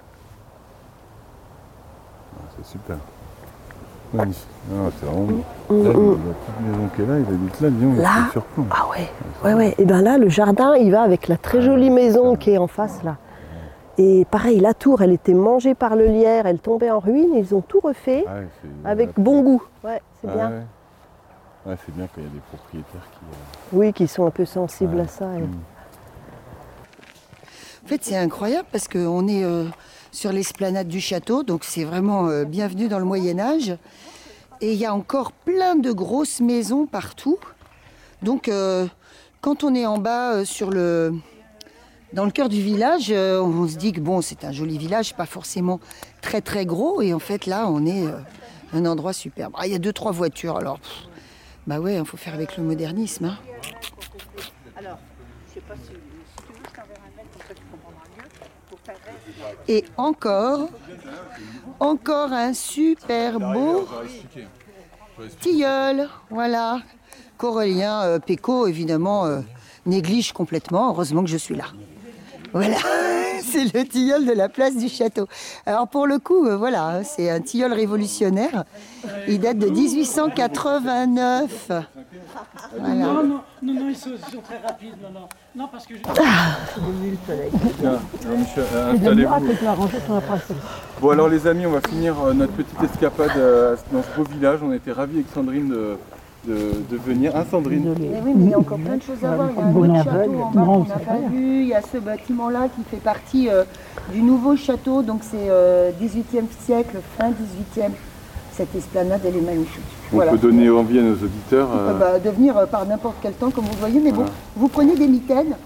[SPEAKER 10] Ah, c'est super. Magnifique. Ah, c'est vraiment beau.
[SPEAKER 11] Mm,
[SPEAKER 10] Là,
[SPEAKER 11] mm.
[SPEAKER 10] la petite maison qu'elle a, il habite là, disons,
[SPEAKER 11] Là
[SPEAKER 10] il surplombe.
[SPEAKER 11] Ah ouais, ouais, ouais. Et bien là, le jardin, il va avec la très jolie maison qui est en face là. Et pareil, la tour, elle était mangée par le lierre, elle tombait en ruine. Ils ont tout refait
[SPEAKER 10] Ah ouais, c'est-
[SPEAKER 11] avec bon goût. Ouais, c'est
[SPEAKER 10] Ah
[SPEAKER 11] bien.
[SPEAKER 10] ouais. Ouais, c'est bien quand il y a des propriétaires qui. euh,
[SPEAKER 11] Oui, qui sont un peu sensibles à ça. et-
[SPEAKER 10] mm.
[SPEAKER 1] En fait, c'est incroyable parce qu'on est euh, sur l'esplanade du château, donc c'est vraiment euh, bienvenue dans le Moyen-Âge. Et il y a encore plein de grosses maisons partout. Donc, euh, quand on est en bas euh, sur le, dans le cœur du village, euh, on se dit que bon, c'est un joli village, pas forcément très très gros. Et en fait, là, on est euh, un endroit superbe. Ah, il y a deux trois voitures, alors pff, bah ouais, il faut faire avec le modernisme. Hein.
[SPEAKER 15] Alors, je sais pas si, si tu veux, je t'enverrai un mail, comme ça tu comprendras mieux. Pour faire rêve.
[SPEAKER 1] Et encore, encore un super beau tilleul, voilà, qu'Aurélien euh, Pécaud, évidemment, euh, néglige complètement. Heureusement que je suis là. Voilà, c'est le tilleul de la place du château. Alors pour le coup, euh, voilà, hein, c'est un tilleul révolutionnaire. Il date de dix-huit cent quatre-vingt-neuf. Voilà.
[SPEAKER 14] Non, non, non, non, ils sont, ils sont très rapides, non, non. Non, parce que je...
[SPEAKER 10] Tiens, alors, Michel, euh,
[SPEAKER 14] C'est de moi
[SPEAKER 10] installez-vous.
[SPEAKER 14] que tu as rangé ton appareil.
[SPEAKER 10] Bon alors les amis, on va finir euh, notre petite escapade euh, dans ce beau village. On était ravis avec Sandrine de, de, de venir. Hein Sandrine
[SPEAKER 1] Eh oui, mais il y a encore plein de choses à voir. Il y a un
[SPEAKER 14] Bon
[SPEAKER 1] autre
[SPEAKER 14] aveugle.
[SPEAKER 1] château en bas
[SPEAKER 14] Non,
[SPEAKER 1] qu'on
[SPEAKER 14] c'est
[SPEAKER 1] n'a
[SPEAKER 14] pas
[SPEAKER 1] pas
[SPEAKER 14] grave.
[SPEAKER 1] vu. Il y a ce bâtiment-là qui fait partie euh, du nouveau château. Donc c'est euh, dix-huitième siècle, fin dix-huitième. Cette esplanade, elle est magnifique.
[SPEAKER 10] On
[SPEAKER 1] Voilà.
[SPEAKER 10] peut donner envie à nos auditeurs. euh,
[SPEAKER 1] Euh, bah, de venir euh, par n'importe quel temps, comme vous voyez. Mais bon,
[SPEAKER 10] Voilà.
[SPEAKER 1] vous prenez des mitaines.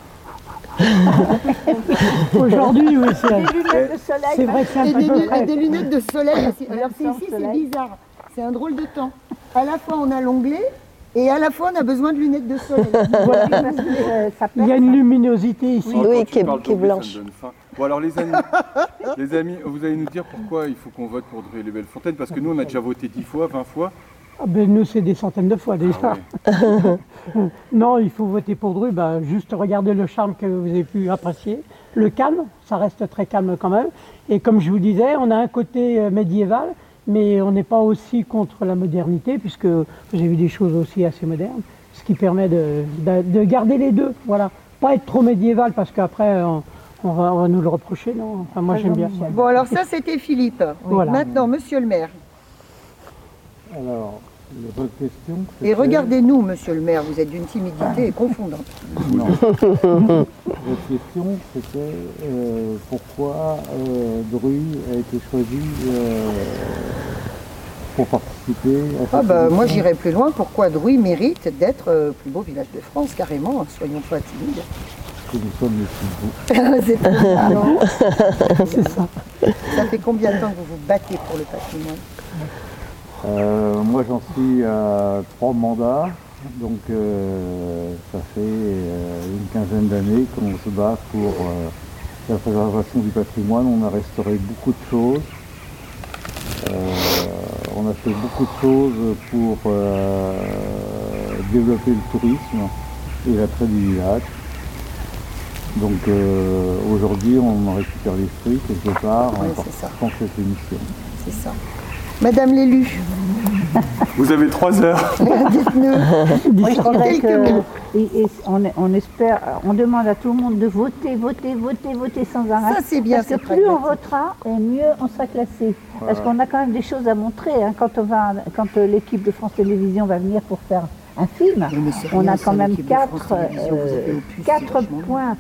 [SPEAKER 14] Aujourd'hui, oui, c'est...
[SPEAKER 1] Des lunettes de soleil.
[SPEAKER 14] C'est vrai que c'est un
[SPEAKER 1] Et
[SPEAKER 14] peu
[SPEAKER 1] des, lu-
[SPEAKER 14] près.
[SPEAKER 1] des lunettes de soleil. aussi.
[SPEAKER 15] Même
[SPEAKER 1] Alors c'est
[SPEAKER 15] sans
[SPEAKER 1] ici, c'est
[SPEAKER 15] soleil.
[SPEAKER 1] bizarre. C'est un drôle de temps. À la fois, on a l'onglet. Et à la fois, on a besoin de lunettes de soleil.
[SPEAKER 14] Voilà.
[SPEAKER 15] Parce que, euh, ça
[SPEAKER 14] Il y a une luminosité ici.
[SPEAKER 10] quand
[SPEAKER 11] Oui,
[SPEAKER 10] tu
[SPEAKER 11] qui est-
[SPEAKER 10] parles
[SPEAKER 11] qui est
[SPEAKER 10] d'anglais, ça me
[SPEAKER 11] blanche.
[SPEAKER 10] donne faim. Bon alors les amis, les amis, vous allez nous dire pourquoi il faut qu'on vote pour Druy et les Belles-Fontaines, parce que nous on a déjà voté dix fois, vingt fois.
[SPEAKER 14] Ah ben, nous, c'est des centaines de fois déjà.
[SPEAKER 10] Ah ouais.
[SPEAKER 14] Non, il faut voter pour Dru. Bah, juste regarder le charme que vous avez pu apprécier. Le calme, ça reste très calme quand même. Et comme je vous disais, on a un côté euh, médiéval, mais on n'est pas aussi contre la modernité, puisque j'ai vu des choses aussi assez modernes, ce qui permet de, de- de garder les deux. Voilà. Pas être trop médiéval, parce qu'après, on, on va, on va nous le reprocher. Non, enfin, moi j'aime bien ça.
[SPEAKER 1] Bon, alors ça, c'était Philippe.
[SPEAKER 14] Voilà.
[SPEAKER 1] Maintenant, monsieur le maire.
[SPEAKER 17] Alors, votre question.
[SPEAKER 1] Et
[SPEAKER 17] c'était-
[SPEAKER 1] regardez-nous, monsieur le maire, vous êtes d'une timidité confondante.
[SPEAKER 17] Non. Votre question, c'était euh, pourquoi euh, Dru a été choisi euh, pour participer à cette
[SPEAKER 1] Ah bah, moi,
[SPEAKER 17] édition.
[SPEAKER 1] j'irais plus loin. Pourquoi Druy mérite d'être euh, le plus beau village de France, carrément. Soyons pas timides.
[SPEAKER 17] Parce que nous sommes les plus beaux.
[SPEAKER 1] C'est très bien.
[SPEAKER 14] C'est ça.
[SPEAKER 1] Ça fait combien de temps que vous vous battez pour le patrimoine?
[SPEAKER 17] Euh, moi, j'en suis à trois mandats, donc euh, ça fait euh, une quinzaine d'années qu'on se bat pour euh, la préservation du patrimoine. On a restauré beaucoup de choses. Euh, on a fait beaucoup de choses pour euh, développer le tourisme. et l'attrait du village. Donc euh, aujourd'hui, on récupère les fruits quelque part
[SPEAKER 1] Ouais,
[SPEAKER 17] en
[SPEAKER 1] c'est ça.
[SPEAKER 17] participant à cette émission.
[SPEAKER 1] C'est ça. Madame l'élu,
[SPEAKER 3] Vous avez trois heures.
[SPEAKER 1] dites-nous.
[SPEAKER 15] Moi, je
[SPEAKER 1] En
[SPEAKER 15] dirais
[SPEAKER 1] quelques
[SPEAKER 15] que
[SPEAKER 1] mots.
[SPEAKER 15] et- et on, on espère, on demande à tout le monde de voter, voter, voter, voter sans arrêt.
[SPEAKER 1] Ça, c'est bien,
[SPEAKER 15] Parce que
[SPEAKER 1] c'est
[SPEAKER 15] plus on
[SPEAKER 1] pragmatique.
[SPEAKER 15] votera, et mieux on sera classé. Parce
[SPEAKER 1] Voilà.
[SPEAKER 15] qu'on a quand même des choses à montrer. hein. Quand, on va, quand euh, l'équipe de France Télévisions va venir pour faire un film,
[SPEAKER 1] c'est
[SPEAKER 15] on
[SPEAKER 1] rien,
[SPEAKER 15] a
[SPEAKER 1] ça,
[SPEAKER 15] quand même
[SPEAKER 1] l'équipe de France
[SPEAKER 15] quatre,
[SPEAKER 1] Télévisions, vous
[SPEAKER 15] euh,
[SPEAKER 1] avez au plus,
[SPEAKER 15] quatre
[SPEAKER 1] c'est vachement
[SPEAKER 15] points.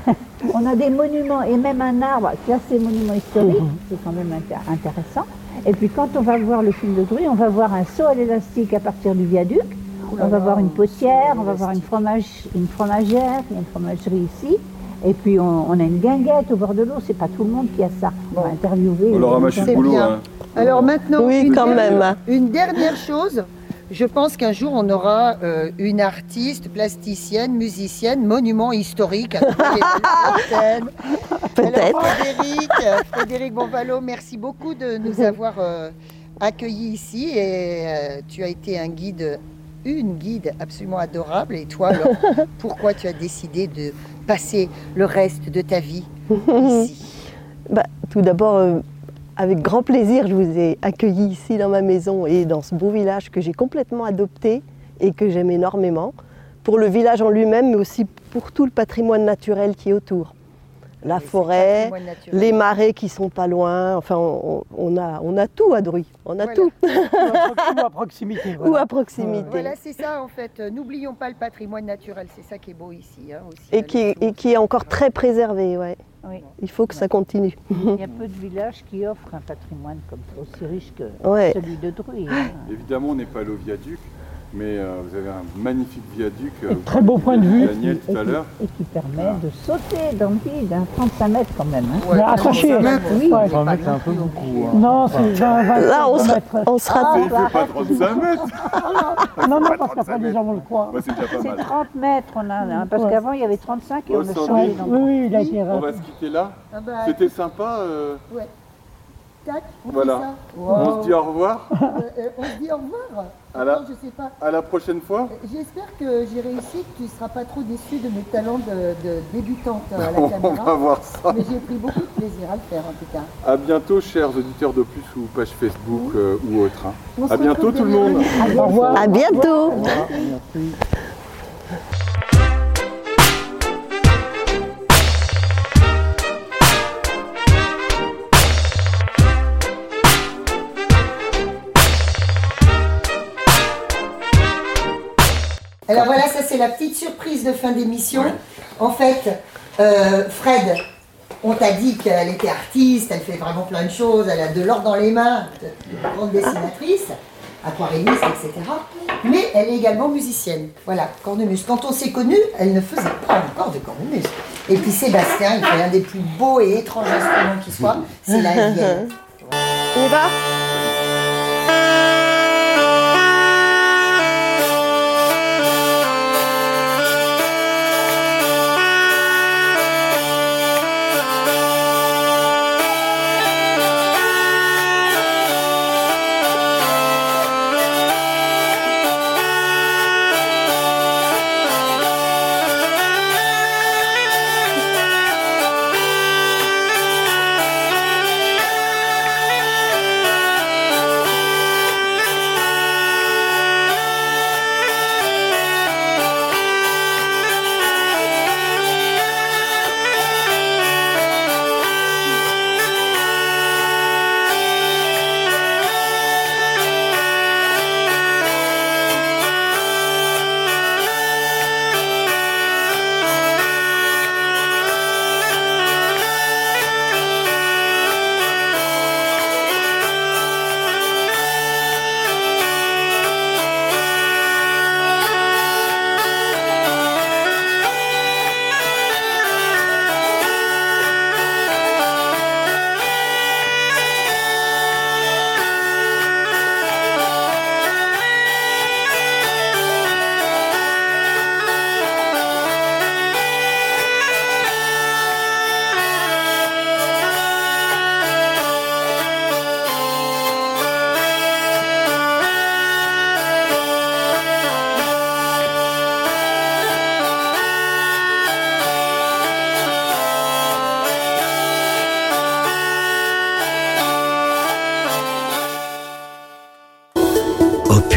[SPEAKER 15] On a des monuments et même un arbre classé monument historique,
[SPEAKER 1] Mhm.
[SPEAKER 15] c'est quand même intér- intéressant. Et puis quand on va voir le film de Druy, on va voir un saut à l'élastique à partir du viaduc,
[SPEAKER 1] là
[SPEAKER 15] on va
[SPEAKER 1] là,
[SPEAKER 15] voir une
[SPEAKER 1] un
[SPEAKER 15] potière,
[SPEAKER 1] saut à
[SPEAKER 15] on va voir une, fromage, une fromagère, il y a une fromagerie ici, et puis on, on a une guinguette au bord de l'eau, c'est pas tout le monde qui a ça. On va interviewer.
[SPEAKER 3] On leur a
[SPEAKER 15] les
[SPEAKER 3] mâché
[SPEAKER 15] gens.
[SPEAKER 3] le boulot.
[SPEAKER 1] bien.
[SPEAKER 3] Hein.
[SPEAKER 1] Alors maintenant,
[SPEAKER 11] Oui,
[SPEAKER 1] une
[SPEAKER 11] quand
[SPEAKER 1] dernière-
[SPEAKER 11] même.
[SPEAKER 1] Une dernière chose, je pense qu'un jour on aura euh, une artiste, plasticienne, musicienne, monument historique. à trouver les Fontaines.
[SPEAKER 11] Peut-être.
[SPEAKER 1] Alors, Frédéric, euh, Frédéric Bonvalo, merci beaucoup de nous avoir euh, accueillis ici et euh, tu as été un guide, une guide absolument adorable. Et toi, alors, pourquoi tu as décidé de passer le reste de ta vie ici?
[SPEAKER 11] Bah, tout d'abord, euh, avec grand plaisir, je vous ai accueilli ici dans ma maison et dans ce beau village que j'ai complètement adopté et que j'aime énormément, pour le village en lui-même, mais aussi pour tout le patrimoine naturel qui est autour. La forêt,
[SPEAKER 1] patrimoine naturel.
[SPEAKER 11] les marais qui sont pas loin, enfin on, on a, on a tout à Druy, on a
[SPEAKER 1] Voilà.
[SPEAKER 11] tout.
[SPEAKER 14] Ou à proximité.
[SPEAKER 11] Ou à proximité.
[SPEAKER 1] Voilà, c'est ça en fait. Euh, N'oublions pas le patrimoine naturel, c'est ça qui est beau ici hein, aussi.
[SPEAKER 11] Et qui, est- et qui est encore très préservé, ouais.
[SPEAKER 15] Oui.
[SPEAKER 11] Il faut que ça continue.
[SPEAKER 15] Il y a peu de villages qui offrent un patrimoine comme aussi riche que
[SPEAKER 11] Ouais.
[SPEAKER 15] celui de Druy. hein.
[SPEAKER 10] Évidemment, on n'est pas allé au viaduc, mais euh, vous avez un magnifique viaduc. euh,
[SPEAKER 14] Très beau point de vue.
[SPEAKER 10] Daniel tout à l'heure.
[SPEAKER 15] Et qui permet de sauter dans le vide, hein, trente-cinq mètres quand même. hein.
[SPEAKER 14] Mais attaché.
[SPEAKER 15] Oui.
[SPEAKER 14] Ouais.
[SPEAKER 17] trente mètres, c'est un peu beaucoup. hein.
[SPEAKER 14] Non, c'est vingt, vingt
[SPEAKER 11] Là, on, se-
[SPEAKER 14] mètres.
[SPEAKER 11] on sera.
[SPEAKER 10] Il fait pas trente-cinq mètres.
[SPEAKER 14] Non, non, parce qu'après les gens vont le croire.
[SPEAKER 10] Moi, c'est déjà pas
[SPEAKER 15] C'est
[SPEAKER 10] mal.
[SPEAKER 15] trente mètres, on a, hein, parce
[SPEAKER 14] Ouais.
[SPEAKER 15] qu'avant il y avait trente-cinq et
[SPEAKER 10] Oh,
[SPEAKER 15] on a
[SPEAKER 10] Sandy.
[SPEAKER 15] changé
[SPEAKER 14] Oui,
[SPEAKER 15] d'endroit.
[SPEAKER 14] oui, il a été
[SPEAKER 10] On va
[SPEAKER 14] rapide.
[SPEAKER 10] se quitter là.
[SPEAKER 1] Ah bah,
[SPEAKER 10] C'était sympa. euh,
[SPEAKER 1] ouais. Tac, on
[SPEAKER 10] Voilà.
[SPEAKER 1] fait ça.
[SPEAKER 10] On se dit au revoir.
[SPEAKER 1] Euh, euh, on se dit au revoir.
[SPEAKER 10] À la-
[SPEAKER 1] Attends, je sais pas.
[SPEAKER 10] À la prochaine fois.
[SPEAKER 1] Euh, J'espère que j'ai réussi, que tu ne seras pas trop déçu de mes talents de, de débutante à la
[SPEAKER 10] On
[SPEAKER 1] caméra.
[SPEAKER 10] va voir ça.
[SPEAKER 1] Mais j'ai pris beaucoup de plaisir à le faire en tout cas.
[SPEAKER 10] À bientôt, chers auditeurs d'Opus ou page Facebook euh, ou autre. hein.
[SPEAKER 1] On se
[SPEAKER 10] À bientôt
[SPEAKER 1] retrouve
[SPEAKER 10] tout le monde.
[SPEAKER 1] derrière.
[SPEAKER 14] Au revoir.
[SPEAKER 11] À bientôt.
[SPEAKER 17] Merci.
[SPEAKER 1] Alors voilà, ça c'est la petite surprise de fin d'émission. En fait, euh, Fred, on t'a dit qu'elle était artiste, elle fait vraiment plein de choses, elle a de l'or dans les mains, une grande dessinatrice, aquarelliste, et cetera. Mais elle est également musicienne. Voilà, cornemuse. Quand on s'est connus, elle ne faisait pas encore de cornemuse. Et puis Sébastien, il fait un des plus beaux et étranges instruments qui soit, c'est la vielle.
[SPEAKER 11] On y va?
[SPEAKER 8] Thank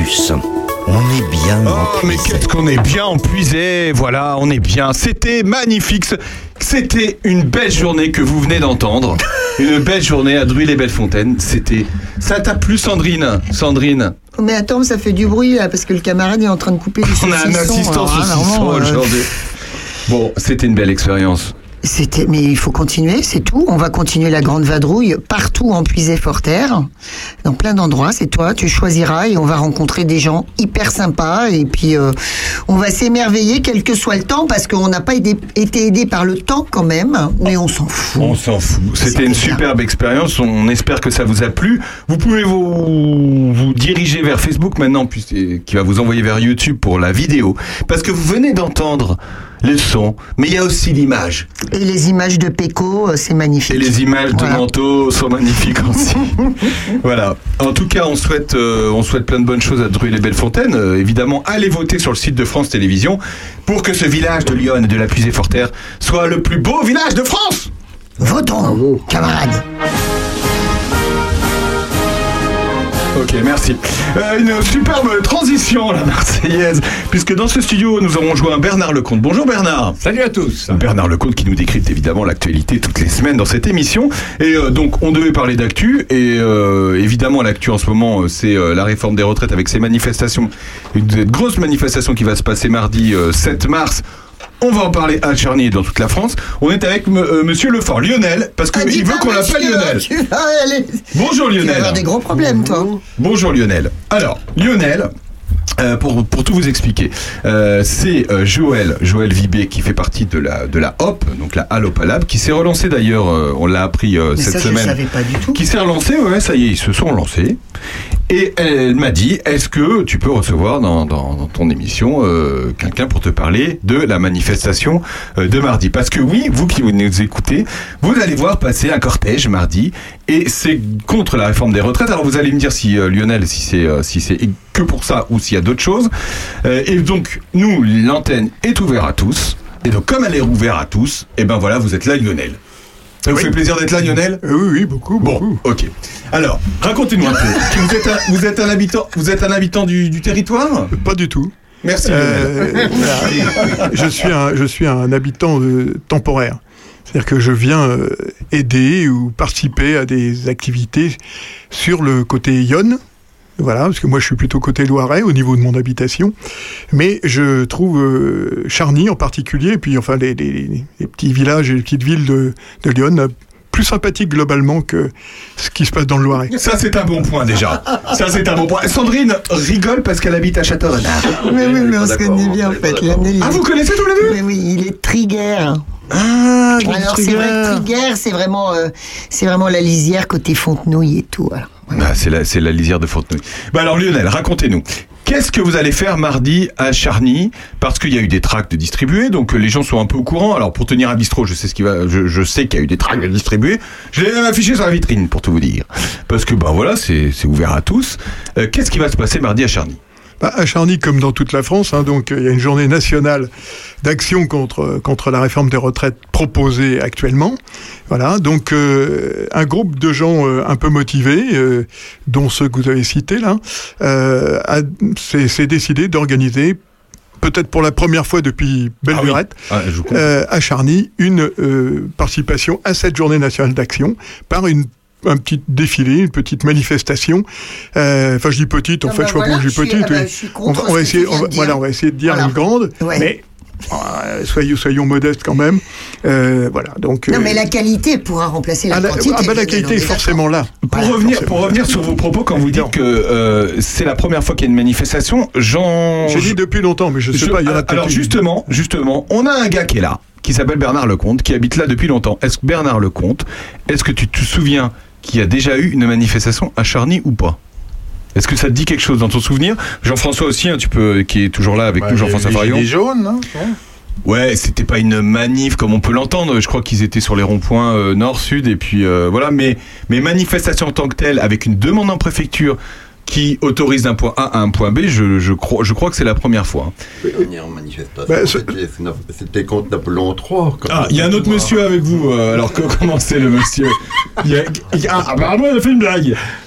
[SPEAKER 7] plus. On est bien
[SPEAKER 3] Oh,
[SPEAKER 7] en
[SPEAKER 3] mais qu'est-ce qu'on est bien empuisé. Voilà, on est bien. C'était magnifique. C'était une belle journée que vous venez d'entendre. Une belle journée à Druy-les-Belles-Fontaines. C'était... Ça t'a plu, Sandrine? Sandrine
[SPEAKER 1] Mais attends, ça fait du bruit là, parce que le camarade est en train de couper du saucisson.
[SPEAKER 3] On a un assistant
[SPEAKER 1] alors,
[SPEAKER 3] saucisson
[SPEAKER 1] vraiment, euh,
[SPEAKER 3] aujourd'hui. Bon, c'était une belle expérience.
[SPEAKER 1] C'était, mais il faut continuer, c'est tout. On va continuer la grande vadrouille partout en Puisay-Forterre, dans plein d'endroits. C'est toi, tu choisiras et on va rencontrer des gens hyper sympas et puis euh, on va s'émerveiller quel que soit le temps parce qu'on n'a pas aidé, été aidé par le temps quand même, mais on s'en fout.
[SPEAKER 3] On s'en fout. C'était une superbe expérience. On espère que ça vous a plu. Vous pouvez vous, vous diriger vers Facebook maintenant, puis, qui va vous envoyer vers YouTube pour la vidéo, parce que vous venez d'entendre le son, mais il y a aussi l'image.
[SPEAKER 1] Et les images de Péco, c'est magnifique.
[SPEAKER 3] Et les images
[SPEAKER 1] Voilà.
[SPEAKER 3] de manteau sont magnifiques aussi. Voilà. En tout cas, on souhaite, euh, on souhaite plein de bonnes choses à Druy-les-Belles-Fontaines. Euh, évidemment, allez voter sur le site de France Télévisions pour que ce village de Lyon et de la Puisay-Forterre soit le plus beau village de France.
[SPEAKER 1] Votons, camarades.
[SPEAKER 3] Ok, merci. Euh, une superbe transition, la Marseillaise, puisque dans ce studio, nous aurons joint Bernard Lecomte. Bonjour Bernard.
[SPEAKER 18] Salut à tous.
[SPEAKER 3] Bernard Lecomte qui nous décrypte évidemment l'actualité toutes les semaines dans cette émission. Et euh, donc, on devait parler d'actu. Et euh, évidemment, l'actu en ce moment, c'est euh, la réforme des retraites avec ces manifestations. Une grosse manifestation qui va se passer mardi euh, sept mars. On va en parler à Charny et dans toute la France. On est avec m- euh, Monsieur Lefort, Lionel, parce
[SPEAKER 1] Ah,
[SPEAKER 3] qu'il
[SPEAKER 1] dis
[SPEAKER 3] veut
[SPEAKER 1] pas
[SPEAKER 3] qu'on l'appelle
[SPEAKER 1] monsieur,
[SPEAKER 3] Lionel.
[SPEAKER 1] Tu vas aller...
[SPEAKER 3] Bonjour
[SPEAKER 1] Tu vas
[SPEAKER 3] Lionel.
[SPEAKER 1] avoir des gros problèmes, toi.
[SPEAKER 3] Bonjour Lionel. Alors, Lionel, euh, pour, pour tout vous expliquer, euh, c'est euh, Joël, Joël Vibé qui fait partie de la, de la Hop, donc la Allopalab, qui s'est relancé d'ailleurs, euh, on l'a appris euh,
[SPEAKER 1] Mais
[SPEAKER 3] cette
[SPEAKER 1] ça, je
[SPEAKER 3] semaine.
[SPEAKER 1] savais pas du tout.
[SPEAKER 3] Qui s'est relancé, ouais, ça y est, ils se sont lancés. Et elle m'a dit, est-ce que tu peux recevoir dans, dans, dans ton émission euh, quelqu'un pour te parler de la manifestation euh, de mardi? Parce que oui, vous qui nous écoutez, vous allez voir passer un cortège mardi et c'est contre la réforme des retraites. Alors vous allez me dire si euh, Lionel, si c'est euh, si c'est que pour ça ou s'il y a d'autres choses. Euh, et donc nous, l'antenne est ouverte à tous. Et donc comme elle est ouverte à tous, et ben voilà, vous êtes là, Lionel. Ça vous
[SPEAKER 4] Oui.
[SPEAKER 3] fait plaisir d'être là, Lionel?
[SPEAKER 4] Euh, Oui, oui, beaucoup, beaucoup.
[SPEAKER 3] Bon, ok. Alors, racontez-nous un peu. Vous êtes un, vous êtes un habitant, vous êtes un habitant du, du territoire?
[SPEAKER 4] Pas du tout.
[SPEAKER 3] Merci,
[SPEAKER 4] Euh,
[SPEAKER 3] Lionel.
[SPEAKER 4] voilà. je suis un, je suis un habitant euh, temporaire. C'est-à-dire que je viens euh, aider ou participer à des activités sur le côté Yonne. Voilà, parce que moi je suis plutôt côté Loiret au niveau de mon habitation, mais je trouve euh, Charny en particulier, et puis enfin les, les, les petits villages et les petites villes de, de Lyon euh, plus sympathiques globalement que ce qui se passe dans le Loiret.
[SPEAKER 3] Ça c'est un bon point déjà. Ça c'est un bon point. Sandrine rigole parce qu'elle habite à Château-Renard.
[SPEAKER 1] Mais oui, mais on se connaît bien en fait. Lionel, il
[SPEAKER 3] Ah,
[SPEAKER 1] est-
[SPEAKER 3] vous connaissez tous les deux?
[SPEAKER 1] Mais oui, il est triguère.
[SPEAKER 3] Ah,
[SPEAKER 1] Alors c'est vrai que Triguère, c'est vraiment, euh, c'est vraiment la lisière côté Fontenouille et tout. Alors.
[SPEAKER 3] Ah, c'est la, c'est la lisière de Fontenay. Bah alors Lionel, racontez-nous. Qu'est-ce que vous allez faire mardi à Charny? Parce qu'il y a eu des tracts distribués, donc euh, les gens sont un peu au courant. Alors pour tenir un bistrot, je sais ce qui va, je, je sais qu'il y a eu des tracts distribués. Je l'ai même affiché sur la vitrine pour tout vous dire. Parce que bah voilà, c'est, c'est ouvert à tous. Euh, qu'est-ce qui va se passer mardi à Charny?
[SPEAKER 4] Bah, à Charny, comme dans toute la France, hein, donc il y a une journée nationale d'action contre contre la réforme des retraites proposée actuellement. Voilà, donc euh, un groupe de gens euh, un peu motivés, euh, dont ceux que vous avez cités là, euh, a, s'est, s'est décidé d'organiser, peut-être pour la première fois depuis belle
[SPEAKER 3] Ah oui.
[SPEAKER 4] lurette,
[SPEAKER 3] Ah, je comprends.
[SPEAKER 4] euh, à Charny, une euh, participation à cette journée nationale d'action par une un petit défilé, une petite manifestation. Euh, Enfin, je dis petite, en
[SPEAKER 1] Ah
[SPEAKER 4] fait,
[SPEAKER 1] bah
[SPEAKER 4] je sais pas
[SPEAKER 1] voilà,
[SPEAKER 4] pourquoi je dis
[SPEAKER 1] je suis-
[SPEAKER 4] petite.
[SPEAKER 1] ah bah,
[SPEAKER 4] oui.
[SPEAKER 1] je suis
[SPEAKER 4] on
[SPEAKER 1] contre
[SPEAKER 4] va, on va
[SPEAKER 1] ce que
[SPEAKER 4] essayer,
[SPEAKER 1] tu viens
[SPEAKER 4] on va,
[SPEAKER 1] de dire.
[SPEAKER 4] voilà, on va essayer de dire
[SPEAKER 1] Voilà.
[SPEAKER 4] une grande,
[SPEAKER 1] Ouais.
[SPEAKER 4] mais euh, soyons, soyons modestes quand même. Euh, voilà, donc.
[SPEAKER 1] Non,
[SPEAKER 4] euh,
[SPEAKER 1] mais la qualité pourra remplacer la
[SPEAKER 4] ah, la,
[SPEAKER 1] quantité.
[SPEAKER 4] ah, bah, la
[SPEAKER 1] Lionel,
[SPEAKER 4] qualité
[SPEAKER 1] on
[SPEAKER 4] est
[SPEAKER 1] est
[SPEAKER 4] forcément là.
[SPEAKER 3] Pour revenir, pour revenir sur vos propos, quand vous dites que euh, c'est la première fois qu'il y a une manifestation, j'en...
[SPEAKER 4] J'ai dit depuis longtemps, mais je sais
[SPEAKER 3] Je-
[SPEAKER 4] pas, il y en a peut-être
[SPEAKER 3] alors
[SPEAKER 4] une.
[SPEAKER 3] justement, justement, on a un gars qui est là, qui s'appelle Bernard Lecomte, qui habite là depuis longtemps. Est-ce que Bernard Lecomte, est-ce que tu te souviens qu'il y a déjà eu une manifestation à Charny ou pas? Est-ce que ça te dit quelque chose dans ton souvenir? Jean-François aussi, hein, tu peux, qui est toujours là avec
[SPEAKER 4] Bah,
[SPEAKER 3] nous, Jean-François
[SPEAKER 4] les
[SPEAKER 3] Farion.
[SPEAKER 4] gilets jaunes, non
[SPEAKER 3] Ouais, c'était pas une manif comme on peut l'entendre. Je crois qu'ils étaient sur les ronds-points euh, nord-sud et puis euh, voilà. Mais, mais manifestation en tant que telle, avec une demande en préfecture qui autorise d'un point A à un point B, je, je, crois, je crois que c'est la première fois.
[SPEAKER 19] Venir en manifestation,
[SPEAKER 4] Bah,
[SPEAKER 19] c'était, c'était contre Napoléon trois. quand
[SPEAKER 3] Ah, il y a un autre monsieur avec vous. euh, alors que, comment c'est le monsieur? Il y a, il y a- ah, apparemment, il a fait une blague.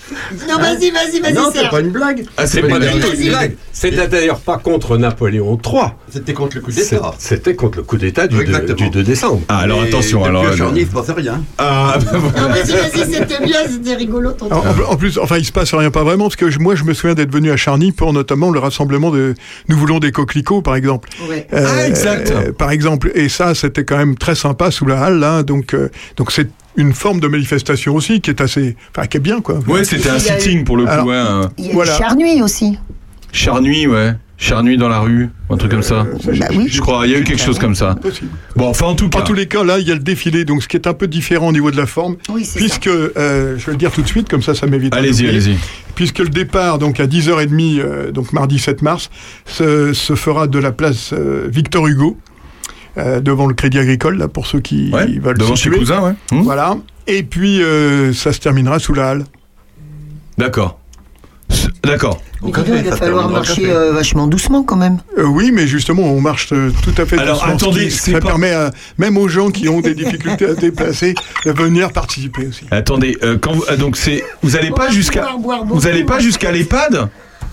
[SPEAKER 1] Non, vas-y, vas-y, vas-y,
[SPEAKER 18] Non, c'est
[SPEAKER 1] Serge.
[SPEAKER 18] pas une blague.
[SPEAKER 3] Ah, c'est
[SPEAKER 18] c'est
[SPEAKER 3] pas
[SPEAKER 18] pas
[SPEAKER 3] une
[SPEAKER 18] une
[SPEAKER 1] blague.
[SPEAKER 18] blague. C'était d'ailleurs pas contre Napoléon trois.
[SPEAKER 19] C'était contre le coup
[SPEAKER 18] C'est-
[SPEAKER 19] d'État.
[SPEAKER 18] C'était contre le coup d'État du, deux-
[SPEAKER 19] Exactement.
[SPEAKER 18] du deux décembre.
[SPEAKER 3] Ah, alors
[SPEAKER 19] Et
[SPEAKER 3] attention,
[SPEAKER 19] depuis
[SPEAKER 3] alors.
[SPEAKER 19] à
[SPEAKER 3] euh,
[SPEAKER 19] Charny, il se passait rien.
[SPEAKER 3] Ah, bah, voilà.
[SPEAKER 1] Non, vas-y, vas-y, c'était bien, c'était rigolo ton
[SPEAKER 20] En,
[SPEAKER 1] truc.
[SPEAKER 20] en- en plus, enfin, il se passe rien pas vraiment, parce que je- moi, je me souviens d'être venu à Charny pour notamment le rassemblement de Nous voulons des coquelicots, par exemple.
[SPEAKER 1] Ouais.
[SPEAKER 3] Ah, exact.
[SPEAKER 20] euh, par exemple, et ça, c'était quand même très sympa sous la halle, là. Donc, euh, donc c'est une forme de manifestation aussi qui est assez, enfin, qui est bien, quoi.
[SPEAKER 3] Ouais, c'était un
[SPEAKER 1] Il y a eu-
[SPEAKER 3] sitting pour le coup.
[SPEAKER 20] Alors,
[SPEAKER 3] ouais, un-
[SPEAKER 1] Il y a
[SPEAKER 20] Voilà.
[SPEAKER 1] eu Charnuy aussi.
[SPEAKER 3] Charnuy, ouais. Charnuy dans la rue, un truc comme ça.
[SPEAKER 1] Bah oui.
[SPEAKER 3] Je crois, il y a eu quelque chose comme ça.
[SPEAKER 20] Possible.
[SPEAKER 3] Bon, enfin, en tout cas.
[SPEAKER 20] En tous les cas, là, il y a le défilé, donc ce qui est un peu différent au niveau de la forme,
[SPEAKER 1] Oui, c'est
[SPEAKER 20] puisque, euh, je vais le dire tout de suite, comme ça, ça m'évite.
[SPEAKER 3] Allez-y,
[SPEAKER 20] d'oublier.
[SPEAKER 3] allez-y.
[SPEAKER 20] Puisque le départ, donc à dix heures trente, euh, donc mardi sept mars, se, se fera de la place euh, Victor Hugo, euh, devant le Crédit Agricole, là, pour ceux qui
[SPEAKER 3] Ouais,
[SPEAKER 20] veulent
[SPEAKER 3] devant chez
[SPEAKER 20] situer.
[SPEAKER 3] Cousin, ouais. Hum.
[SPEAKER 20] Voilà. Et puis, euh, ça se terminera sous la halle.
[SPEAKER 3] D'accord. S- D'accord.
[SPEAKER 1] Mais
[SPEAKER 19] Au
[SPEAKER 1] dis donc,
[SPEAKER 19] café,
[SPEAKER 1] il va
[SPEAKER 19] ça
[SPEAKER 1] falloir
[SPEAKER 19] terminera au
[SPEAKER 1] marcher
[SPEAKER 19] café.
[SPEAKER 1] euh, vachement doucement quand même.
[SPEAKER 20] Euh, oui, mais justement, on marche euh, tout à fait
[SPEAKER 3] Alors,
[SPEAKER 20] doucement, ce
[SPEAKER 3] attendez,
[SPEAKER 20] qui-
[SPEAKER 3] c'est
[SPEAKER 20] ça
[SPEAKER 3] pas-
[SPEAKER 20] permet à- même aux gens qui ont des difficultés à se déplacer de venir participer aussi.
[SPEAKER 3] Attendez, euh, quand vous, ah, donc c'est, vous allez pas jusqu'à,
[SPEAKER 1] Boire, boire,
[SPEAKER 3] vous allez pas jusqu'à l'EHPAD.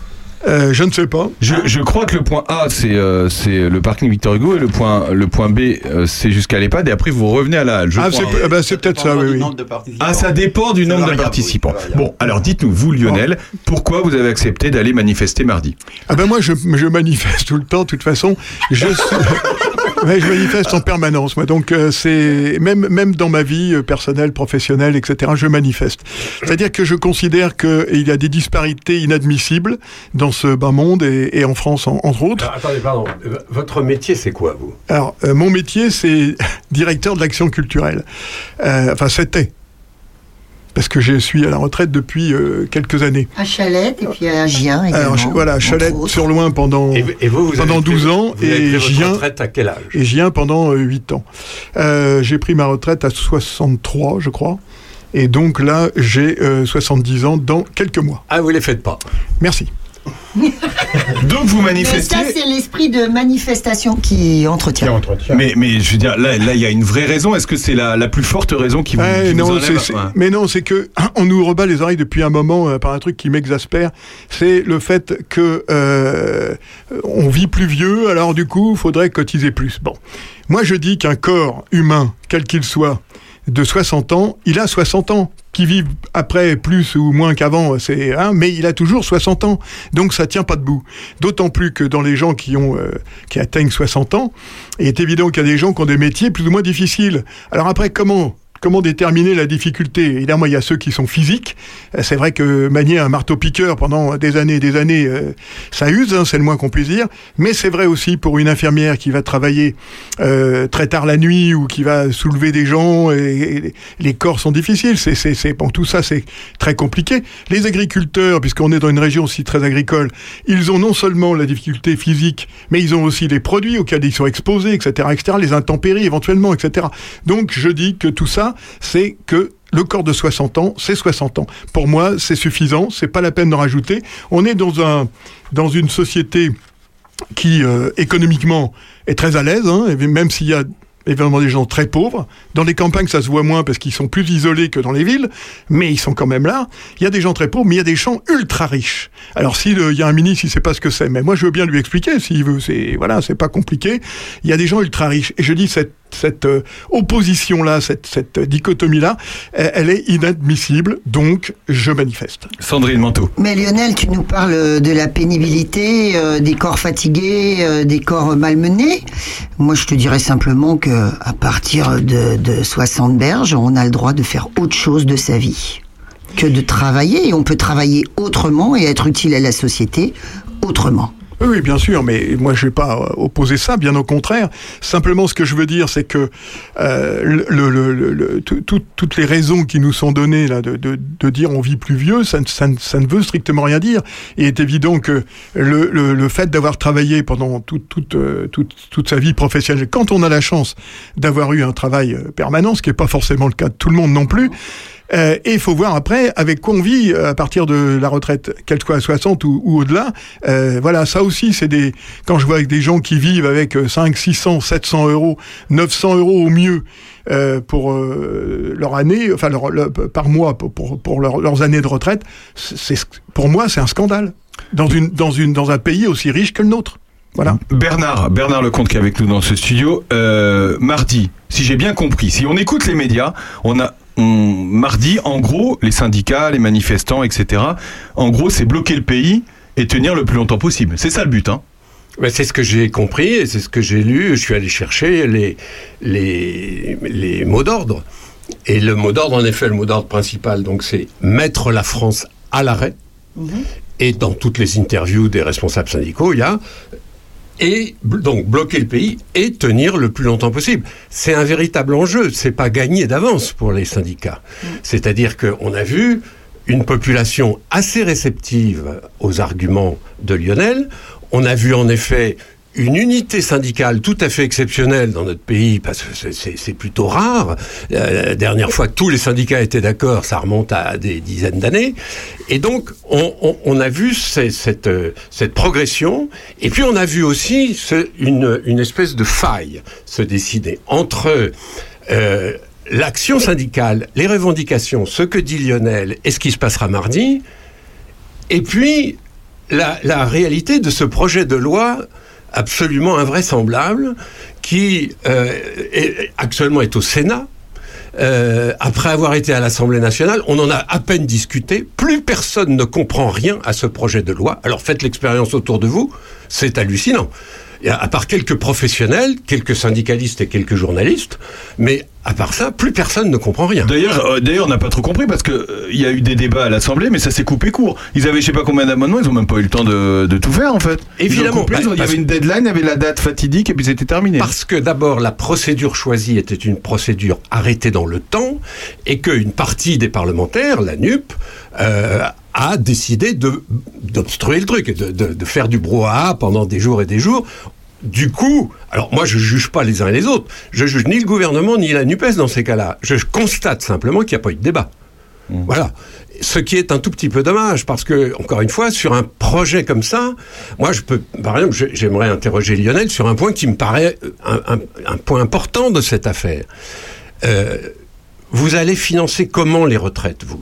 [SPEAKER 20] Euh, je ne sais pas.
[SPEAKER 3] Je, je crois que le point A c'est euh, c'est le parking Victor Hugo et le point le point B euh, c'est jusqu'à l'EHPAD et après vous revenez à la halle. Je
[SPEAKER 20] Ah,
[SPEAKER 3] crois,
[SPEAKER 20] c'est
[SPEAKER 3] hein.
[SPEAKER 20] ah bah, c'est peut-être ça, oui, oui.
[SPEAKER 3] Ah, ça dépend du
[SPEAKER 19] C'est
[SPEAKER 3] nombre de
[SPEAKER 19] variable,
[SPEAKER 3] participants.
[SPEAKER 19] oui, c'est variable.
[SPEAKER 3] Bon, alors dites-nous, vous Lionel, pourquoi vous avez accepté d'aller manifester mardi?
[SPEAKER 20] Ah ben moi, je, je manifeste tout le temps, de toute façon. Je, suis- Ouais, je manifeste en permanence. Moi, donc euh, c'est même même dans ma vie euh, personnelle, professionnelle, et cetera. Je manifeste. C'est-à-dire que je considère qu'il y a des disparités inadmissibles dans ce bas monde et, et en France en- entre autres.
[SPEAKER 18] Alors, attendez, pardon. Euh, Votre métier, c'est quoi, vous?
[SPEAKER 20] Alors, euh, mon métier, c'est directeur de l'action culturelle. Euh, enfin, c'était. Parce que je suis à la retraite depuis euh, quelques années.
[SPEAKER 1] À Chalette et puis à Gien également.
[SPEAKER 20] Alors, je- voilà,
[SPEAKER 1] entre
[SPEAKER 20] Chalette
[SPEAKER 1] autres.
[SPEAKER 20] sur Loing pendant,
[SPEAKER 18] Et, et vous, vous
[SPEAKER 20] pendant
[SPEAKER 18] avez pris-
[SPEAKER 20] douze ans
[SPEAKER 18] vous avez pris
[SPEAKER 20] et
[SPEAKER 18] votre
[SPEAKER 20] Gien,
[SPEAKER 18] retraite à quel âge?
[SPEAKER 20] et Gien pendant euh, huit ans. Euh, j'ai pris ma retraite à soixante-trois, je crois. Et donc là, j'ai euh, soixante-dix ans dans quelques mois.
[SPEAKER 18] Ah, vous les faites pas?
[SPEAKER 20] Merci.
[SPEAKER 3] Donc vous
[SPEAKER 1] Mais
[SPEAKER 3] manifestez.
[SPEAKER 1] ça, c'est l'esprit de manifestation qui entretient.
[SPEAKER 3] Mais, mais je veux dire, là, là, il y a une vraie raison. Est-ce que c'est la, la plus forte raison qui vous,
[SPEAKER 20] Ouais,
[SPEAKER 3] qui vous
[SPEAKER 20] non,
[SPEAKER 3] enlève
[SPEAKER 20] c'est- c'est-
[SPEAKER 3] Ouais.
[SPEAKER 20] mais non, c'est que on nous rebat les oreilles depuis un moment euh, par un truc qui m'exaspère. C'est le fait que euh, on vit plus vieux, alors du coup, il faudrait cotiser plus. Bon, moi je dis qu'un corps humain, quel qu'il soit, de soixante ans, il a soixante ans. Qui vivent après plus ou moins qu'avant, c'est hein, mais il a toujours soixante ans, donc ça tient pas debout. D'autant plus que dans les gens qui ont euh, qui atteignent soixante ans, il est évident qu'il y a des gens qui ont des métiers plus ou moins difficiles. Alors après, comment Comment déterminer la difficulté? Évidemment, il y a ceux qui sont physiques. Euh, C'est vrai que manier un marteau-piqueur pendant des années et des années, euh, ça use, hein, c'est le moins qu'on puisse dire. Mais c'est vrai aussi pour une infirmière qui va travailler euh, très tard la nuit ou qui va soulever des gens, et, et les corps sont difficiles. C'est, c'est, c'est, bon, tout ça, c'est très compliqué. Les agriculteurs, puisqu'on est dans une région aussi très agricole, ils ont non seulement la difficulté physique, mais ils ont aussi les produits auxquels ils sont exposés, et cetera, et cetera, les intempéries éventuellement, et cetera. Donc, je dis que tout ça, c'est que le corps de soixante ans, c'est soixante ans. Pour moi, c'est suffisant, c'est pas la peine d'en rajouter. On est dans un, dans une société qui, euh, économiquement, est très à l'aise, hein, et même s'il y a évidemment des gens très pauvres. Dans les campagnes, ça se voit moins parce qu'ils sont plus isolés que dans les villes, mais ils sont quand même là. Il y a des gens très pauvres, mais il y a des gens ultra riches. Alors, s'il y a un ministre, il sait pas ce que c'est, mais moi, je veux bien lui expliquer s'il veut. C'est, voilà, c'est pas compliqué. Il y a des gens ultra riches. Et je dis, cette, cette euh, opposition-là, cette, cette dichotomie-là, elle, elle est inadmissible. Donc, je manifeste.
[SPEAKER 3] Sandrine Manteau.
[SPEAKER 1] Mais Lionel, tu nous parles de la pénibilité, euh, des corps fatigués, euh, des corps malmenés. Moi, je te dirais simplement que à partir de, de soixante berges, on a le droit de faire autre chose de sa vie que de travailler. Et on peut travailler autrement et être utile à la société autrement.
[SPEAKER 20] Oui, oui, bien sûr, mais moi je vais pas opposer ça, bien au contraire. Simplement, ce que je veux dire, c'est que euh, le, le, le, le, tout, tout, toutes les raisons qui nous sont données là de, de, de dire on vit plus vieux, ça, ça, ça ne veut strictement rien dire. Il est évident que le, le, le fait d'avoir travaillé pendant toute, toute, toute, toute sa vie professionnelle, quand on a la chance d'avoir eu un travail permanent, ce qui n'est pas forcément le cas de tout le monde non plus, Euh, et il faut voir après avec quoi on vit à partir de la retraite, qu'elle soit à soixante ou, ou au-delà. Euh, voilà, ça aussi, c'est des. Quand je vois avec des gens qui vivent avec cinq, six cents, sept cents euros, neuf cents euros au mieux euh, pour euh, leur année, enfin leur, leur, par mois pour, pour, pour leur, leurs années de retraite, c'est, pour moi, c'est un scandale dans une dans une dans un pays aussi riche que le nôtre. Voilà.
[SPEAKER 3] Bernard, Bernard Lecomte qui est avec nous dans ce studio. Euh, mardi, si j'ai bien compris, si on écoute les médias, on a on, mardi, en gros, les syndicats, les manifestants, et cetera. En gros, c'est bloquer le pays et tenir le plus longtemps possible. C'est ça le but, hein.
[SPEAKER 18] Ben, c'est ce que j'ai compris et c'est ce que j'ai lu. Je suis allé chercher les les les mots d'ordre. Et le mot d'ordre, en effet, le mot d'ordre principal, donc, c'est mettre la France à l'arrêt. Mmh. Et dans toutes les interviews des responsables syndicaux, il y a et donc bloquer le pays et tenir le plus longtemps possible. C'est un véritable enjeu, c'est pas gagné d'avance pour les syndicats. Mmh. C'est-à-dire qu'on a vu une population assez réceptive aux arguments de Lionel. On a vu en effet une unité syndicale tout à fait exceptionnelle dans notre pays, parce que c'est, c'est, c'est plutôt rare. Euh, la dernière fois que tous les syndicats étaient d'accord, ça remonte à des dizaines d'années. Et donc, on, on, on a vu ces, cette, cette progression, et puis on a vu aussi ce, une, une espèce de faille se dessiner entre euh, l'action syndicale, les revendications, ce que dit Lionel, et ce qui se passera mardi, et puis la, la réalité de ce projet de loi absolument invraisemblable, qui euh, est, actuellement est au Sénat. Euh, après avoir été à l'Assemblée nationale, on en a à peine discuté. Plus personne ne comprend rien à ce projet de loi. Alors faites l'expérience autour de vous, c'est hallucinant. Et à, à part quelques professionnels, quelques syndicalistes et quelques journalistes, mais à part ça, plus personne ne comprend rien.
[SPEAKER 3] D'ailleurs, euh, d'ailleurs, on n'a pas trop compris parce que il euh, y a eu des débats à l'Assemblée, mais ça s'est coupé court. Ils avaient je sais pas combien d'amendements, ils ont même pas eu le temps de, de tout faire en fait.
[SPEAKER 18] Évidemment,
[SPEAKER 3] coupé, bah, il y avait une deadline, il y avait la date fatidique et puis c'était terminé.
[SPEAKER 18] Parce que d'abord la procédure choisie était une procédure arrêtée dans le temps et qu'une partie des parlementaires, la N U P, euh, a décidé de d'obstruer le truc, de, de, de faire du brouhaha pendant des jours et des jours. Du coup, alors moi je juge pas les uns et les autres, je juge ni le gouvernement ni la NUPES dans ces cas-là. Je constate simplement qu'il n'y a pas eu de débat. Mmh. Voilà. Ce qui est un tout petit peu dommage, parce que, encore une fois, sur un projet comme ça, moi je peux, par exemple, j'aimerais interroger Lionel sur un point qui me paraît un, un, un point important de cette affaire. Euh, vous allez financer comment les retraites, vous ?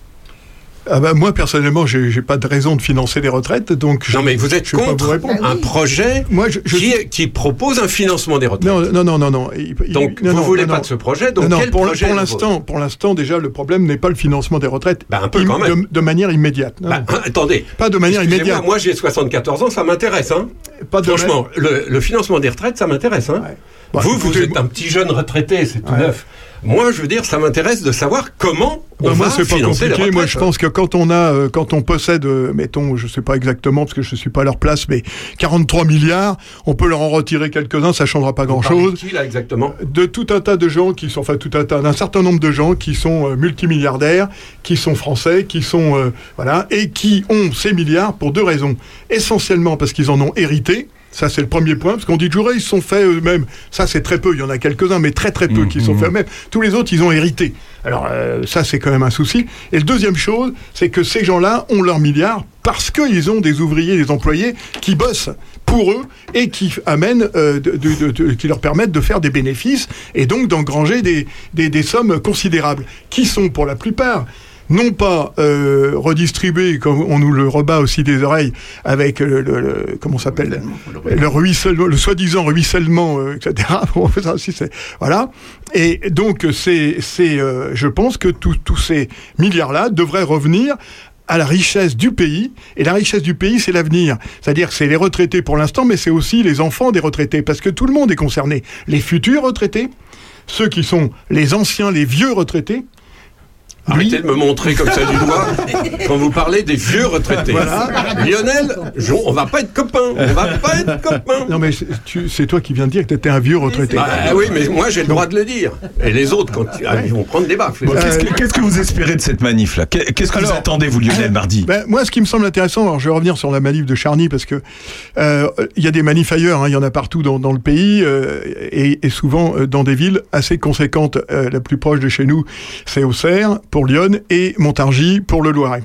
[SPEAKER 20] Ah bah moi personnellement j'ai, j'ai pas de raison de financer les retraites, donc
[SPEAKER 18] non
[SPEAKER 20] je,
[SPEAKER 18] mais vous êtes
[SPEAKER 20] je
[SPEAKER 18] contre un projet moi, je, je... Qui, qui propose un financement des retraites.
[SPEAKER 20] Non non non non non. Il,
[SPEAKER 18] donc
[SPEAKER 20] non,
[SPEAKER 18] vous
[SPEAKER 20] non,
[SPEAKER 18] voulez
[SPEAKER 20] non,
[SPEAKER 18] pas
[SPEAKER 20] non.
[SPEAKER 18] de ce projet, donc
[SPEAKER 20] non,
[SPEAKER 18] quel
[SPEAKER 20] pour,
[SPEAKER 18] projet
[SPEAKER 20] pour l'instant pour l'instant déjà le problème n'est pas le financement des retraites.
[SPEAKER 18] Bah, un peu quand même.
[SPEAKER 20] De, de manière immédiate.
[SPEAKER 18] Bah, hein, attendez.
[SPEAKER 20] Pas de manière immédiate.
[SPEAKER 18] Moi j'ai soixante-quatorze ans, ça m'intéresse hein. Pas de Franchement, le, le financement des retraites ça m'intéresse hein. Ouais. Bah, vous écoutez, vous êtes un petit jeune retraité, c'est tout ouais. neuf. Moi, je veux dire, ça m'intéresse de savoir comment on ben va moi, c'est financer pas compliqué. Les retraites.
[SPEAKER 20] Moi, je pense que quand on a, euh, quand on possède, euh, mettons, je sais pas exactement parce que je suis pas à leur place, mais quarante-trois milliards, on peut leur en retirer quelques-uns, ça changera pas grand-chose.
[SPEAKER 18] Qui là exactement ?
[SPEAKER 20] De tout un tas de gens qui sont, enfin tout un tas, d'un certain nombre de gens qui sont euh, multimilliardaires, qui sont français, qui sont, euh, voilà, et qui ont ces milliards pour deux raisons. Essentiellement parce qu'ils en ont hérité. Ça, c'est le premier point, parce qu'on dit toujours, ils se sont faits eux-mêmes. Ça, c'est très peu, il y en a quelques-uns, mais très très peu mmh, qui se sont mmh. faits eux-mêmes. Tous les autres, ils ont hérité. Alors, euh, ça, c'est quand même un souci. Et la deuxième chose, c'est que ces gens-là ont leurs milliards parce qu'ils ont des ouvriers, des employés qui bossent pour eux et qui amènent, euh, de, de, de, de, qui leur permettent de faire des bénéfices et donc d'engranger des, des, des sommes considérables, qui sont pour la plupart non pas euh, redistribué, comme on nous le rebat aussi des oreilles, avec le, le, le comment ça s'appelle, le, le ruissellement, le soi-disant ruissellement, euh, et cetera. Bon, ça aussi, c'est voilà. Et donc, c'est, c'est, euh, je pense que tous ces milliards-là devraient revenir à la richesse du pays, et la richesse du pays, c'est l'avenir. C'est-à-dire que c'est les retraités pour l'instant, mais c'est aussi les enfants des retraités, parce que tout le monde est concerné. Les futurs retraités, ceux qui sont les anciens, les vieux retraités.
[SPEAKER 18] Arrêtez de me montrer comme ça du doigt quand vous parlez des vieux retraités. Voilà. Lionel, je, on va pas être copains. On va pas être copains.
[SPEAKER 20] Non mais c'est, tu, c'est toi qui viens de dire que tu étais un vieux retraité.
[SPEAKER 18] Bah, oui, mais moi j'ai le droit de le dire. Et les autres, quand ah, ils vont prendre des baffes.
[SPEAKER 3] Bon, qu'est-ce, que, qu'est-ce que vous espérez de cette manif là ? Qu'est-ce que alors, vous attendez, vous, Lionel, mardi ?
[SPEAKER 20] ben, Moi, ce qui me semble intéressant, alors je vais revenir sur la manif de Charny parce que il euh, y a des manifs ailleurs. Il hein, y en a partout dans, dans le pays euh, et, et souvent euh, dans des villes assez conséquentes. Euh, la plus proche de chez nous, c'est Auxerre. pour Lyon et Montargis pour le Loiret.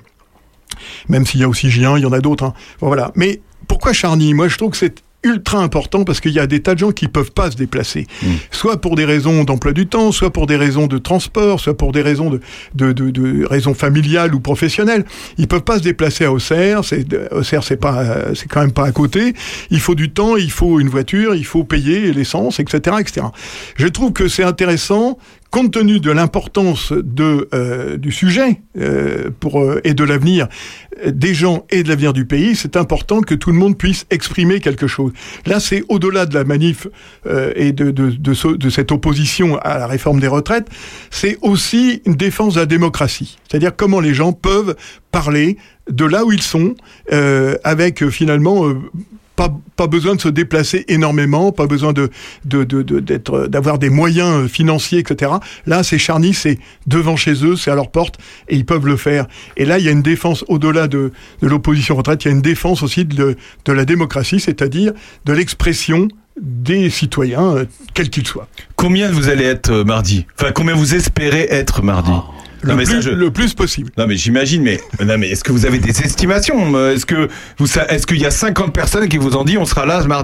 [SPEAKER 20] Même s'il y a aussi Gien, il y en a d'autres. Hein. Bon, voilà. Mais pourquoi Charny ? Moi, je trouve que c'est ultra important parce qu'il y a des tas de gens qui peuvent pas se déplacer. Mmh. Soit pour des raisons d'emploi du temps, soit pour des raisons de transport, soit pour des raisons de, de, de, de raisons familiales ou professionnelles. Ils peuvent pas se déplacer à Auxerre. C'est, Auxerre, c'est pas, c'est quand même pas à côté. Il faut du temps, il faut une voiture, il faut payer l'essence, et cetera, et cetera. Je trouve que c'est intéressant. Compte tenu de l'importance de, euh, du sujet euh, pour, euh, et de l'avenir des gens et de l'avenir du pays, c'est important que tout le monde puisse exprimer quelque chose. Là, c'est au-delà de la manif euh, et de, de, de, ce, de cette opposition à la réforme des retraites, c'est aussi une défense de la démocratie. C'est-à-dire comment les gens peuvent parler de là où ils sont, euh, avec euh, finalement... Euh, Pas, pas besoin de se déplacer énormément, pas besoin de, de, de, de, d'être, d'avoir des moyens financiers, et cetera. Là, c'est Charny, c'est devant chez eux, c'est à leur porte, et ils peuvent le faire. Et là, il y a une défense, au-delà de, de l'opposition retraite, il y a une défense aussi de, de la démocratie, c'est-à-dire de l'expression des citoyens, euh, quels qu'ils soient.
[SPEAKER 3] Combien vous allez être euh, mardi ? Enfin, combien vous espérez être mardi ?
[SPEAKER 20] Oh. Le, plus, ça, je... le plus possible.
[SPEAKER 3] Non mais j'imagine, mais non mais est-ce que vous avez des estimations ? Est-ce que vous, est-ce qu'il y a cinquante personnes qui vous ont dit on sera là ce mardi ?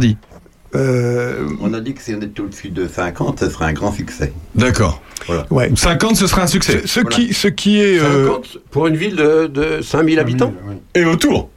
[SPEAKER 19] euh... On a dit que si on était au-dessus de cinquante, ce serait un grand succès.
[SPEAKER 3] D'accord.
[SPEAKER 19] Voilà.
[SPEAKER 3] Ouais. cinquante, ce serait un succès.
[SPEAKER 20] Ce, ce
[SPEAKER 18] voilà.
[SPEAKER 20] qui, ce qui est
[SPEAKER 18] cinquante euh... pour une ville de, de cinq mille habitants.
[SPEAKER 3] Oui. Et autour.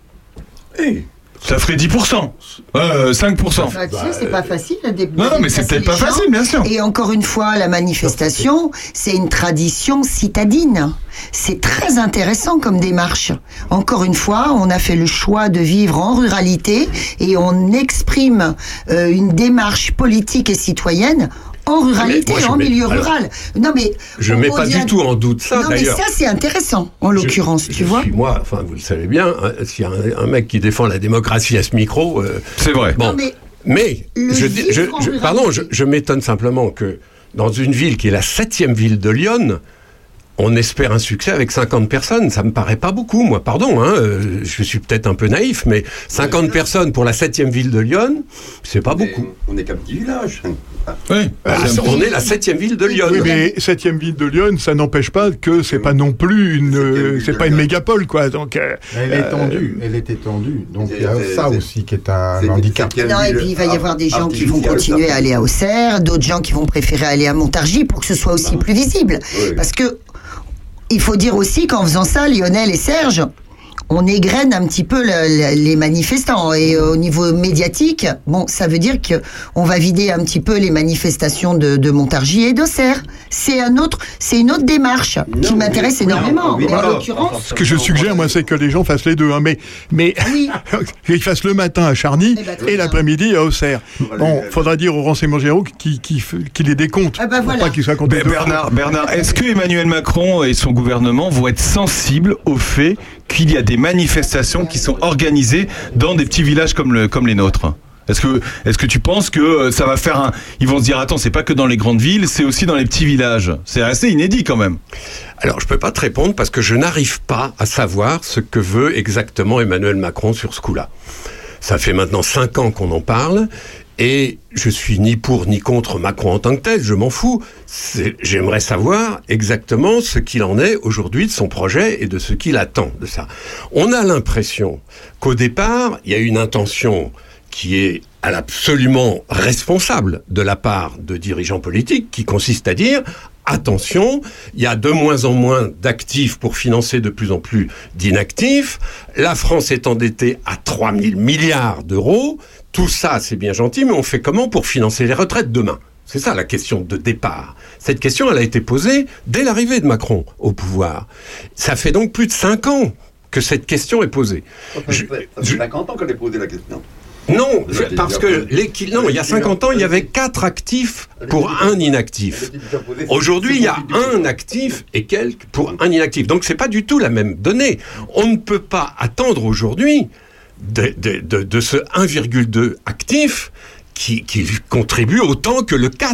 [SPEAKER 3] Et ça ferait dix pour cent. Euh, cinq pour cent.
[SPEAKER 1] Bah, tu sais, c'est pas facile. À dé-
[SPEAKER 3] non, non, mais c'est peut-être pas
[SPEAKER 1] gens.
[SPEAKER 3] facile, bien sûr.
[SPEAKER 1] Et encore une fois, la manifestation, c'est une tradition citadine. C'est très intéressant comme démarche. Encore une fois, on a fait le choix de vivre en ruralité et on exprime euh, une démarche politique et citoyenne en ruralité,
[SPEAKER 18] ah,
[SPEAKER 1] en
[SPEAKER 18] mets,
[SPEAKER 1] milieu
[SPEAKER 18] alors,
[SPEAKER 1] rural. Non mais
[SPEAKER 18] je mets pas du tout en doute ça.
[SPEAKER 1] Non
[SPEAKER 18] d'ailleurs.
[SPEAKER 1] mais ça c'est intéressant en l'occurrence,
[SPEAKER 18] je,
[SPEAKER 1] tu
[SPEAKER 18] je
[SPEAKER 1] vois.
[SPEAKER 18] Suis, moi, enfin vous le savez bien, hein, s'il y a un, un mec qui défend la démocratie à ce micro, euh,
[SPEAKER 3] c'est vrai.
[SPEAKER 18] Bon,
[SPEAKER 1] non, mais
[SPEAKER 18] mais je, je, je pardon, je, je m'étonne simplement que dans une ville qui est la septième ville de Lyon, on espère un succès avec cinquante personnes. Ça me paraît pas beaucoup, moi. Pardon, hein, euh, je suis peut-être un peu naïf, mais cinquante oui, personnes pour la septième ville de Lyon, c'est pas beaucoup.
[SPEAKER 19] On est qu'un petit village.
[SPEAKER 3] Oui.
[SPEAKER 18] Ah, on est la septième ville de Lyon.
[SPEAKER 20] Oui, mais septième ville de Lyon, ça n'empêche pas que c'est pas non plus une, euh, c'est pas une mégapole, quoi. Donc, euh,
[SPEAKER 4] elle est étendue, euh, elle est étendue. Donc il y a ça aussi qui est un handicap.
[SPEAKER 1] Non, et puis il va y avoir des gens qui vont continuer à aller à Auxerre, d'autres gens qui vont préférer aller à Montargis pour que ce soit aussi plus visible.
[SPEAKER 19] Oui.
[SPEAKER 1] Parce que il faut dire aussi qu'en faisant ça, Lionel et Serge, on égrène un petit peu le, le, les manifestants. Et au niveau médiatique, bon, ça veut dire que on va vider un petit peu les manifestations de, de Montargis et d'Auxerre. C'est un autre, c'est une autre démarche non, qui m'intéresse oui, énormément.
[SPEAKER 20] Oui, en l'occurrence, ce que je suggère, moi, c'est que les gens fassent les deux, hein, mais mais oui. qu'ils fassent le matin à Charny eh ben, et l'après-midi à Auxerre. Bon, faudra dire aux renseignements généraux qui qui qui les décomptent,
[SPEAKER 1] ah ben
[SPEAKER 20] pour
[SPEAKER 1] voilà.
[SPEAKER 20] pas qu'ils soient contents.
[SPEAKER 3] Ben, Bernard, Bernard, est-ce que Emmanuel Macron et son gouvernement vont être sensibles au fait qu'il y a des manifestations qui sont organisées dans des petits villages comme, le, comme les nôtres ? Est-ce que, est-ce que tu penses que ça va faire un... Ils vont se dire, attends, c'est pas que dans les grandes villes, c'est aussi dans les petits villages. C'est assez inédit quand même.
[SPEAKER 18] Alors, je peux pas te répondre parce que je n'arrive pas à savoir ce que veut exactement Emmanuel Macron sur ce coup-là. Ça fait maintenant cinq ans qu'on en parle. Et je suis ni pour ni contre Macron en tant que tel, je m'en fous. C'est, j'aimerais savoir exactement ce qu'il en est aujourd'hui de son projet et de ce qu'il attend de ça. On a l'impression qu'au départ, il y a une intention qui est absolument responsable de la part de dirigeants politiques, qui consiste à dire attention, il y a de moins en moins d'actifs pour financer de plus en plus d'inactifs. La France est endettée à trois mille milliards d'euros. Tout ça, c'est bien gentil, mais on fait comment pour financer les retraites demain ? C'est ça la question de départ. Cette question, elle a été posée dès l'arrivée de Macron au pouvoir. Ça fait donc plus de cinq ans que cette question est posée.
[SPEAKER 19] Ça fait, je, ça fait cinquante ans qu'elle est posée la question.
[SPEAKER 18] Non, je, parce que les, non, il y a cinquante ans, il y avait quatre actifs pour un inactif. Aujourd'hui, il y a un actif et quelques pour un inactif. Donc, c'est pas du tout la même donnée. On ne peut pas attendre aujourd'hui de, de, de, de ce un virgule deux actif qui, qui contribue autant que le quatre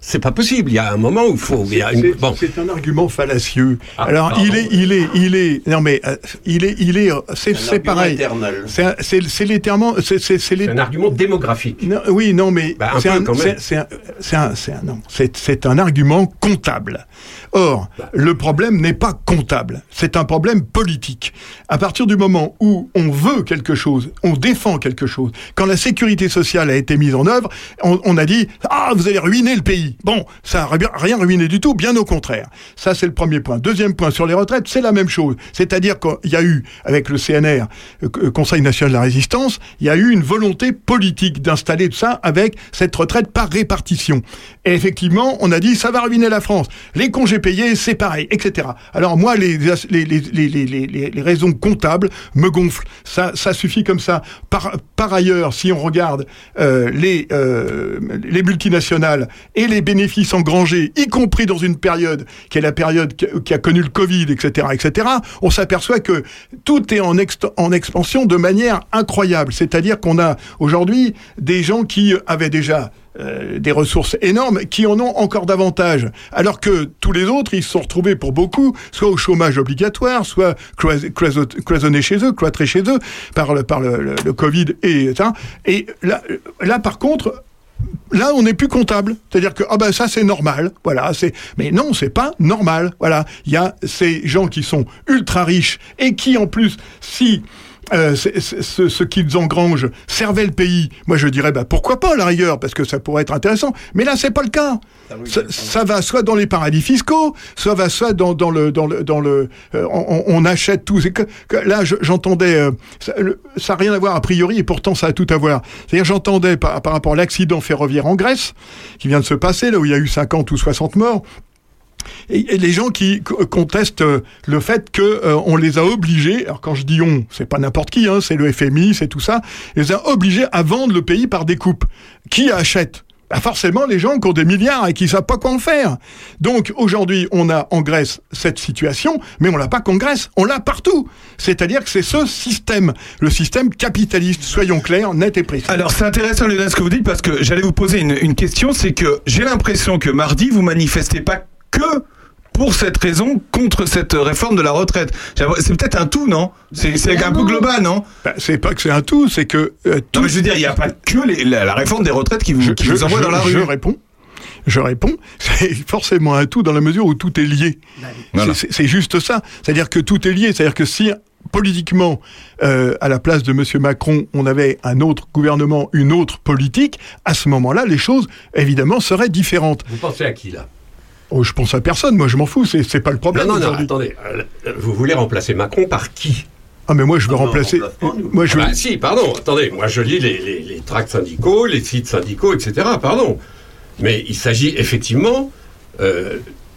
[SPEAKER 18] C'est pas possible. Il y a un moment où il faut. Il y a une...
[SPEAKER 20] C'est
[SPEAKER 18] bon.
[SPEAKER 20] c'est un argument fallacieux.
[SPEAKER 18] Ah,
[SPEAKER 20] Alors
[SPEAKER 18] pardon.
[SPEAKER 20] il est, il est, il est. Non mais euh, il est, il est. C'est, c'est
[SPEAKER 18] argument
[SPEAKER 20] pareil.
[SPEAKER 18] éternel.
[SPEAKER 20] C'est, un- c'est, c'est l'éternellement. C'est, c'est, c'est, les-
[SPEAKER 18] C'est un argument démographique.
[SPEAKER 20] Non, oui, non, mais
[SPEAKER 18] Bah, un
[SPEAKER 20] c'est,
[SPEAKER 18] peu,
[SPEAKER 20] un,
[SPEAKER 18] quand même.
[SPEAKER 20] c'est, c'est un, c'est un, c'est un- non, c'est, c'est un argument comptable. Or,
[SPEAKER 18] Bah.
[SPEAKER 20] le problème n'est pas comptable, c'est un problème politique. À partir du moment où on veut quelque chose, on défend quelque chose, quand la sécurité sociale a été mise en œuvre, on, on a dit « Ah, vous allez ruiner le pays !» Bon, ça n'a rien ruiné du tout, bien au contraire. Ça, c'est le premier point. Deuxième point, sur les retraites, c'est la même chose. C'est-à-dire qu'il y a eu, avec le C N R, euh, Conseil national de la résistance, il y a eu une volonté politique d'installer tout ça avec cette retraite par répartition. Et effectivement, on a dit, ça va ruiner la France. Les congés payés, c'est pareil, et cetera. Alors moi, les, les, les, les, les, les, les raisons comptables me gonflent. Ça, ça suffit comme ça. Par, par ailleurs, si on regarde euh, les, euh, les multinationales et les bénéfices engrangés, y compris dans une période qui est la période qui a, qui a connu le Covid, et cetera, et cetera, on s'aperçoit que tout est en, ex, en expansion de manière incroyable. C'est-à-dire qu'on a aujourd'hui des gens qui avaient déjà Euh, des ressources énormes, qui en ont encore davantage. Alors que tous les autres, ils se sont retrouvés pour beaucoup, soit au chômage obligatoire, soit clois- cloisot- cloisonnés chez eux, cloîtrés chez eux, par le, par le, le, le Covid et ça. Et là, là, par contre, là, on n'est plus comptable. C'est-à-dire que, ah ben, ça, c'est normal. Voilà, c'est, mais non, c'est pas normal. Voilà. Il y a ces gens qui sont ultra riches et qui, en plus, si, Euh, c'est, c'est, ce, ce qu'ils engrangent servait le pays, moi je dirais bah, pourquoi pas à la rigueur, parce que ça pourrait être intéressant, mais là c'est pas le cas. Ça, ça va soit dans les paradis fiscaux, soit va soit dans, dans le dans le dans le euh, on, on achète tout. C'est que, que là je, j'entendais euh, ça, le, ça a rien à voir a priori et pourtant ça a tout à voir. C'est-à-dire j'entendais par, par rapport à l'accident ferroviaire en Grèce qui vient de se passer, là où il y a eu cinquante ou soixante morts. Et, et les gens qui c- contestent euh, le fait que euh, on les a obligés, alors quand je dis on, c'est pas n'importe qui, hein, c'est le F M I, c'est tout ça, les a obligés à vendre le pays par découpe. Qui achète ? Bah forcément les gens qui ont des milliards et qui savent pas quoi en faire. Donc aujourd'hui, on a en Grèce cette situation, mais on l'a pas qu'en Grèce, on l'a partout. C'est-à-dire que c'est ce système, le système capitaliste, soyons clairs, net et précis.
[SPEAKER 3] Alors c'est intéressant Lionel ce que vous dites parce que j'allais vous poser une, une question, c'est que j'ai l'impression que mardi vous manifestez pas que pour cette raison contre cette réforme de la retraite. C'est peut-être un tout, non ? C'est, c'est un peu global, non ?
[SPEAKER 20] Bah, c'est pas que c'est un tout, c'est que euh, tout.
[SPEAKER 3] Non, mais je veux dire, il n'y a pas que les, la, la réforme des retraites qui vous,
[SPEAKER 20] je,
[SPEAKER 3] qui
[SPEAKER 20] je,
[SPEAKER 3] vous envoie
[SPEAKER 20] je,
[SPEAKER 3] dans la rue.
[SPEAKER 20] Je réponds. Je réponds, c'est forcément un tout dans la mesure où tout est lié.
[SPEAKER 3] Voilà.
[SPEAKER 20] C'est, c'est juste ça. C'est-à-dire que tout est lié. C'est-à-dire que si politiquement, euh, à la place de M. Macron, on avait un autre gouvernement, une autre politique, à ce moment-là, les choses, évidemment, seraient différentes.
[SPEAKER 18] Vous pensez à qui, là ?
[SPEAKER 20] Oh, je pense à personne, moi je m'en fous, c'est, c'est pas le problème.
[SPEAKER 18] Non, non, non,
[SPEAKER 20] aujourd'hui.
[SPEAKER 18] attendez. Euh, Vous voulez remplacer Macron par qui ?
[SPEAKER 20] Ah, mais moi je veux remplacer. Moi, je
[SPEAKER 18] Ah
[SPEAKER 20] veux...
[SPEAKER 18] bah, si, pardon, attendez, moi je lis les, les, les tracts syndicaux, les sites syndicaux, et cetera, pardon. Mais il s'agit effectivement, euh,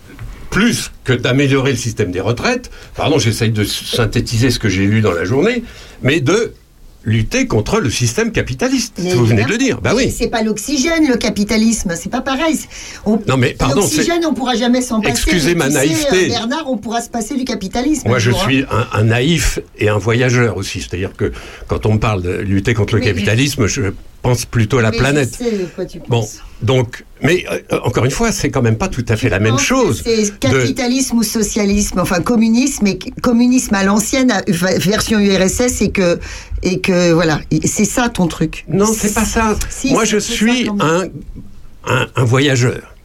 [SPEAKER 18] plus que d'améliorer le système des retraites, pardon, j'essaye de synthétiser ce que j'ai lu dans la journée, mais de lutter contre le système capitaliste.
[SPEAKER 1] Mais
[SPEAKER 18] vous venez de
[SPEAKER 1] évidemment.
[SPEAKER 18] le dire, bah oui.
[SPEAKER 1] C'est pas l'oxygène, le capitalisme, c'est pas pareil. On,
[SPEAKER 18] Non, mais pardon,
[SPEAKER 1] l'oxygène,
[SPEAKER 18] c'est-
[SPEAKER 1] on pourra jamais s'en passer.
[SPEAKER 18] Excusez
[SPEAKER 1] mais
[SPEAKER 18] ma
[SPEAKER 1] tu sais,
[SPEAKER 18] naïveté.
[SPEAKER 1] euh, Bernard, on pourra se passer du capitalisme.
[SPEAKER 18] Moi,
[SPEAKER 1] un
[SPEAKER 18] je
[SPEAKER 1] jour, hein.
[SPEAKER 18] suis un, un naïf et un voyageur aussi. C'est-à-dire que quand on me parle de lutter contre le
[SPEAKER 1] Mais-
[SPEAKER 18] capitalisme, je pense plutôt à la
[SPEAKER 1] Mais
[SPEAKER 18] planète.
[SPEAKER 1] je sais de quoi tu penses.
[SPEAKER 18] Bon, donc, mais euh, encore une fois, c'est quand même pas tout à fait la même
[SPEAKER 1] pense
[SPEAKER 18] chose.
[SPEAKER 1] que C'est
[SPEAKER 18] de-
[SPEAKER 1] capitalisme ou socialisme, enfin communisme, et communisme à l'ancienne à- version U R S S, et que, et que voilà, c'est ça ton truc.
[SPEAKER 18] Non, c'est pas ça.
[SPEAKER 1] Si,
[SPEAKER 18] Moi,
[SPEAKER 1] c'est
[SPEAKER 18] je
[SPEAKER 1] un peu ça,
[SPEAKER 18] suis
[SPEAKER 1] quand
[SPEAKER 18] un,
[SPEAKER 1] même.
[SPEAKER 18] un, un voyageur.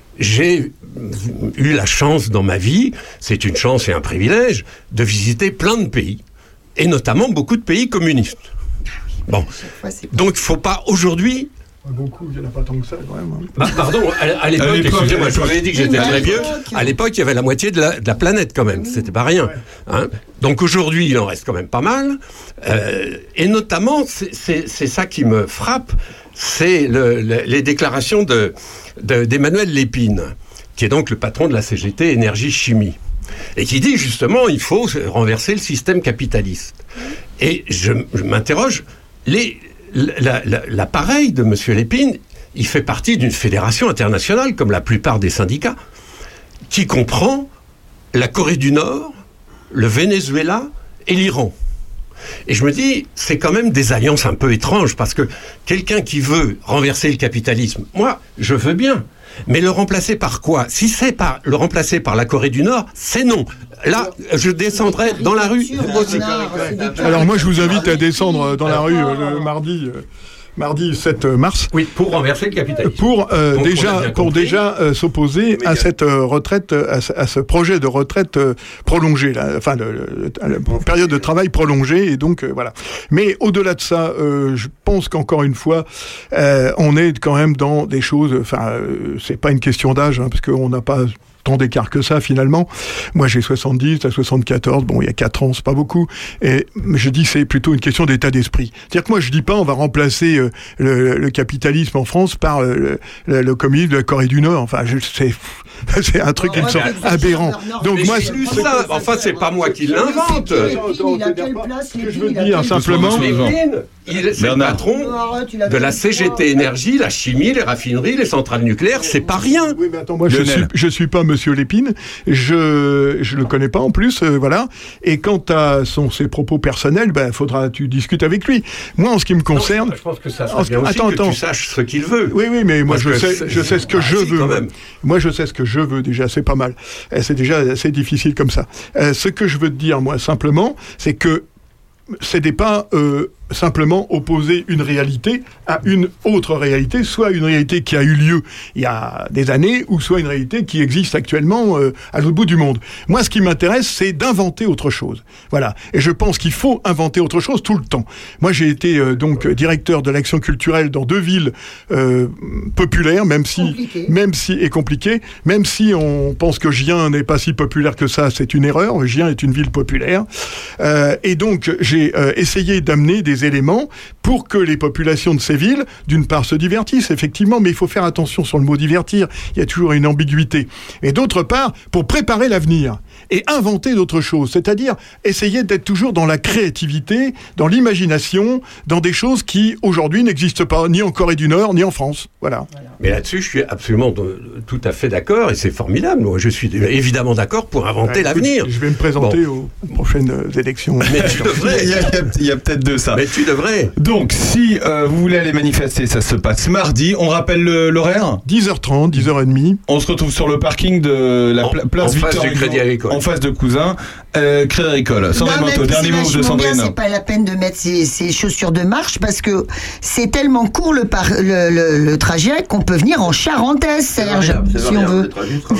[SPEAKER 18] J'ai eu la chance dans ma vie, c'est une chance et un privilège, de visiter plein de pays, et notamment beaucoup de pays communistes. Bon, donc il ne faut pas aujourd'hui...
[SPEAKER 20] Beaucoup, il n'y en a pas tant que ça, quand même. hein.
[SPEAKER 18] Bah, pardon, à, à l'époque,
[SPEAKER 3] À l'époque,
[SPEAKER 18] excusez-moi,
[SPEAKER 3] à
[SPEAKER 18] je vous avais dit que j'étais
[SPEAKER 1] À
[SPEAKER 18] très vieux.
[SPEAKER 1] l'époque.
[SPEAKER 18] À l'époque, il y avait la moitié de la, de la planète quand même. C'était pas rien. Hein. Donc aujourd'hui, il en reste quand même pas mal. Euh, et notamment, c'est, c'est, c'est ça qui me frappe, c'est le, le, les déclarations de, de, d'Emmanuel Lépine, qui est donc le patron de la C G T Énergie Chimie, et qui dit justement il faut renverser le système capitaliste. Et je, je m'interroge, les, la, la, l'appareil de M. Lépine, il fait partie d'une fédération internationale, comme la plupart des syndicats, qui comprend la Corée du Nord, le Venezuela et l'Iran. Et je me dis, c'est quand même des alliances un peu étranges, parce que quelqu'un qui veut renverser le capitalisme, moi, je veux bien. Mais le remplacer par quoi? Si c'est par le remplacer par la Corée du Nord, c'est non. Là, je descendrai dans la rue.
[SPEAKER 20] Alors moi, je vous invite à descendre dans la rue euh, le mardi. Euh, Mardi sept mars.
[SPEAKER 18] Oui, pour renverser le capitalisme.
[SPEAKER 20] Pour euh,
[SPEAKER 18] Donc,
[SPEAKER 20] déjà, pour déjà euh, s'opposer à cette euh, retraite, à, ce- à ce projet de retraite euh, prolongée, là, enfin, le, le- le- la période de travail prolongée, et donc euh, voilà. Mais au-delà de ça, euh, je pense qu'encore une fois, euh, on est quand même dans des choses. Enfin, euh, c'est pas une question d'âge, hein, parce qu'on n'a pas tant d'écart que ça finalement. Moi j'ai soixante-dix, t'as soixante-quatorze, bon il y a quatre ans, c'est pas beaucoup. Et je dis c'est plutôt une question d'état d'esprit. C'est-à-dire que moi je dis pas on va remplacer euh, le, le capitalisme en France par euh, le, le, le communisme de la Corée du Nord. Enfin je, c'est, c'est un truc qui me semble aberrant. Donc
[SPEAKER 18] Mais
[SPEAKER 20] moi
[SPEAKER 18] j'ai lu ça. Enfin, c'est pas moi qui l'invente.
[SPEAKER 20] Ce que je veux dire simplement.
[SPEAKER 18] Lépine, il- c'est le patron de la C G T Énergie, la chimie, les raffineries, les centrales nucléaires, c'est pas rien.
[SPEAKER 20] Oui, mais attends, moi je suis, je suis pas Monsieur Lépine, je je le connais pas en plus, euh, voilà. Et quant à son ses propos personnels, ben faudra tu discutes avec lui. Moi, en ce qui me concerne,
[SPEAKER 18] Non, je pense que ça
[SPEAKER 20] en
[SPEAKER 18] serait
[SPEAKER 20] ce-
[SPEAKER 18] bien aussi
[SPEAKER 20] attends,
[SPEAKER 18] que
[SPEAKER 20] attends.
[SPEAKER 18] tu saches ce qu'il veut.
[SPEAKER 20] Oui, oui, mais moi
[SPEAKER 18] Parce
[SPEAKER 20] je
[SPEAKER 18] que
[SPEAKER 20] sais,
[SPEAKER 18] c'est-
[SPEAKER 20] je sais ce que
[SPEAKER 18] Ah,
[SPEAKER 20] je
[SPEAKER 18] si,
[SPEAKER 20] veux.
[SPEAKER 18] quand même.
[SPEAKER 20] Moi, je sais ce que je veux déjà, c'est pas mal. Euh, C'est déjà assez difficile comme ça. Euh, ce que je veux te dire, moi, simplement, c'est que ce n'est pas euh, simplement opposer une réalité à une autre réalité, soit une réalité qui a eu lieu il y a des années, ou soit une réalité qui existe actuellement euh, à l'autre bout du monde. Moi, ce qui m'intéresse, c'est d'inventer autre chose. Voilà. Et je pense qu'il faut inventer autre chose tout le temps. Moi, j'ai été euh, donc directeur de l'action culturelle dans deux villes euh, populaires, même si,
[SPEAKER 1] Compliqué.
[SPEAKER 20] même si, et compliqué, même si on pense que Gien n'est pas si populaire que ça, c'est une erreur. Gien est une ville populaire. Euh, et donc, j'ai euh, essayé d'amener des éléments pour que les populations de ces villes, d'une part, se divertissent, effectivement, mais il faut faire attention sur le mot divertir. Il y a toujours une ambiguïté. Et d'autre part, pour préparer l'avenir et inventer d'autres choses, c'est-à-dire essayer d'être toujours dans la créativité, dans l'imagination, dans des choses qui, aujourd'hui, n'existent pas, ni en Corée du Nord, ni en France. Voilà.
[SPEAKER 18] Mais là-dessus, je suis absolument de- tout à fait d'accord, et c'est formidable. Moi, je suis évidemment d'accord pour inventer
[SPEAKER 20] Ouais,
[SPEAKER 18] l'avenir.
[SPEAKER 20] écoute, Je vais me présenter
[SPEAKER 18] Bon.
[SPEAKER 20] aux prochaines euh, élections.
[SPEAKER 18] Mais tu devrais.
[SPEAKER 3] Il y a, il y a- il y a peut-être de ça.
[SPEAKER 18] Mais tu devrais.
[SPEAKER 3] Donc, si euh, vous voulez aller manifester, ça se passe mardi. On rappelle le- l'horaire
[SPEAKER 20] dix heures trente, dix heures trente.
[SPEAKER 3] On se retrouve sur le parking de la pla- place
[SPEAKER 18] en face
[SPEAKER 3] Victor
[SPEAKER 18] du
[SPEAKER 3] Hugo,
[SPEAKER 18] Crédit Agricole.
[SPEAKER 3] En face de Cousin. Euh, Crédit Agricole. Sans
[SPEAKER 1] Non,
[SPEAKER 3] les
[SPEAKER 1] mais
[SPEAKER 3] manteaux.
[SPEAKER 1] puis
[SPEAKER 3] Dernier
[SPEAKER 1] c'est
[SPEAKER 3] mot de
[SPEAKER 1] vachement bien,
[SPEAKER 3] Sandrine.
[SPEAKER 1] c'est pas la peine de mettre ses, ses chaussures de marche parce que c'est tellement court le, par- le, le- le trajet qu'on peut venir en charentaise, Serge, si on veut.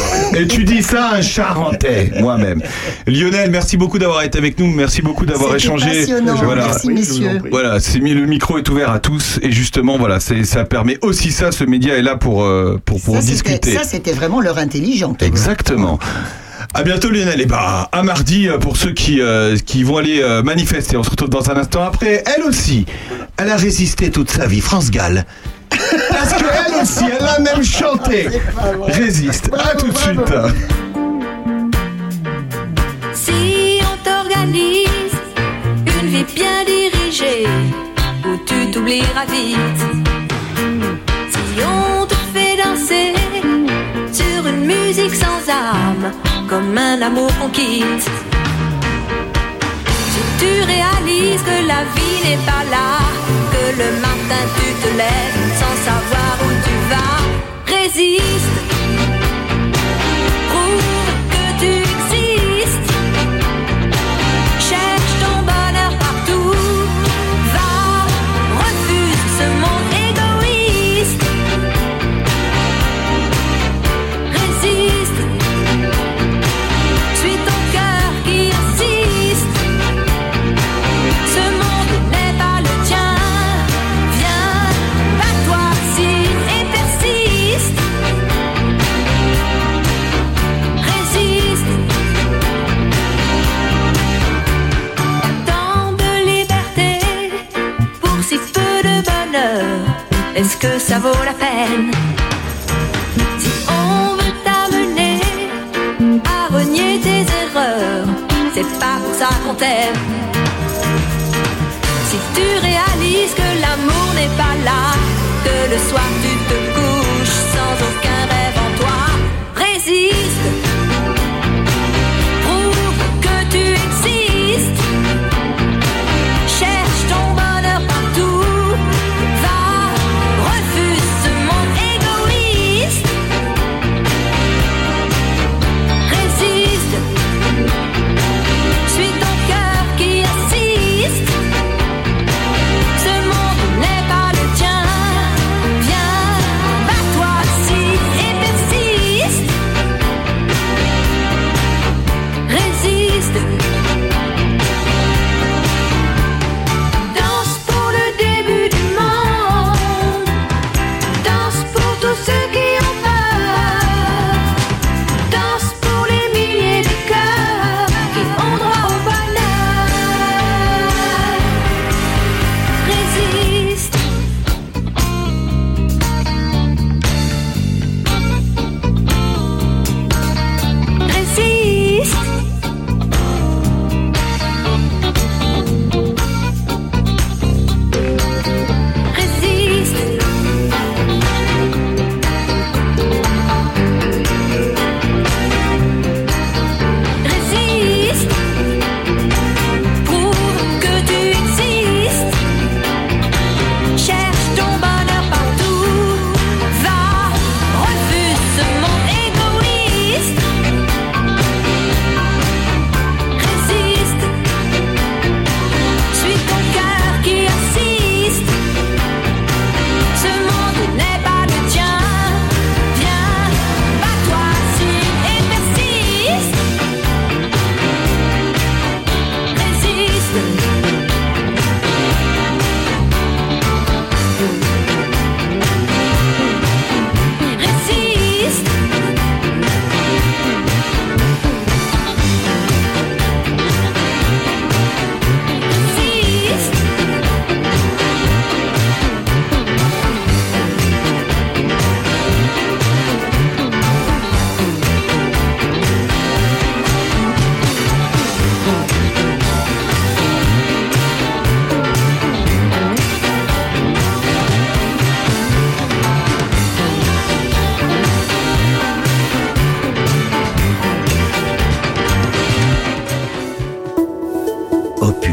[SPEAKER 3] Et tu dis ça, un Charentais, moi-même. Lionel, merci beaucoup d'avoir été avec nous. Merci beaucoup d'avoir
[SPEAKER 1] C'était
[SPEAKER 3] échangé.
[SPEAKER 1] passionnant.
[SPEAKER 3] Voilà.
[SPEAKER 1] Merci, messieurs.
[SPEAKER 3] Voilà, c'est mis, le micro est ouvert à tous et justement, voilà, c'est, ça permet aussi ça. Ce média est là pour euh, pour, pour
[SPEAKER 1] Ça, c'était-
[SPEAKER 3] discuter.
[SPEAKER 1] Ça, c'était vraiment l'heure intelligente.
[SPEAKER 3] Exactement. À bientôt Lionel, et bah à mardi euh, pour ceux qui, euh, qui vont aller euh, manifester. On se retrouve dans un instant après. Elle aussi, elle a résisté toute sa vie, France Gall. Parce qu'elle aussi, elle a même chanté. Résiste. À tout de suite.
[SPEAKER 21] Si on t'organise une vie bien dirigée, où tu t'oublieras vite. Si on te fait danser sur une musique sans âme, comme un amour qu'on quitte. Si tu réalises que la vie n'est pas là, que le matin tu te lèves sans savoir où tu vas, résiste. Prouve que tu existes. Cherche ton bonheur partout. Va, refuse ce monde égoïste. Résiste. Suis ton cœur qui insiste. Ce monde n'est pas le tien. Viens, bats-toi, signe et persiste. Résiste. Tant de liberté pour si peu de bonheur. Est-ce que ça vaut la peine? Si on veut t'amener à renier tes erreurs, c'est pas pour ça qu'on t'aime. Si tu réalises que l'amour n'est pas là, que le soir tu te couches sans aucun rêve en toi, résiste. Prouve que tu existes. Cherche ton bonheur partout. Va, refuse ce monde égoïste.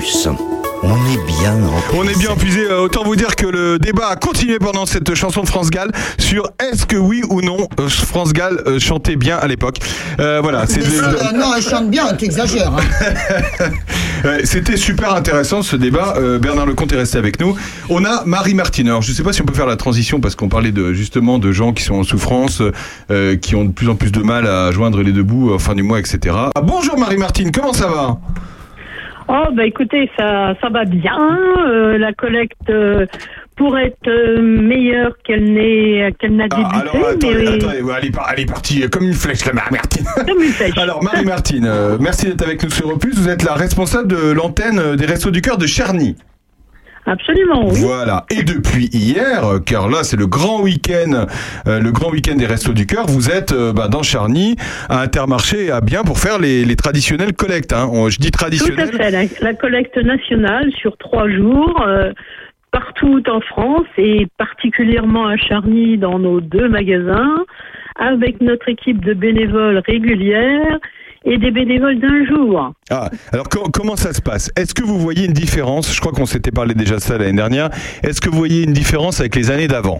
[SPEAKER 7] plus. On est bien empuisé.
[SPEAKER 3] On est bien épuisé. Euh, autant vous dire que le débat a continué pendant cette chanson de France Gall sur est-ce que oui ou non euh, France Gall euh, chantait bien à l'époque. Euh, voilà. C'est
[SPEAKER 1] Mais euh, non, elle chante bien, t'exagères. Hein.
[SPEAKER 3] euh, C'était super intéressant ce débat. Euh, Bernard Lecomte est resté avec nous. On a Marie Martine. Alors je ne sais pas si on peut faire la transition parce qu'on parlait de justement de gens qui sont en souffrance, euh, qui ont de plus en plus de mal à joindre les deux bouts euh, fin du mois, et cetera. Ah, bonjour Marie Martine, comment ça va?
[SPEAKER 2] Oh, bah écoutez, ça, ça va bien. Euh, la collecte euh, pourrait être euh, meilleure qu'elle n'est, qu'elle n'a débuté.
[SPEAKER 3] Ah, alors, attendez,
[SPEAKER 2] mais...
[SPEAKER 3] attendez, ouais, elle, est par, elle est partie comme une flèche, la Marie Martine.
[SPEAKER 2] Comme une flèche.
[SPEAKER 3] Alors, Marie Martine, euh, merci d'être avec nous sur Opus. Vous êtes la responsable de l'antenne des Restos du Cœur de Charny.
[SPEAKER 2] Absolument, oui.
[SPEAKER 3] Voilà. Et depuis hier, car là c'est le grand week-end, euh, le grand week-end des Restos du Cœur, vous êtes euh, bah, dans Charny, à Intermarché, à Bien pour faire les, les traditionnelles collectes. Hein. On, je dis traditionnelles.
[SPEAKER 2] Tout à fait. La, la collecte nationale sur trois jours, euh, partout en France et particulièrement à Charny dans nos deux magasins, avec notre équipe de bénévoles régulière et des bénévoles d'un jour.
[SPEAKER 3] Ah, alors co- comment ça se passe? Est-ce que vous voyez une différence? Je crois qu'on s'était parlé déjà de ça l'année dernière. Est-ce que vous voyez une différence avec les années d'avant?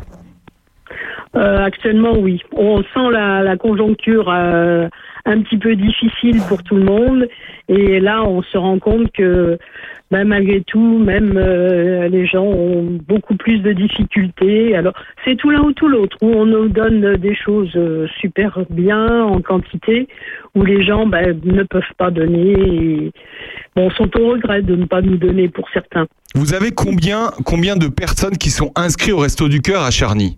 [SPEAKER 2] Euh, actuellement, oui. On sent la, la conjoncture euh, un petit peu difficile pour tout le monde. Et là, on se rend compte que bah, malgré tout, même euh, les gens ont beaucoup plus de difficultés. Alors, c'est tout l'un ou tout l'autre, où on nous donne des choses euh, super bien en quantité, où les gens bah, ne peuvent pas donner et bon, sont au regret de ne pas nous donner pour certains.
[SPEAKER 3] Vous avez combien, combien de personnes qui sont inscrites au Resto du Cœur à Charny?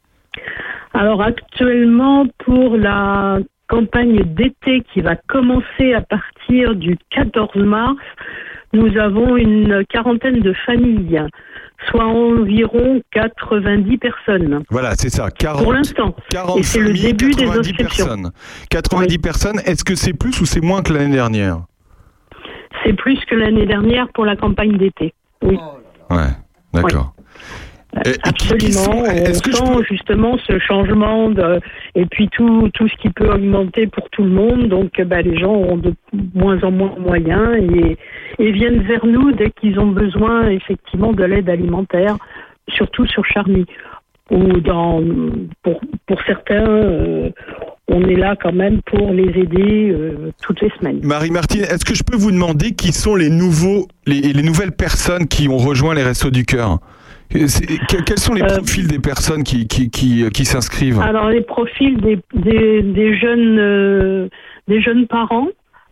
[SPEAKER 2] Alors actuellement, pour la campagne d'été qui va commencer à partir du quatorze mars, nous avons une quarantaine de familles, soit environ quatre-vingt-dix personnes.
[SPEAKER 3] Voilà, c'est ça. quarante,
[SPEAKER 2] pour l'instant.
[SPEAKER 3] quarante
[SPEAKER 2] Et c'est le
[SPEAKER 3] familles,
[SPEAKER 2] début des
[SPEAKER 3] quatre-vingt-dix
[SPEAKER 2] inscriptions.
[SPEAKER 3] personnes. quatre-vingt-dix oui. personnes, est-ce que c'est plus ou c'est moins que l'année dernière?
[SPEAKER 2] C'est plus que l'année dernière pour la campagne d'été, oui.
[SPEAKER 3] Ouais, d'accord.
[SPEAKER 2] Ouais. Et, Absolument, et est-ce on que sent peux... justement ce changement de, et puis tout, tout ce qui peut augmenter pour tout le monde, donc bah, les gens ont de moins en moins moyens et, et viennent vers nous dès qu'ils ont besoin effectivement de l'aide alimentaire, surtout sur Charny, ou dans, pour, pour certains, euh, on est là quand même pour les aider euh, toutes les semaines.
[SPEAKER 3] Marie-Martine, est-ce que je peux vous demander qui sont les nouveaux, les, les nouvelles personnes qui ont rejoint les Restos du Cœur? C'est, quels sont les profils euh, des personnes qui, qui, qui, qui s'inscrivent?
[SPEAKER 2] Alors les profils des, des, des, jeunes, euh, des jeunes parents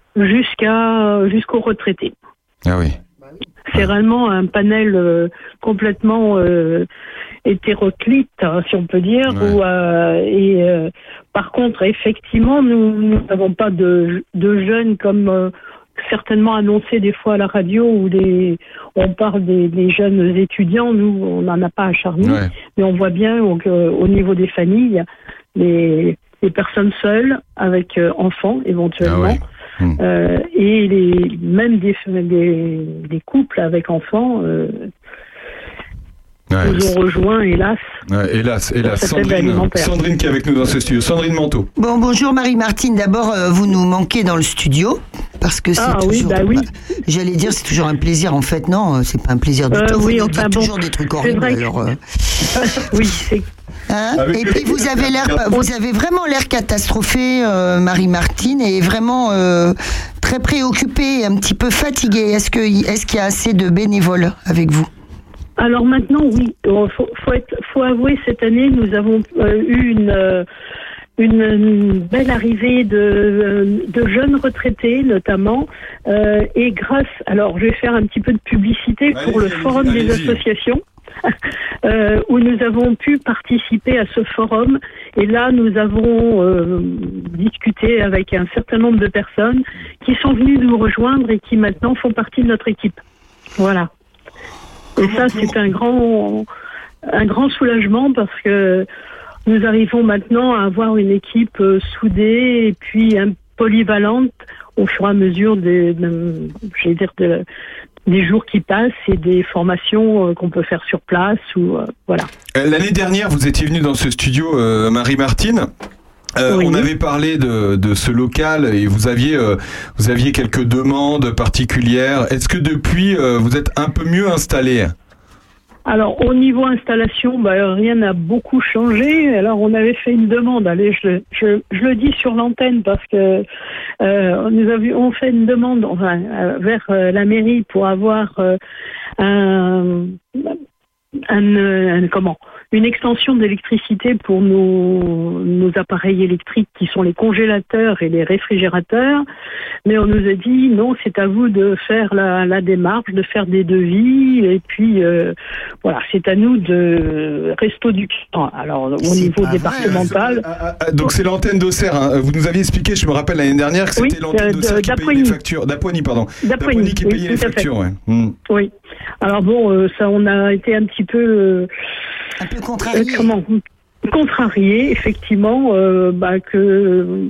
[SPEAKER 2] jusqu'à, jusqu'aux retraités.
[SPEAKER 3] Ah oui.
[SPEAKER 2] C'est vraiment un panel euh, complètement euh, hétéroclite, hein, si on peut dire. Ouais. Où, euh, et, euh, par contre, effectivement, nous n'avons pas de, de jeunes comme... Euh, certainement annoncé des fois à la radio où les, on parle des, des jeunes étudiants, nous on n'en a pas à Charny, ouais. mais on voit bien au, au niveau des familles, les, les personnes seules avec euh, enfants éventuellement, ah ouais. mmh. euh, et les, même des, des, des couples avec enfants euh, ouais, nous ont rejoint, hélas.
[SPEAKER 3] Ouais, hélas, hélas. Sandrine, Sandrine qui est avec nous dans ce studio. Sandrine Manteau.
[SPEAKER 1] Bon, bonjour Marie-Martine. D'abord, euh, vous nous manquez dans le studio. Parce que c'est
[SPEAKER 2] ah,
[SPEAKER 1] toujours,
[SPEAKER 2] oui, bah oui.
[SPEAKER 1] J'allais dire, c'est toujours un plaisir. En fait, non, c'est pas un plaisir du
[SPEAKER 2] euh,
[SPEAKER 1] tout.
[SPEAKER 2] Oui,
[SPEAKER 1] vous
[SPEAKER 2] enfin,
[SPEAKER 1] dites
[SPEAKER 2] bon,
[SPEAKER 1] toujours des trucs horribles. Alors, euh...
[SPEAKER 2] oui, c'est...
[SPEAKER 1] Hein et puis vous avez l'air, vous avez vraiment l'air catastrophée, euh, Marie-Martine, et vraiment euh, très préoccupée, un petit peu fatiguée. Est-ce que, est-ce qu'il y a assez de bénévoles avec vous?
[SPEAKER 2] Alors maintenant, oui. Il faut, faut, être, faut avouer, cette année, nous avons euh, eu une... Euh, Une, une belle arrivée de, de jeunes retraités, notamment, euh, et grâce, alors je vais faire un petit peu de publicité pour allez, le allez, forum allez, des allez, associations, euh, où nous avons pu participer à ce forum, et là nous avons euh, discuté avec un certain nombre de personnes qui sont venues nous rejoindre et qui maintenant font partie de notre équipe. Voilà. Et ça, c'est un grand, un grand soulagement parce que nous arrivons maintenant à avoir une équipe euh, soudée et puis un, polyvalente au fur et à mesure des, de, j'allais dire de, des jours qui passent et des formations euh, qu'on peut faire sur place ou euh, voilà.
[SPEAKER 3] L'année dernière, vous étiez venue dans ce studio, euh, Marie-Martine. Euh,
[SPEAKER 2] Oui.
[SPEAKER 3] On avait parlé de, de ce local et vous aviez, euh, vous aviez quelques demandes particulières. Est-ce que depuis, euh, vous êtes un peu mieux installé?
[SPEAKER 2] Alors, au niveau installation, bah, rien n'a beaucoup changé. Alors, on avait fait une demande. Allez, je, le- je, je le dis sur l'antenne parce que euh, nous avions fait une demande enfin, euh, vers euh, la mairie pour avoir euh, un, un, un- comment une extension d'électricité pour nos, nos appareils électriques qui sont les congélateurs et les réfrigérateurs. Mais on nous a dit non, c'est à vous de faire la, la démarche, de faire des devis. Et puis, euh, voilà, c'est à nous de Resto du Cœur. Alors, au niveau départemental.
[SPEAKER 3] Ah, donc c'est l'antenne d'Auxerre. Hein. Vous nous aviez expliqué, je me rappelle l'année dernière, que c'était
[SPEAKER 2] Oui,
[SPEAKER 3] l'antenne
[SPEAKER 2] euh,
[SPEAKER 3] d'Auxerre
[SPEAKER 2] de-
[SPEAKER 3] qui payait
[SPEAKER 2] d'Apoigny.
[SPEAKER 3] les factures. D'Apoigny, pardon.
[SPEAKER 2] D'Apoigny,
[SPEAKER 3] qui
[SPEAKER 2] oui,
[SPEAKER 3] payait les
[SPEAKER 2] tout à fait.
[SPEAKER 3] factures, ouais. Hmm.
[SPEAKER 2] Oui. Alors bon, euh, ça, on a été un petit peu. Euh,
[SPEAKER 1] un peu contrarié.
[SPEAKER 2] comment Contrarié, effectivement, euh, bah, que. euh,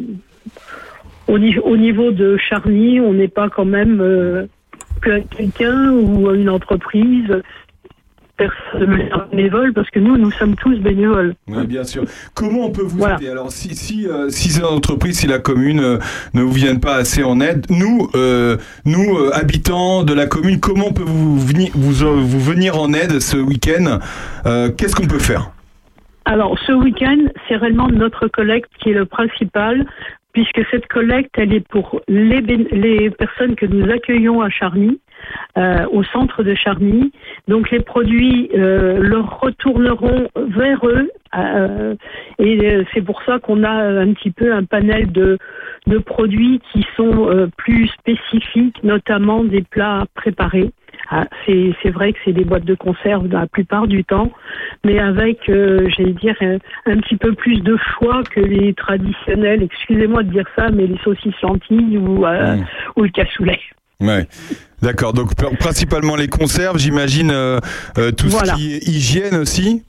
[SPEAKER 2] au, ni- au niveau de Charny, on n'est pas quand même euh, que quelqu'un ou une entreprise. Personne ne bénévole parce que nous, nous sommes tous bénévoles.
[SPEAKER 3] Oui, bien sûr. Comment on peut vous
[SPEAKER 2] Voilà.
[SPEAKER 3] aider? Alors, si si euh, si ces entreprises, si la commune euh, ne vous viennent pas assez en aide, nous euh, nous euh, habitants de la commune, comment on peut vous venir vous euh, vous venir en aide ce week-end? Euh, Qu'est-ce qu'on peut faire?
[SPEAKER 2] Alors, ce week-end, c'est réellement notre collecte qui est le principal, puisque cette collecte, elle est pour les, bé- les personnes que nous accueillons à Charny, euh, au centre de Charny. Donc, les produits euh, leur retourneront vers eux. euh, et euh, c'est pour ça qu'on a un petit peu un panel de, de produits qui sont euh, plus spécifiques, notamment des plats préparés. Ah, c'est, c'est vrai que c'est des boîtes de conserve dans la plupart du temps, mais avec, euh, j'allais dire, un, un petit peu plus de choix que les traditionnels, excusez-moi de dire ça, mais les saucisses lentilles ou, euh,
[SPEAKER 3] Mmh.
[SPEAKER 2] ou le cassoulet.
[SPEAKER 3] Ouais. D'accord. Donc pr- principalement les conserves, j'imagine euh, euh, tout
[SPEAKER 2] Voilà.
[SPEAKER 3] ce qui est hygiène aussi.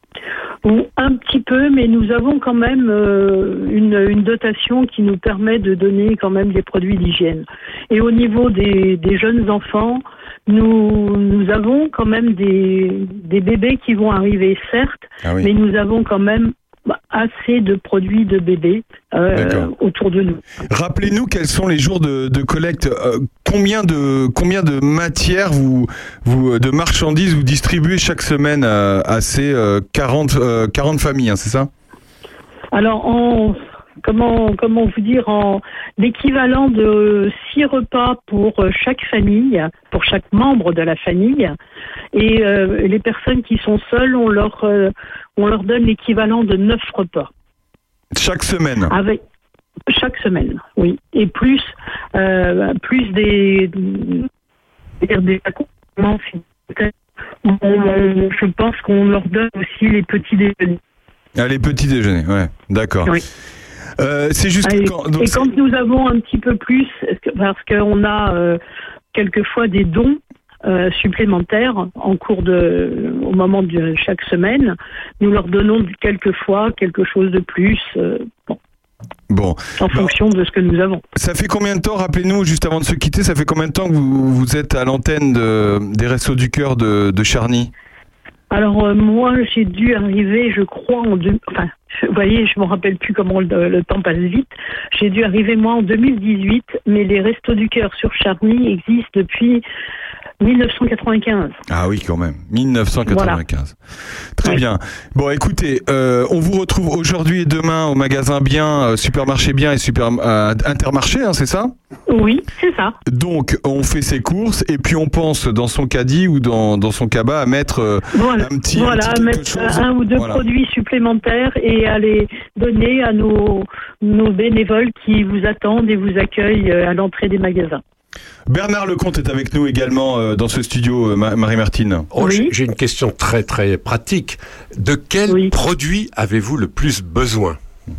[SPEAKER 2] Ou un petit peu, mais nous avons quand même euh, une, une dotation qui nous permet de donner quand même des produits d'hygiène. Et au niveau des, des jeunes enfants, nous, nous avons quand même des, des bébés qui vont arriver, certes,
[SPEAKER 3] Ah oui.
[SPEAKER 2] mais nous avons quand même bah, assez de produits de bébés euh,
[SPEAKER 3] D'accord.
[SPEAKER 2] autour de nous.
[SPEAKER 3] Rappelez-nous quels sont les jours de, de collecte. Euh, combien de combien de matières vous vous de marchandises vous distribuez chaque semaine à, à ces euh, quarante euh, quarante familles, hein, c'est ça?
[SPEAKER 2] Alors, en, comment, comment vous dire, en l'équivalent de six repas pour euh, chaque famille, pour chaque membre de la famille, et euh, les personnes qui sont seules, on leur, euh, on leur donne l'équivalent de neuf repas.
[SPEAKER 3] Chaque semaine.
[SPEAKER 2] Avec chaque semaine, oui, et plus, euh, plus des, des, des accompagnements. On- on- Je pense qu'on leur donne aussi les petits déjeuners.
[SPEAKER 3] Ah, les petits déjeuners, ouais, d'accord.
[SPEAKER 2] Oui.
[SPEAKER 3] Euh, c'est juste
[SPEAKER 2] Ah, et,
[SPEAKER 3] quand, donc
[SPEAKER 2] et
[SPEAKER 3] c'est-
[SPEAKER 2] quand nous avons un petit peu plus, parce qu'on a euh, quelquefois des dons euh, supplémentaires en cours de, au moment de chaque semaine, nous leur donnons quelquefois quelque chose de plus, euh, bon,
[SPEAKER 3] bon.
[SPEAKER 2] en fonction de ce que nous avons.
[SPEAKER 3] Ça fait combien de temps, rappelez-nous, juste avant de se quitter, ça fait combien de temps que vous, vous êtes à l'antenne de, des Restos du Cœur de, de Charny?
[SPEAKER 2] Alors euh, moi, j'ai dû arriver, je crois, en deux, enfin, je- vous voyez, je me rappelle plus comment le, le temps passe vite. J'ai dû arriver moi en deux mille dix-huit, mais les Restos du Cœur sur Charny existent depuis mille neuf cent quatre-vingt-quinze.
[SPEAKER 3] Ah oui, quand même. mille neuf cent quatre-vingt-quinze. Très bien. Bon, écoutez, euh, on vous retrouve aujourd'hui et demain au magasin Bien, euh, Supermarché Bien et Super euh, Intermarché, hein, c'est ça?
[SPEAKER 2] Oui, c'est ça.
[SPEAKER 3] Donc, on fait ses courses et puis on pense dans son caddie ou dans, dans son cabas à mettre euh,
[SPEAKER 2] Voilà,
[SPEAKER 3] un petit,
[SPEAKER 2] voilà
[SPEAKER 3] un petit quelque
[SPEAKER 2] mettre
[SPEAKER 3] chose.
[SPEAKER 2] un ou deux
[SPEAKER 3] Voilà.
[SPEAKER 2] produits supplémentaires et à les donner à nos, nos bénévoles qui vous attendent et vous accueillent euh, à l'entrée des magasins.
[SPEAKER 3] Bernard Lecomte est avec nous également euh, dans ce studio, euh, Ma- Marie-Martine.
[SPEAKER 18] Oh, j'ai- J'ai une question très très pratique. De quel produit avez-vous le plus besoin?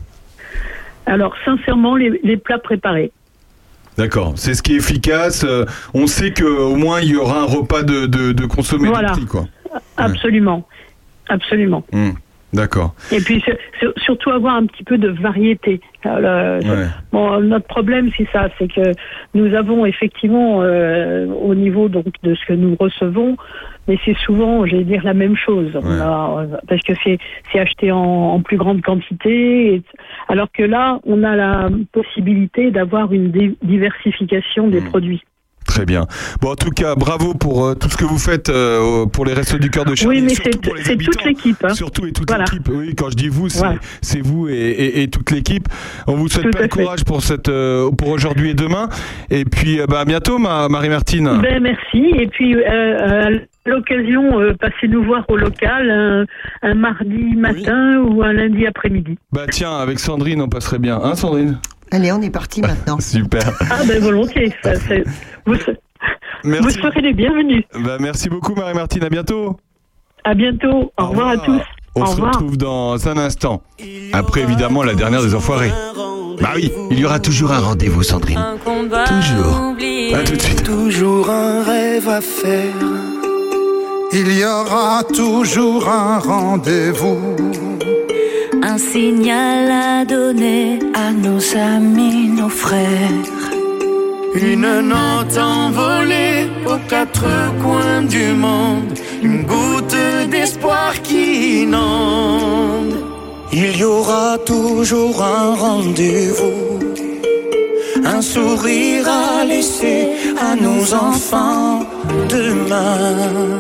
[SPEAKER 2] Alors, sincèrement, les, les plats préparés.
[SPEAKER 3] D'accord, c'est ce qui est efficace. euh, on sait qu'au moins il y aura un repas de, de, de consommé
[SPEAKER 2] Voilà.
[SPEAKER 3] de prix, quoi.
[SPEAKER 2] Absolument. Absolument.
[SPEAKER 3] Hmm. D'accord.
[SPEAKER 2] Et puis sur- sur- surtout avoir un petit peu de variété. Euh, le-
[SPEAKER 3] Ouais.
[SPEAKER 2] Bon, notre problème c'est ça, c'est que nous avons effectivement euh, au niveau donc de ce que nous recevons, mais c'est souvent, j'allais dire, la même chose. On a- parce que c'est c'est acheté en, en plus grande quantité, et- alors que là, on a la possibilité d'avoir une dé- diversification des produits.
[SPEAKER 3] Très bien. Bon, en tout cas, bravo pour euh, tout ce que vous faites euh, pour les Restos du Cœur de Charny.
[SPEAKER 2] Oui, mais
[SPEAKER 3] surtout
[SPEAKER 2] c'est
[SPEAKER 3] pour les
[SPEAKER 2] c'est
[SPEAKER 3] habitants.
[SPEAKER 2] toute l'équipe. Hein.
[SPEAKER 3] Surtout et toute
[SPEAKER 2] Voilà.
[SPEAKER 3] l'équipe. Oui, quand je dis vous, c'est
[SPEAKER 2] Voilà.
[SPEAKER 3] c'est vous et, et- et toute l'équipe. On vous souhaite
[SPEAKER 2] Tout
[SPEAKER 3] plein
[SPEAKER 2] à
[SPEAKER 3] de
[SPEAKER 2] fait.
[SPEAKER 3] courage pour cette euh, pour aujourd'hui et demain. Et puis, euh, bah, à bientôt, ma, Marie-Martine.
[SPEAKER 2] Ben, merci. Et puis, euh, à l'occasion, euh, passez nous voir au local un, un mardi matin ou un lundi après-midi.
[SPEAKER 3] Bah tiens, avec Sandrine, on passerait bien, hein, Sandrine?
[SPEAKER 1] Allez, on est parti maintenant.
[SPEAKER 3] Super.
[SPEAKER 2] Ah ben volontiers. Ça, c'est- vous, vous serez les bienvenus.
[SPEAKER 3] Bah, merci beaucoup, Marie-Martine. À bientôt.
[SPEAKER 2] À bientôt. Au, revoir, à tous.
[SPEAKER 3] On
[SPEAKER 2] Au
[SPEAKER 3] se
[SPEAKER 2] revoir.
[SPEAKER 3] retrouve dans un instant. Après, évidemment, la dernière des enfoirés. Bah oui, il y aura toujours un rendez-vous, Sandrine. Toujours. À tout de suite.
[SPEAKER 6] Toujours un rêve à faire. Il y aura toujours un rendez-vous.
[SPEAKER 21] Un signal à donner à nos amis, nos frères.
[SPEAKER 6] Une note envolée aux quatre coins du monde. Une goutte d'espoir qui inonde. Il y aura toujours un rendez-vous. Un sourire à laisser à nos enfants demain.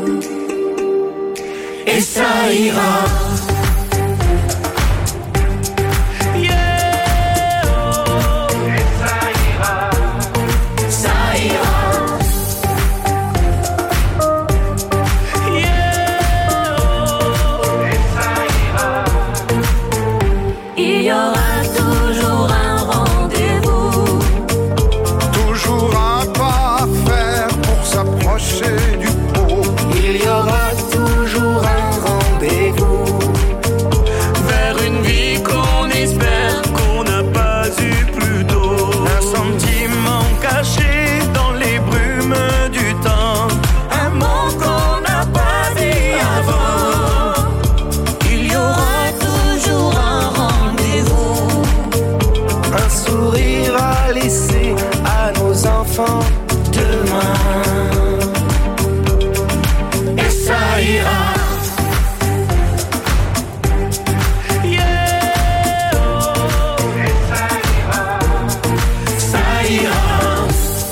[SPEAKER 6] Et ça ira.
[SPEAKER 21] Il y aura toujours un rendez-vous.
[SPEAKER 6] Toujours un pas à faire pour s'approcher du pot. Il y aura toujours un rendez-vous vers une vie qu'on espère qu'on n'a pas eu plus tôt. Un sentiment caché dans les brumes du temps. Un mot qu'on n'a pas dit avant. Il y aura toujours un rendez-vous. Un sourire à laisser à nos enfants demain. Et ça ira. Yeah, oh, et ça ira. Ça ira.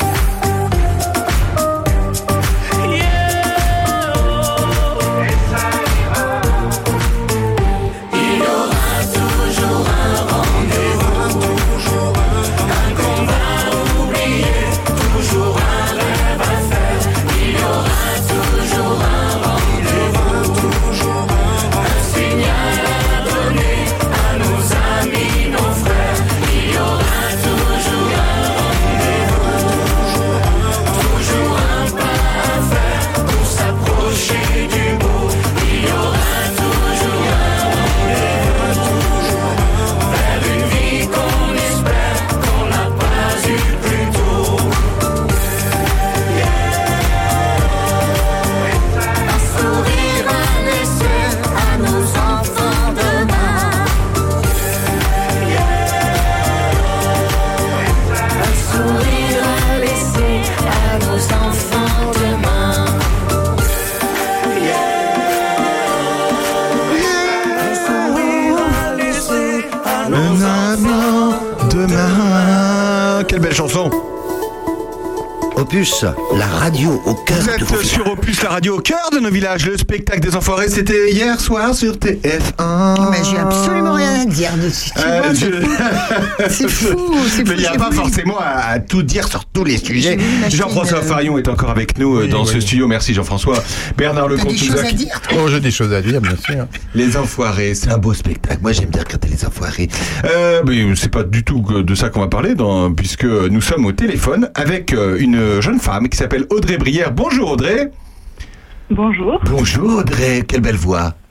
[SPEAKER 6] Yeah, oh, et ça ira. Il y aura toujours un rendez-vous. Toujours un qu'on va oublier. Toujours un rêve à faire. Il y aura toujours un rendez-vous. Toujours un signal à donner à nos amis, nos frères. Il y aura toujours un rendez-vous. Toujours un pas à faire pour s'approcher du beau. Il y aura toujours un rendez-vous. Vers une vie qu'on espère qu'on n'a pas eu plus tôt. Un sourire à laisser à nos enfants demain. Un sourire à laisser à nos enfants demain. Un sourire à laisser à nos
[SPEAKER 3] Demain, demain. Quelle belle chanson.
[SPEAKER 7] Opus, la radio au cœur
[SPEAKER 3] Vous
[SPEAKER 7] de
[SPEAKER 3] êtes
[SPEAKER 7] vos villages.
[SPEAKER 3] sur Opus, la radio au cœur de nos villages. Le spectacle des enfoirés, c'était hier soir sur T F un.
[SPEAKER 1] Mais j'ai absolument rien à dire dessus. Tu
[SPEAKER 3] Euh,
[SPEAKER 1] vois,
[SPEAKER 3] je-
[SPEAKER 1] c'est fou, c'est fou.
[SPEAKER 3] Mais il n'y a
[SPEAKER 1] j'ai
[SPEAKER 3] pas
[SPEAKER 1] voulu-
[SPEAKER 3] forcément à, à tout dire sur tous les sujets.
[SPEAKER 1] J'ai vu une machine,
[SPEAKER 3] Jean-François
[SPEAKER 1] euh,
[SPEAKER 3] Farion est encore avec nous euh, dans ce studio. Merci Jean-François. Bernard
[SPEAKER 1] T'as des choses à
[SPEAKER 3] Lecomte-Touzac.
[SPEAKER 1] dire,
[SPEAKER 4] Oh, j'ai des choses à dire, bien sûr.
[SPEAKER 3] Les enfoirés, c'est un beau spectacle. Moi, j'aime bien regarder les enfoirés. Euh, mais c'est pas du tout que de ça qu'on va parler, dans, puisque nous sommes au téléphone avec euh, une jeune femme qui s'appelle Audrey Brière. Bonjour Audrey.
[SPEAKER 2] Bonjour.
[SPEAKER 3] Bonjour Audrey, quelle belle voix.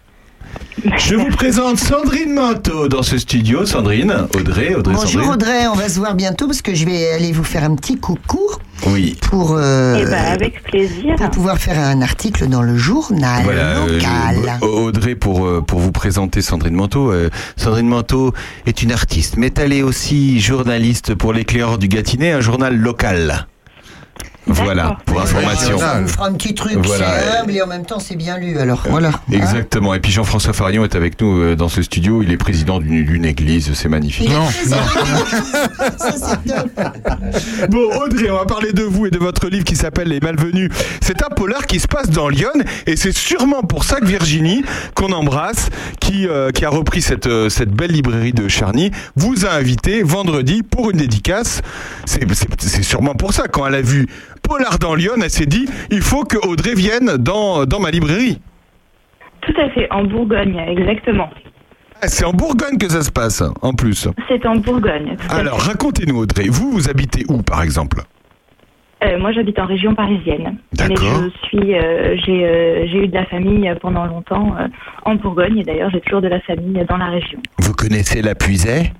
[SPEAKER 3] Je vous présente Sandrine Manteau dans ce studio. Sandrine, Audrey, Audrey,
[SPEAKER 1] Bonjour
[SPEAKER 3] Sandrine.
[SPEAKER 1] Audrey, on va se voir bientôt parce que je vais aller vous faire un petit coucou.
[SPEAKER 3] Oui.
[SPEAKER 1] Pour, euh,
[SPEAKER 2] Eh ben, avec plaisir.
[SPEAKER 1] pour pouvoir faire un article dans le journal
[SPEAKER 3] Voilà, euh,
[SPEAKER 1] local.
[SPEAKER 3] je- Audrey, pour, euh, pour vous présenter Sandrine Manteau. Euh, Sandrine Manteau est une artiste, mais elle est aussi journaliste pour l'Éclaireur du Gâtinais, un journal local. Voilà, pour information.
[SPEAKER 1] Ça vous fera un petit truc,
[SPEAKER 3] Voilà.
[SPEAKER 1] c'est humble et en même temps c'est bien lu. Alors voilà.
[SPEAKER 3] Exactement. Et puis Jean-François Farion est avec nous euh, dans ce studio. Il est président d'une d'une église, c'est magnifique.
[SPEAKER 1] Il est
[SPEAKER 3] Non,
[SPEAKER 1] président. Ça c'est top.
[SPEAKER 3] Bon, Audrey, on va parler de vous et de votre livre qui s'appelle Les Malvenus. C'est un polar qui se passe dans Lyon et c'est sûrement pour ça que Virginie, qu'on embrasse, qui, euh, qui a repris cette, euh, cette belle librairie de Charny, vous a invité vendredi pour une dédicace. C'est, c'est, c'est sûrement pour ça. Quand elle a vu polar dans Lyon, elle s'est dit, il faut que Audrey vienne dans, dans ma librairie.
[SPEAKER 2] Tout à fait, en Bourgogne, exactement.
[SPEAKER 3] Ah, c'est en Bourgogne que ça se passe, en plus.
[SPEAKER 2] C'est en Bourgogne. tout à
[SPEAKER 3] Alors,
[SPEAKER 2] fait.
[SPEAKER 3] racontez-nous, Audrey. Vous, vous habitez où, par exemple?
[SPEAKER 2] Euh, moi, j'habite en région parisienne.
[SPEAKER 3] D'accord.
[SPEAKER 2] Mais je suis, euh, j'ai, euh, j'ai eu de la famille pendant longtemps euh, en Bourgogne et d'ailleurs, j'ai toujours de la famille dans la région.
[SPEAKER 3] Vous connaissez la Puisaye?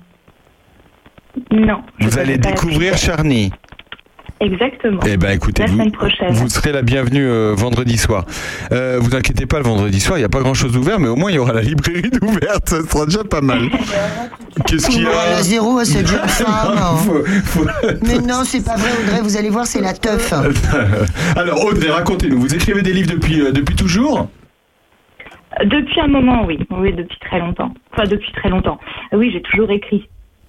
[SPEAKER 2] Non. je
[SPEAKER 3] Vous allez
[SPEAKER 2] connais pas la
[SPEAKER 3] découvrir
[SPEAKER 2] Puisaye.
[SPEAKER 3] Charny.
[SPEAKER 2] Exactement.
[SPEAKER 3] Eh ben, écoutez,
[SPEAKER 2] la
[SPEAKER 3] vous,
[SPEAKER 2] semaine prochaine.
[SPEAKER 3] vous serez la bienvenue euh, vendredi soir. Euh, vous inquiétez pas, le vendredi soir, il n'y a pas grand-chose d'ouvert, mais au moins il y aura la librairie d'ouverte, ça sera déjà pas mal. Qu'est-ce qu'il y
[SPEAKER 1] Voilà,
[SPEAKER 3] a
[SPEAKER 1] zéro à cette jeune femme.
[SPEAKER 3] Faut- faut-
[SPEAKER 1] Mais non, c'est pas vrai Audrey, vous allez voir, c'est la teuf.
[SPEAKER 3] Alors Audrey, racontez-nous, vous écrivez des livres depuis, euh, depuis toujours?
[SPEAKER 2] Depuis un moment, oui. Oui, depuis très longtemps. Enfin, depuis très longtemps. Oui, j'ai toujours écrit.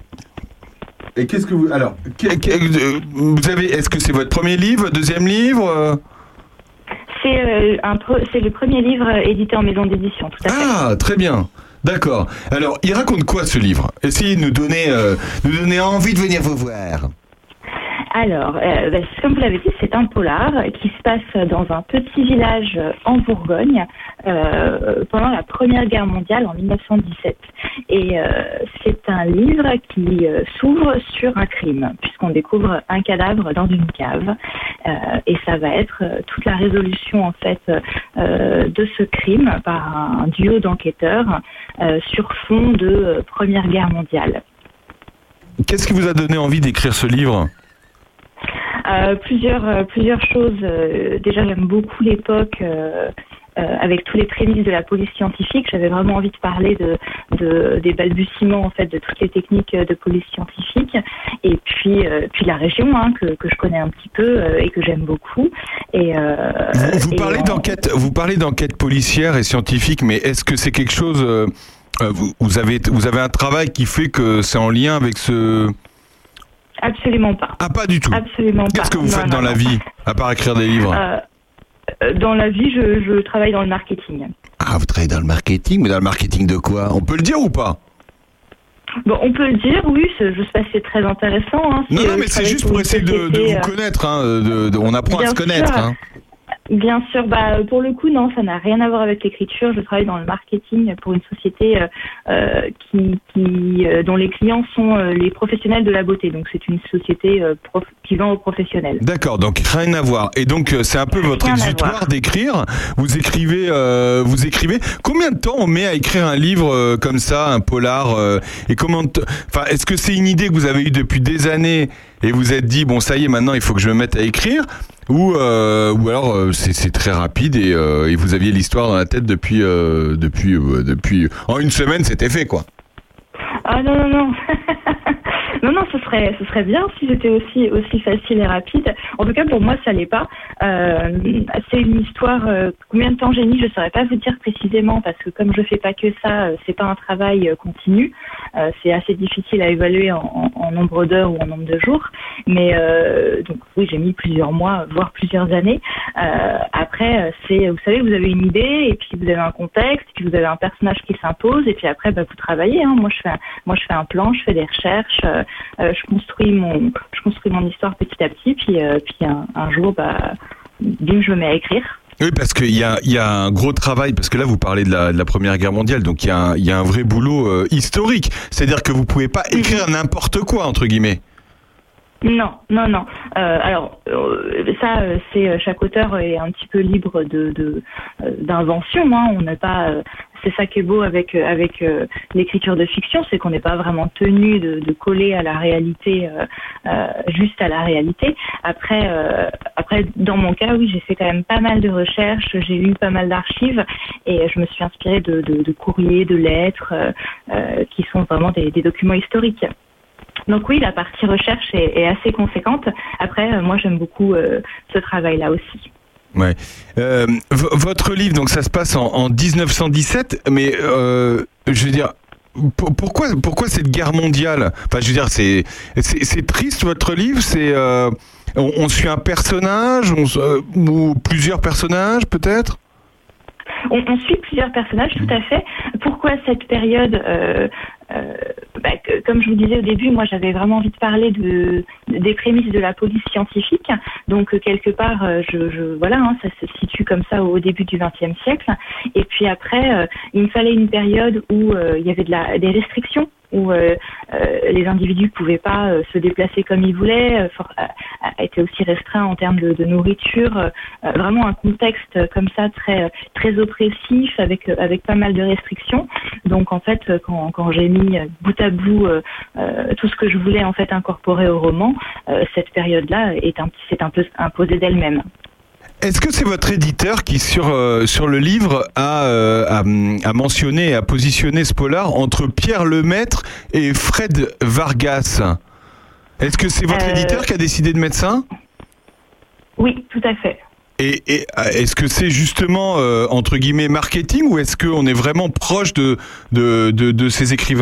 [SPEAKER 3] Et qu'est-ce que vous... Alors, qu'est- qu'est- euh, vous avez... Est-ce que c'est votre premier livre, deuxième livre euh
[SPEAKER 2] C'est euh, un pro- c'est le premier livre euh, édité en maison d'édition, tout à fait.
[SPEAKER 3] Ah, très bien. D'accord. Alors, il raconte quoi ce livre? Essayez de nous donner, euh, nous donner envie de venir vous voir.
[SPEAKER 2] Alors, euh, bah, comme vous l'avez dit, c'est un polar qui se passe dans un petit village euh, en Bourgogne euh, pendant la Première Guerre mondiale en mille neuf cent dix-sept. Et euh, c'est un livre qui euh, s'ouvre sur un crime, puisqu'on découvre un cadavre dans une cave. Euh, et ça va être euh, toute la résolution en fait euh, de ce crime par un duo d'enquêteurs euh, sur fond de euh, Première Guerre mondiale.
[SPEAKER 3] Qu'est-ce qui vous a donné envie d'écrire ce livre?
[SPEAKER 2] Euh, plusieurs, euh, plusieurs choses. Euh, déjà, j'aime beaucoup l'époque euh, euh, avec tous les prémices de la police scientifique. J'avais vraiment envie de parler de, de, des balbutiements en fait de toutes les techniques de police scientifique. Et puis, euh, puis la région hein, que, que je connais un petit peu euh, et que j'aime beaucoup. Et, euh,
[SPEAKER 3] Vous, vous
[SPEAKER 2] et
[SPEAKER 3] parlez
[SPEAKER 2] en-
[SPEAKER 3] d'enquête, vous parlez d'enquête policière et scientifique, mais est-ce que c'est quelque chose euh, euh, vous, vous avez, vous avez un travail qui fait que c'est en lien avec ce...
[SPEAKER 2] Absolument pas.
[SPEAKER 3] Ah, pas du tout.
[SPEAKER 2] Absolument pas.
[SPEAKER 3] Qu'est-ce que vous
[SPEAKER 2] Non,
[SPEAKER 3] faites
[SPEAKER 2] non,
[SPEAKER 3] dans la
[SPEAKER 2] non.
[SPEAKER 3] vie, à part écrire des livres?
[SPEAKER 2] Euh, euh, Dans la vie, je, je travaille dans le marketing.
[SPEAKER 3] Ah, vous travaillez dans le marketing, mais dans le marketing de quoi? On peut le dire ou pas?
[SPEAKER 2] Bon, on peut le dire, oui, c'est- je sais pas si c'est très intéressant. Hein,
[SPEAKER 3] Non,
[SPEAKER 2] si,
[SPEAKER 3] non,
[SPEAKER 2] euh,
[SPEAKER 3] mais
[SPEAKER 2] je
[SPEAKER 3] c'est
[SPEAKER 2] travaille
[SPEAKER 3] juste
[SPEAKER 2] pour
[SPEAKER 3] pour
[SPEAKER 2] une
[SPEAKER 3] essayer de, de
[SPEAKER 2] société,
[SPEAKER 3] vous
[SPEAKER 2] euh,
[SPEAKER 3] connaître. Hein, de- de- on apprend à
[SPEAKER 2] Bien
[SPEAKER 3] se connaître.
[SPEAKER 2] sûr.
[SPEAKER 3] Hein.
[SPEAKER 2] Bien sûr, bah, pour le coup, non, ça n'a rien à voir avec l'écriture. Je travaille dans le marketing pour une société euh, euh, qui, qui, euh, dont les clients sont euh, les professionnels de la beauté. Donc, c'est une société euh, prof- qui vend aux professionnels.
[SPEAKER 3] D'accord, donc rien à voir. Et donc euh, c'est un peu votre
[SPEAKER 2] Rien à
[SPEAKER 3] exutoire
[SPEAKER 2] voir.
[SPEAKER 3] d'écrire. Vous écrivez, euh, vous écrivez. Combien de temps on met à écrire un livre euh, comme ça, un polar euh, Et comment, t- enfin, est-ce que c'est une idée que vous avez eue depuis des années et vous êtes dit bon ça y est maintenant il faut que je me mette à écrire ou euh, ou alors euh, c'est, c'est très rapide et, euh, et vous aviez l'histoire dans la tête depuis euh, depuis euh, depuis en une semaine c'était fait quoi.
[SPEAKER 2] Ah non, non, non. Non, non, ce serait, ce serait bien si c'était aussi, aussi facile et rapide. En tout cas, pour moi, ça l'est pas. Euh, c'est une histoire. Euh, combien de temps j'ai mis, je saurais pas vous dire précisément parce que comme je fais pas que ça, euh, c'est pas un travail euh, continu. Euh, c'est assez difficile à évaluer en, en, en nombre d'heures ou en nombre de jours. Mais euh, donc oui, j'ai mis plusieurs mois, voire plusieurs années. Euh, après, c'est, vous savez, vous avez une idée et puis vous avez un contexte, puis vous avez un personnage qui s'impose et puis après, bah, vous travaillez. Hein. Moi, je fais, un, moi, je fais un plan, je fais des recherches. Euh, Euh, je construis mon je construis mon histoire petit à petit puis euh, puis un, un jour bah bim je me mets à écrire.
[SPEAKER 3] Oui, parce qu'il y a, il y a un gros travail, parce que là, vous parlez de la, de la Première Guerre mondiale, donc il y a un, il y a un vrai boulot euh, historique. C'est-à-dire que vous pouvez pas écrire n'importe quoi, entre guillemets.
[SPEAKER 5] Non, non, non. Euh, alors euh, ça, euh, c'est euh, chaque auteur est un petit peu libre de, de euh, d'invention. Hein. On n'est pas. Euh, c'est ça qui est beau avec euh, avec euh, l'écriture de fiction, c'est qu'on n'est pas vraiment tenu de, de coller à la réalité, euh, euh, juste à la réalité. Après, euh, après, dans mon cas, oui, j'ai fait quand même pas mal de recherches. J'ai lu pas mal d'archives et je me suis inspirée de, de, de courriers, de lettres, euh, euh, qui sont vraiment des, des documents historiques. Donc oui, la partie recherche est, est assez conséquente. Après, euh, moi, j'aime beaucoup euh, ce travail-là aussi.
[SPEAKER 3] Ouais. Euh, v- votre livre, donc ça se passe en, en dix-neuf cent dix-sept, mais euh, je veux dire, p- pourquoi, pourquoi cette guerre mondiale ? Enfin, je veux dire, c'est, c'est, c'est triste votre livre. C'est, euh, on, on suit un personnage, on, euh, ou plusieurs personnages, peut-être ?
[SPEAKER 5] On, on suit plusieurs personnages, tout à fait. Pourquoi cette période euh, euh, bah, que, comme je vous disais au début, moi j'avais vraiment envie de parler de, des prémices de la police scientifique. Donc euh, quelque part, euh, je, je, voilà, hein, ça se situe comme ça au début du vingtième siècle. Et puis après, euh, il me fallait une période où euh, il y avait de la, des restrictions, où euh, euh, les individus pouvaient pas euh, se déplacer comme ils voulaient, euh, for, a, a été aussi restreint en termes de, de nourriture, euh, vraiment un contexte comme ça très très oppressif avec avec pas mal de restrictions. Donc en fait, quand, quand j'ai mis bout à bout euh, euh, tout ce que je voulais en fait incorporer au roman, euh, cette période-là est un s'est un peu imposée d'elle-même.
[SPEAKER 3] Est-ce que c'est votre éditeur qui, sur, euh, sur le livre, a, euh, a, a mentionné et a positionné ce polar entre Pierre Lemaître et Fred Vargas ? Est-ce que c'est votre
[SPEAKER 5] Euh,
[SPEAKER 3] éditeur qui a décidé de mettre ça ?
[SPEAKER 5] Oui, tout à fait.
[SPEAKER 3] Et, et est-ce que c'est justement, euh, entre guillemets, marketing, ou est-ce qu'on est vraiment proche de, de, de, de ces écrivains ?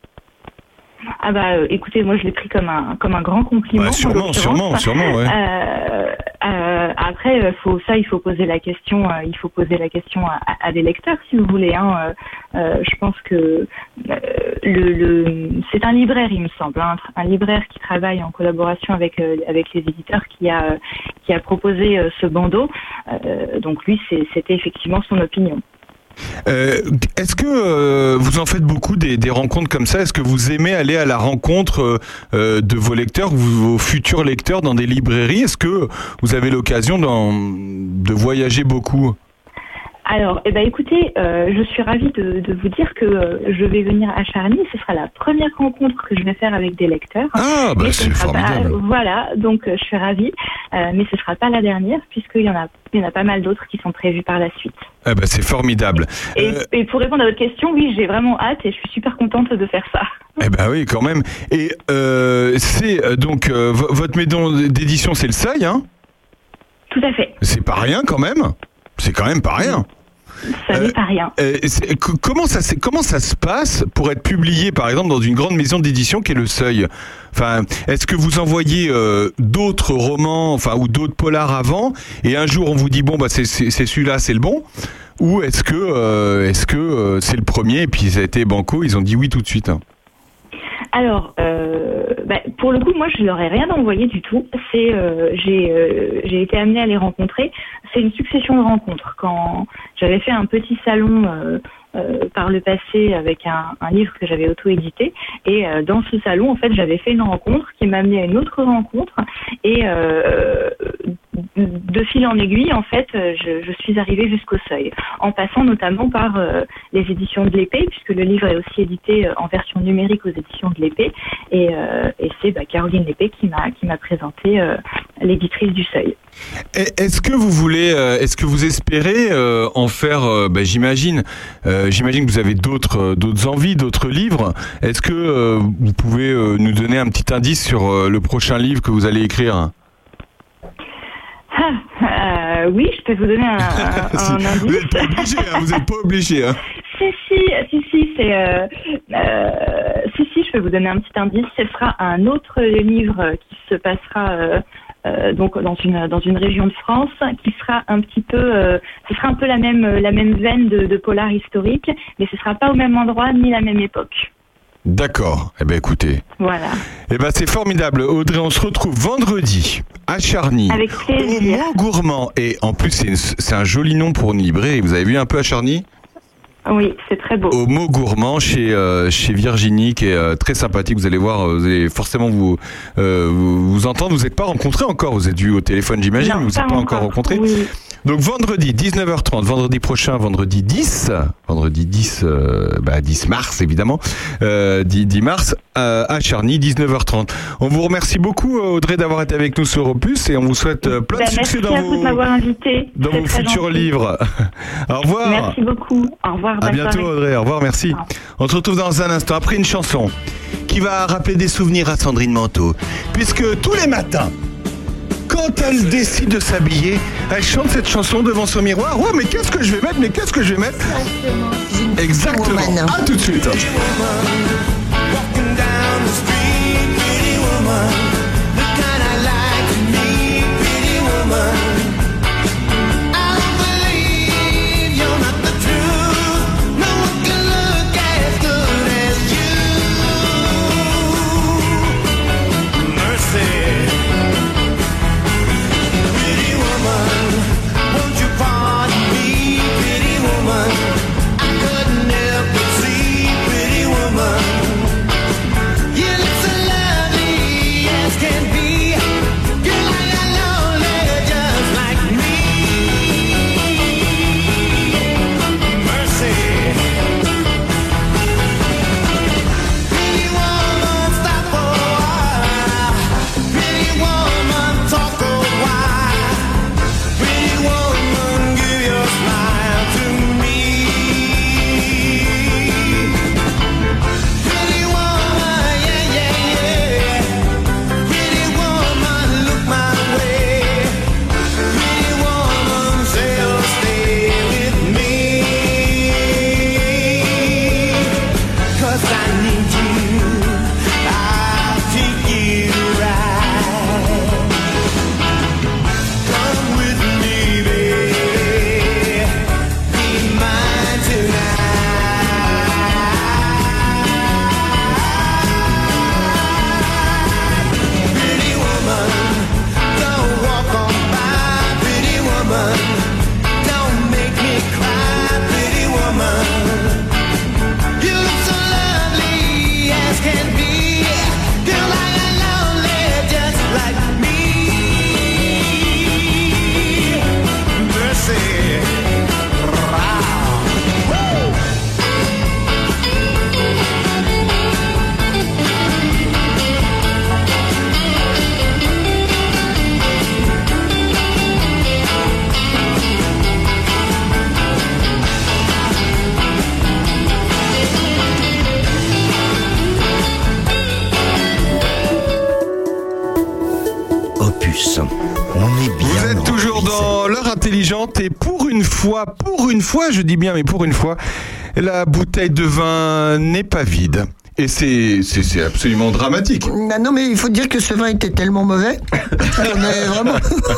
[SPEAKER 5] Ah bah euh, écoutez, moi je l'ai pris comme un comme un grand compliment.
[SPEAKER 3] Bah, sûrement,
[SPEAKER 5] en
[SPEAKER 3] sûrement, sûrement, ouais.
[SPEAKER 5] Euh, euh, après, euh, faut ça, il faut poser la question. Euh, il faut poser la question à, à des lecteurs, si vous voulez. Hein. Euh, euh, je pense que euh, le, le c'est un libraire, il me semble, hein, un libraire qui travaille en collaboration avec euh, avec les éditeurs, qui a qui a proposé euh, ce bandeau. Euh, donc lui, c'est, c'était effectivement son opinion.
[SPEAKER 3] Euh, est-ce que euh, vous en faites beaucoup des, des rencontres comme ça ? Est-ce que vous aimez aller à la rencontre euh, de vos lecteurs, vos futurs lecteurs dans des librairies ? Est-ce que vous avez l'occasion d'en, de voyager beaucoup ?
[SPEAKER 5] Alors, eh ben, écoutez, euh, je suis ravie de, de vous dire que euh, je vais venir à Charny. Ce sera la première rencontre que je vais faire avec des lecteurs.
[SPEAKER 3] Ah, bah
[SPEAKER 5] Mais ce
[SPEAKER 3] c'est
[SPEAKER 5] sera
[SPEAKER 3] formidable.
[SPEAKER 5] pas- voilà, donc euh, je suis ravie. Euh, mais ce sera pas la dernière, puisqu'il y en a, il y en a pas mal d'autres qui sont prévus par la suite.
[SPEAKER 3] Ah bah c'est formidable.
[SPEAKER 5] Et,
[SPEAKER 3] Euh,
[SPEAKER 5] et pour répondre à votre question, oui, j'ai vraiment hâte et je suis super contente de faire ça.
[SPEAKER 3] eh ben oui, quand même. Et euh, c'est euh, donc euh, v- votre maison d'édition, c'est le Seuil, hein ?
[SPEAKER 5] Tout à fait.
[SPEAKER 3] C'est pas rien quand même. C'est quand même pas rien.
[SPEAKER 5] Ça n'est pas rien.
[SPEAKER 3] Euh, c'est- c- comment ça c'est- comment ça se passe pour être publié par exemple dans une grande maison d'édition qui est le Seuil ? Enfin, est-ce que vous envoyez euh, d'autres romans, enfin ou d'autres polars avant, et un jour on vous dit bon bah c'est c'est, c'est celui-là, c'est le bon, ou est-ce que euh, est-ce que euh, c'est le premier et puis ça a été banco, ils ont dit oui tout de suite.
[SPEAKER 5] Alors, euh, bah, pour le coup, moi, je leur ai rien envoyé du tout. C'est, euh, j'ai, euh, j'ai été amenée à les rencontrer. C'est une succession de rencontres. Quand j'avais fait un petit salon euh, euh, par le passé avec un, un livre que j'avais auto-édité, et euh, dans ce salon, en fait, j'avais fait une rencontre qui m'a amenée à une autre rencontre, et euh, de fil en aiguille, en fait, je, je suis arrivée jusqu'au Seuil, en passant notamment par euh, les éditions de l'Épée, puisque le livre est aussi édité euh, en version numérique aux éditions de l'Épée, et, euh, et c'est bah, Caroline Lépée qui m'a qui m'a présenté euh, l'éditrice du Seuil.
[SPEAKER 3] Et- Est-ce que vous voulez, euh, est-ce que vous espérez euh, en faire, euh, bah, j'imagine, euh, j'imagine que vous avez d'autres, euh, d'autres envies, d'autres livres. Est-ce que euh, vous pouvez euh, nous donner un petit indice sur euh, le prochain livre que vous allez écrire ?
[SPEAKER 5] Ah, euh, oui, je peux vous donner un, un,
[SPEAKER 3] Si,
[SPEAKER 5] un
[SPEAKER 3] vous
[SPEAKER 5] indice.
[SPEAKER 3] n'êtes pas obligé, hein, vous n'êtes pas obligé. Hein.
[SPEAKER 5] Si, si, si, si, c'est, euh, euh, si, si, je peux vous donner un petit indice. Ce sera un autre livre qui se passera euh, euh, donc dans une dans une région de France, qui sera un petit peu, euh, ce sera un peu la même la même veine de, de polar historique, mais ce sera pas au même endroit ni la même époque.
[SPEAKER 3] D'accord. Eh ben écoutez.
[SPEAKER 5] Voilà.
[SPEAKER 3] Eh ben c'est formidable. Audrey, on se retrouve vendredi à Charny.
[SPEAKER 5] Avec plaisir.
[SPEAKER 3] Au Mont Gourmand. Et en plus, c'est, une- c'est un joli nom pour une librairie. Vous avez vu un peu à Charny ?
[SPEAKER 5] Oui, c'est très beau.
[SPEAKER 3] Au mot gourmand chez euh, chez Virginie, qui est euh, très sympathique. Vous allez voir, vous allez forcément vous euh, vous, vous entendre. Vous n'êtes pas rencontrés encore. Vous êtes vus au téléphone, j'imagine.
[SPEAKER 5] Non,
[SPEAKER 3] Vous n'êtes
[SPEAKER 5] pas
[SPEAKER 3] pas encore
[SPEAKER 5] encore.
[SPEAKER 3] rencontrés.
[SPEAKER 5] Oui.
[SPEAKER 3] Donc vendredi dix-neuf heures trente, vendredi prochain, vendredi dix, vendredi dix, euh, bah dix mars évidemment, euh, dix, dix mars euh, à Charny, dix-neuf heures trente. On vous remercie beaucoup Audrey d'avoir été avec nous sur Opus et on vous souhaite euh, plein
[SPEAKER 5] Ben,
[SPEAKER 3] de succès
[SPEAKER 5] merci
[SPEAKER 3] dans
[SPEAKER 5] à vous de
[SPEAKER 3] vos
[SPEAKER 5] m'avoir invité.
[SPEAKER 3] dans
[SPEAKER 5] C'est
[SPEAKER 3] vos
[SPEAKER 5] très
[SPEAKER 3] futurs
[SPEAKER 5] gentil.
[SPEAKER 3] livres. Au revoir.
[SPEAKER 5] Merci beaucoup. Au revoir.
[SPEAKER 3] À
[SPEAKER 5] bonne
[SPEAKER 3] bientôt
[SPEAKER 5] soirée.
[SPEAKER 3] Audrey, au revoir, merci. On se retrouve dans un instant après une chanson qui va rappeler des souvenirs à Sandrine Manteau, puisque tous les matins, quand elle décide de s'habiller, elle chante cette chanson devant son miroir. Ouais, mais qu'est-ce que je vais mettre Mais qu'est-ce que je vais mettre Exactement. À tout de suite. intelligente et pour une fois, pour une fois, je dis bien, mais pour une fois, la bouteille de vin n'est pas vide. Et c'est, c'est, c'est absolument dramatique.
[SPEAKER 1] Bah non, mais il faut dire que ce vin était tellement mauvais. On a vraiment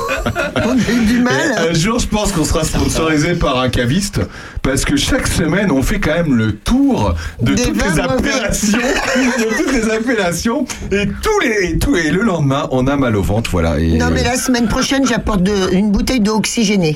[SPEAKER 1] on a eu du mal.
[SPEAKER 3] Et un jour, je pense qu'on sera sponsorisé par un caviste parce que chaque semaine, on fait quand même le tour de
[SPEAKER 1] Des
[SPEAKER 3] toutes les
[SPEAKER 1] vins mauvais.
[SPEAKER 3] appellations, de toutes les appellations, et tous les, et tout, et le lendemain, on a mal au ventre, voilà. Et
[SPEAKER 1] Non, mais
[SPEAKER 3] euh,
[SPEAKER 1] la semaine prochaine, j'apporte de- une bouteille d'eau oxygénée.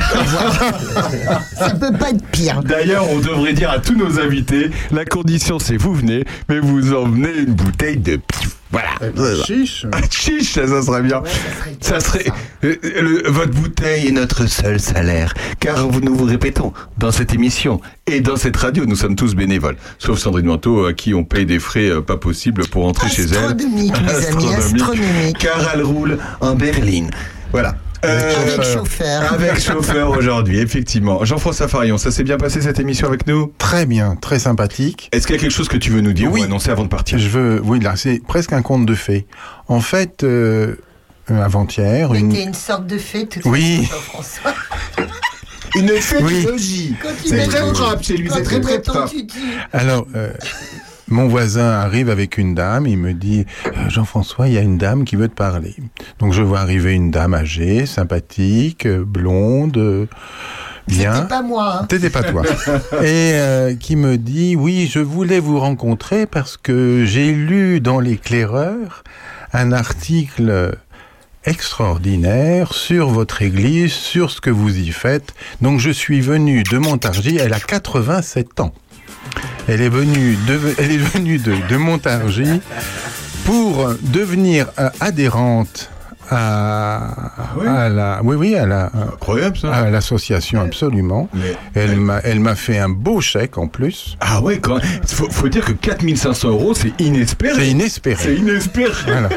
[SPEAKER 1] Ça peut pas être pire.
[SPEAKER 3] D'ailleurs, on devrait dire à tous nos invités, la condition c'est vous venez, mais vous emmenez une bouteille de pif. Voilà.
[SPEAKER 4] Chiche.
[SPEAKER 3] Chiche, ça, ça serait bien. ça serait. euh, le- votre bouteille est notre seul salaire. Car vous- nous vous répétons, dans cette émission et dans cette radio, nous sommes tous bénévoles. Sauf Sandrine Manteau, à qui on paye des frais euh, pas possibles pour entrer chez elle.
[SPEAKER 1] Astronomique, mes amis, astronomique.
[SPEAKER 3] Car elle roule en berline. Voilà.
[SPEAKER 1] Avec chauffeur.
[SPEAKER 3] Avec chauffeur aujourd'hui, effectivement. Jean-François Farion, ça s'est bien passé cette émission avec nous ?
[SPEAKER 4] Très bien, très sympathique.
[SPEAKER 3] Est-ce qu'il y a quelque chose que tu veux nous dire ou annoncer avant de partir ?
[SPEAKER 4] Je veux, oui, là, c'est presque un conte de fées. En fait, euh, euh, avant-hier, une...
[SPEAKER 1] T'es une sorte de fée, tout
[SPEAKER 4] Oui.
[SPEAKER 1] François.
[SPEAKER 3] Une
[SPEAKER 4] fétiologie.
[SPEAKER 1] Quand il
[SPEAKER 4] C'est
[SPEAKER 1] met
[SPEAKER 4] très
[SPEAKER 1] ton-
[SPEAKER 4] propre chez lui,
[SPEAKER 1] quand
[SPEAKER 4] c'est
[SPEAKER 1] il
[SPEAKER 4] très,
[SPEAKER 1] met
[SPEAKER 4] très
[SPEAKER 1] ton
[SPEAKER 4] propre.
[SPEAKER 1] tutu.
[SPEAKER 4] Alors, euh, mon voisin arrive avec une dame, il me dit euh, Jean-François, il y a une dame qui veut te parler. Donc je vois arriver une dame âgée, sympathique, euh, blonde, euh, bien.
[SPEAKER 1] C'était pas moi. hein.
[SPEAKER 4] T'étais pas toi. Et euh, qui me dit oui, je voulais vous rencontrer parce que j'ai lu dans l'éclaireur un article extraordinaire sur votre église, sur ce que vous y faites. Donc je suis venu de Montargis, elle a quatre-vingt-sept ans. Elle est venue de, elle est venue de, de Montargis pour devenir euh, adhérente à,
[SPEAKER 3] ah oui.
[SPEAKER 4] à la, oui oui, à la,
[SPEAKER 3] incroyable ça,
[SPEAKER 4] à l'association absolument.
[SPEAKER 3] Mais,
[SPEAKER 4] elle
[SPEAKER 3] mais...
[SPEAKER 4] m'a, elle m'a fait un beau chèque en plus.
[SPEAKER 3] Ah ouais, quand même. Faut, faut dire que quatre mille cinq cents euros, c'est inespéré.
[SPEAKER 4] C'est inespéré.
[SPEAKER 3] C'est inespéré.
[SPEAKER 4] Voilà.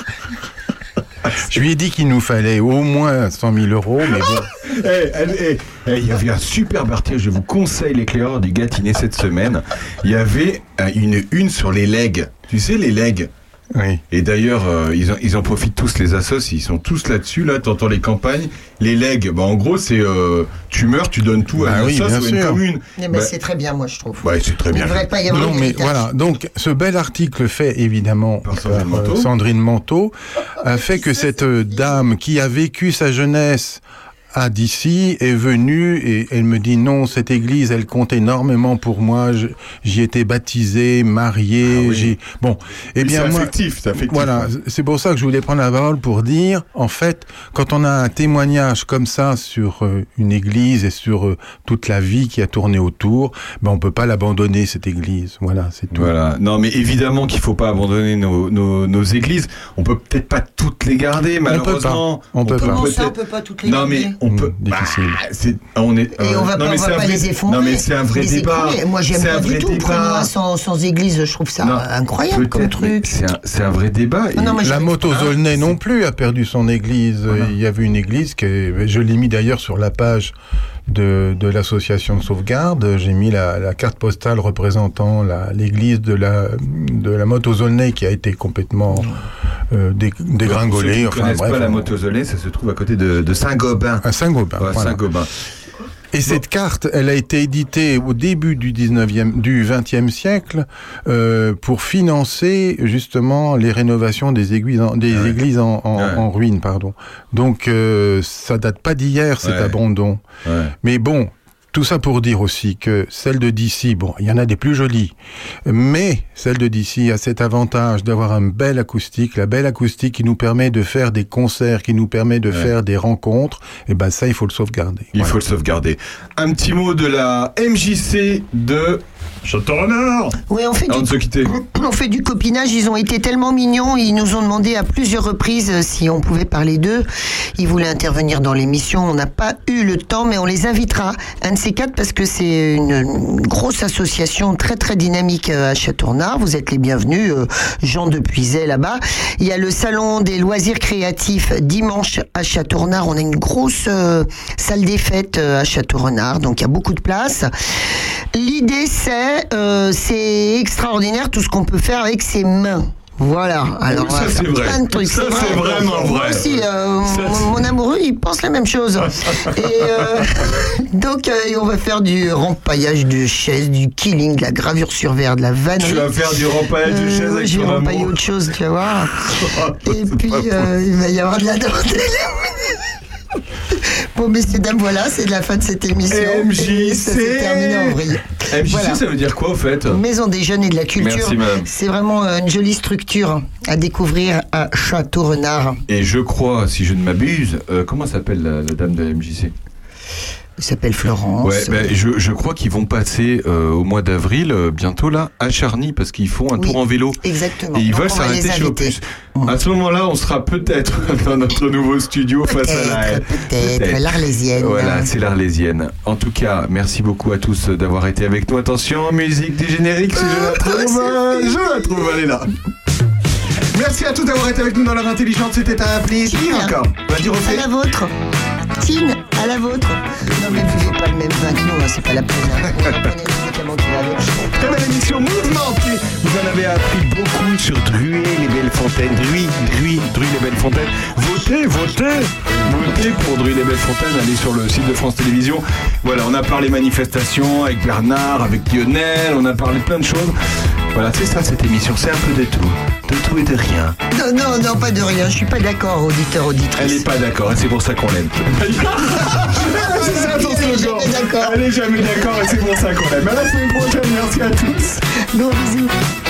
[SPEAKER 4] Je lui ai dit qu'il nous fallait au moins cent mille euros, mais bon.
[SPEAKER 3] Hey, hey, hey, il y avait un superbe article, je vous conseille l'éclaireur du Gâtinais cette semaine. Il y avait une une sur les legs. Tu sais, les legs.
[SPEAKER 4] Oui.
[SPEAKER 3] Et d'ailleurs, euh, ils, en, ils en profitent tous, les assos, ils sont tous là-dessus, là, t'entends les campagnes. Les legs, bah, en gros, c'est euh, tu meurs, tu donnes tout à
[SPEAKER 4] ah
[SPEAKER 3] une
[SPEAKER 4] oui,
[SPEAKER 3] assos ou à une commune.
[SPEAKER 1] Mais
[SPEAKER 3] bah,
[SPEAKER 1] c'est très bien, moi, je trouve.
[SPEAKER 3] Ouais, c'est très bien.
[SPEAKER 1] Il ne devrait pas y avoir
[SPEAKER 4] non,
[SPEAKER 1] de
[SPEAKER 4] mais voilà. Donc, ce bel article fait évidemment par
[SPEAKER 3] Sandrine Manteau,
[SPEAKER 4] Sandrine Manteau a fait que cette dame qui a vécu sa jeunesse à d'ici est venue et elle me dit non, cette église elle compte énormément pour moi, je, j'y étais baptisé, marié,
[SPEAKER 3] ah oui.
[SPEAKER 4] j'ai bon et eh bien
[SPEAKER 3] c'est
[SPEAKER 4] moi
[SPEAKER 3] affectif, c'est affectif,
[SPEAKER 4] voilà,
[SPEAKER 3] hein.
[SPEAKER 4] C'est pour ça que je voulais prendre la parole pour dire en fait quand on a un témoignage comme ça sur euh, une église et sur euh, toute la vie qui a tourné autour, ben on peut pas l'abandonner cette église, voilà, c'est tout.
[SPEAKER 3] Voilà. Non mais évidemment qu'il faut pas abandonner nos, nos, nos églises, on peut peut-être pas toutes les garder malheureusement.
[SPEAKER 4] On peut pas. On peut
[SPEAKER 1] Comment
[SPEAKER 4] pas.
[SPEAKER 1] ça, on peut pas toutes les
[SPEAKER 3] non
[SPEAKER 1] garder.
[SPEAKER 3] mais on peut.
[SPEAKER 4] Mmh, difficile.
[SPEAKER 3] Bah, c'est, on est.
[SPEAKER 1] Et on va
[SPEAKER 3] non,
[SPEAKER 1] pas,
[SPEAKER 3] mais
[SPEAKER 1] on va
[SPEAKER 3] c'est
[SPEAKER 1] pas
[SPEAKER 3] vrai,
[SPEAKER 1] les effondrer.
[SPEAKER 3] Non mais c'est un vrai
[SPEAKER 1] les
[SPEAKER 3] débat.
[SPEAKER 1] écrouler. Moi j'aime
[SPEAKER 3] c'est
[SPEAKER 1] pas
[SPEAKER 3] un
[SPEAKER 1] du
[SPEAKER 3] vrai
[SPEAKER 1] tout.
[SPEAKER 3] débat.
[SPEAKER 1] Prendre sans, sans église, je trouve ça
[SPEAKER 3] non,
[SPEAKER 1] incroyable comme truc.
[SPEAKER 3] C'est un, c'est un vrai débat.
[SPEAKER 1] Non, non, mais
[SPEAKER 4] la moto Zolnay non plus a perdu son église. Voilà. Il y avait une église que je l'ai mis d'ailleurs sur la page de, de l'association de sauvegarde. J'ai mis la, la carte postale représentant la, l'église de la, de la moto Zolnay qui a été complètement euh, dé, dégringolée.
[SPEAKER 3] Pour ceux qui ne
[SPEAKER 4] enfin,
[SPEAKER 3] connaissent
[SPEAKER 4] bref,
[SPEAKER 3] pas la
[SPEAKER 4] on...
[SPEAKER 3] moto Zolnay, ça se trouve à côté de, de Saint-Gobain.
[SPEAKER 4] À Saint-Gobain.
[SPEAKER 3] Ouais,
[SPEAKER 4] voilà.
[SPEAKER 3] Saint-Gobain.
[SPEAKER 4] Et bon. Cette carte, elle a été éditée au début du dix-neuvième, du vingtième siècle euh, pour financer justement les rénovations des églises en, des ouais. églises en, en, ouais. en ruine, pardon. Donc euh, ça date pas d'hier cet ouais. abandon.
[SPEAKER 3] Ouais.
[SPEAKER 4] Mais bon. Tout ça pour dire aussi que celle de d'ici, bon, il y en a des plus jolies, mais celle de d'ici a cet avantage d'avoir un bel acoustique, la belle acoustique qui nous permet de faire des concerts, qui nous permet de ouais. faire des rencontres, et ben ça, il faut le sauvegarder.
[SPEAKER 3] Il
[SPEAKER 4] voilà.
[SPEAKER 3] faut le sauvegarder. Un petit mot de la M J C de Château-Renard.
[SPEAKER 1] Oui, on fait,
[SPEAKER 3] Avant
[SPEAKER 1] du,
[SPEAKER 3] de se quitter.
[SPEAKER 1] on fait du copinage, ils ont été tellement mignons, ils nous ont demandé à plusieurs reprises si on pouvait parler d'eux. Ils voulaient intervenir dans l'émission, on n'a pas eu le temps, mais on les invitera, un de ces quatre, parce que c'est une, une grosse association très très dynamique à Château-Renard. Vous êtes les bienvenus, euh, Jean Depuiset là-bas. Il y a le salon des loisirs créatifs dimanche à Château-Renard. On a une grosse euh, salle des fêtes euh, à Château-Renard, donc il y a beaucoup de place. L'idée c'est, euh, c'est extraordinaire tout ce qu'on peut faire avec ses mains. Voilà, alors
[SPEAKER 3] ça, c'est vrai.
[SPEAKER 1] plein de trucs.
[SPEAKER 3] Ça,
[SPEAKER 1] c'est,
[SPEAKER 3] c'est
[SPEAKER 1] vrai.
[SPEAKER 3] vraiment
[SPEAKER 1] Moi
[SPEAKER 3] vrai.
[SPEAKER 1] aussi, euh,
[SPEAKER 3] ça,
[SPEAKER 1] mon, mon amoureux, il pense la même chose. Et euh, donc, euh, on va faire du rempaillage de chaises, du killing, de la gravure sur verre, de la vannerie.
[SPEAKER 3] Tu vas faire du rempaillage de chaises avec
[SPEAKER 1] Je vais
[SPEAKER 3] ton
[SPEAKER 1] rempailler
[SPEAKER 3] amour.
[SPEAKER 1] autre chose, tu vas voir.
[SPEAKER 3] Oh,
[SPEAKER 1] Et puis, euh, il va y avoir de la dentelle. Bon, messieurs, dames, voilà, c'est la fin de cette émission.
[SPEAKER 3] M J C.
[SPEAKER 1] Ça s'est terminé en vrille.
[SPEAKER 3] M J C,
[SPEAKER 1] Voilà.
[SPEAKER 3] ça veut dire quoi, au fait?
[SPEAKER 1] Maison des jeunes et de la culture.
[SPEAKER 3] Merci, madame.
[SPEAKER 1] C'est vraiment une jolie structure à découvrir à Château-Renard.
[SPEAKER 3] Et je crois, si je ne m'abuse, euh, comment s'appelle la, la dame de la M J C?
[SPEAKER 1] Il s'appelle Florence.
[SPEAKER 3] Ouais, ben, je, je crois qu'ils vont passer euh, au mois d'avril, euh, bientôt là, à Charny, parce qu'ils font un
[SPEAKER 1] Oui,
[SPEAKER 3] tour en vélo.
[SPEAKER 1] Exactement.
[SPEAKER 3] Et ils
[SPEAKER 1] Donc,
[SPEAKER 3] veulent
[SPEAKER 1] on va
[SPEAKER 3] s'arrêter
[SPEAKER 1] les
[SPEAKER 3] chez
[SPEAKER 1] inviter.
[SPEAKER 3] Opus. À ce moment-là, on sera peut-être dans notre nouveau studio face à la haie.
[SPEAKER 1] Peut-être, peut-être, l'Arlésienne.
[SPEAKER 3] Voilà, c'est l'Arlésienne. En tout cas, merci beaucoup à tous d'avoir été avec nous. Attention, musique du générique, si je la trouve. Je la trouve, elle est là. Merci à tous d'avoir été avec nous dans l'heure intelligente. C'était un plaisir encore. On va dire au fait.
[SPEAKER 1] À la vôtre. Tine, à la vôtre. Non, mais vous n'avez pas le même vin que nous, hein, c'est pas la peine. Hein. On connaît les médicaments qui va avec.
[SPEAKER 3] Très belle émission mouvementée. Vous en avez appris beaucoup sur Druy, les belles fontaines. Druy, Druy, Druy, les belles fontaines. Votez, votez. Votez pour Druy, les belles fontaines. Allez sur le site de France Télévisions. Voilà, on a parlé manifestation avec Bernard, avec Lionel. On a parlé plein de choses. Voilà, c'est ça cette émission. C'est un peu de tout. De tout et de rien.
[SPEAKER 1] Non, non, non, pas de rien. Je suis pas d'accord, auditeur, auditrice.
[SPEAKER 3] Elle n'est pas d'accord et c'est pour ça qu'on l'aime. C'est ça son slogan. Elle est jamais d'accord et c'est pour ça qu'on l'aime. À la semaine prochaine, merci à tous.
[SPEAKER 1] Gros bisous.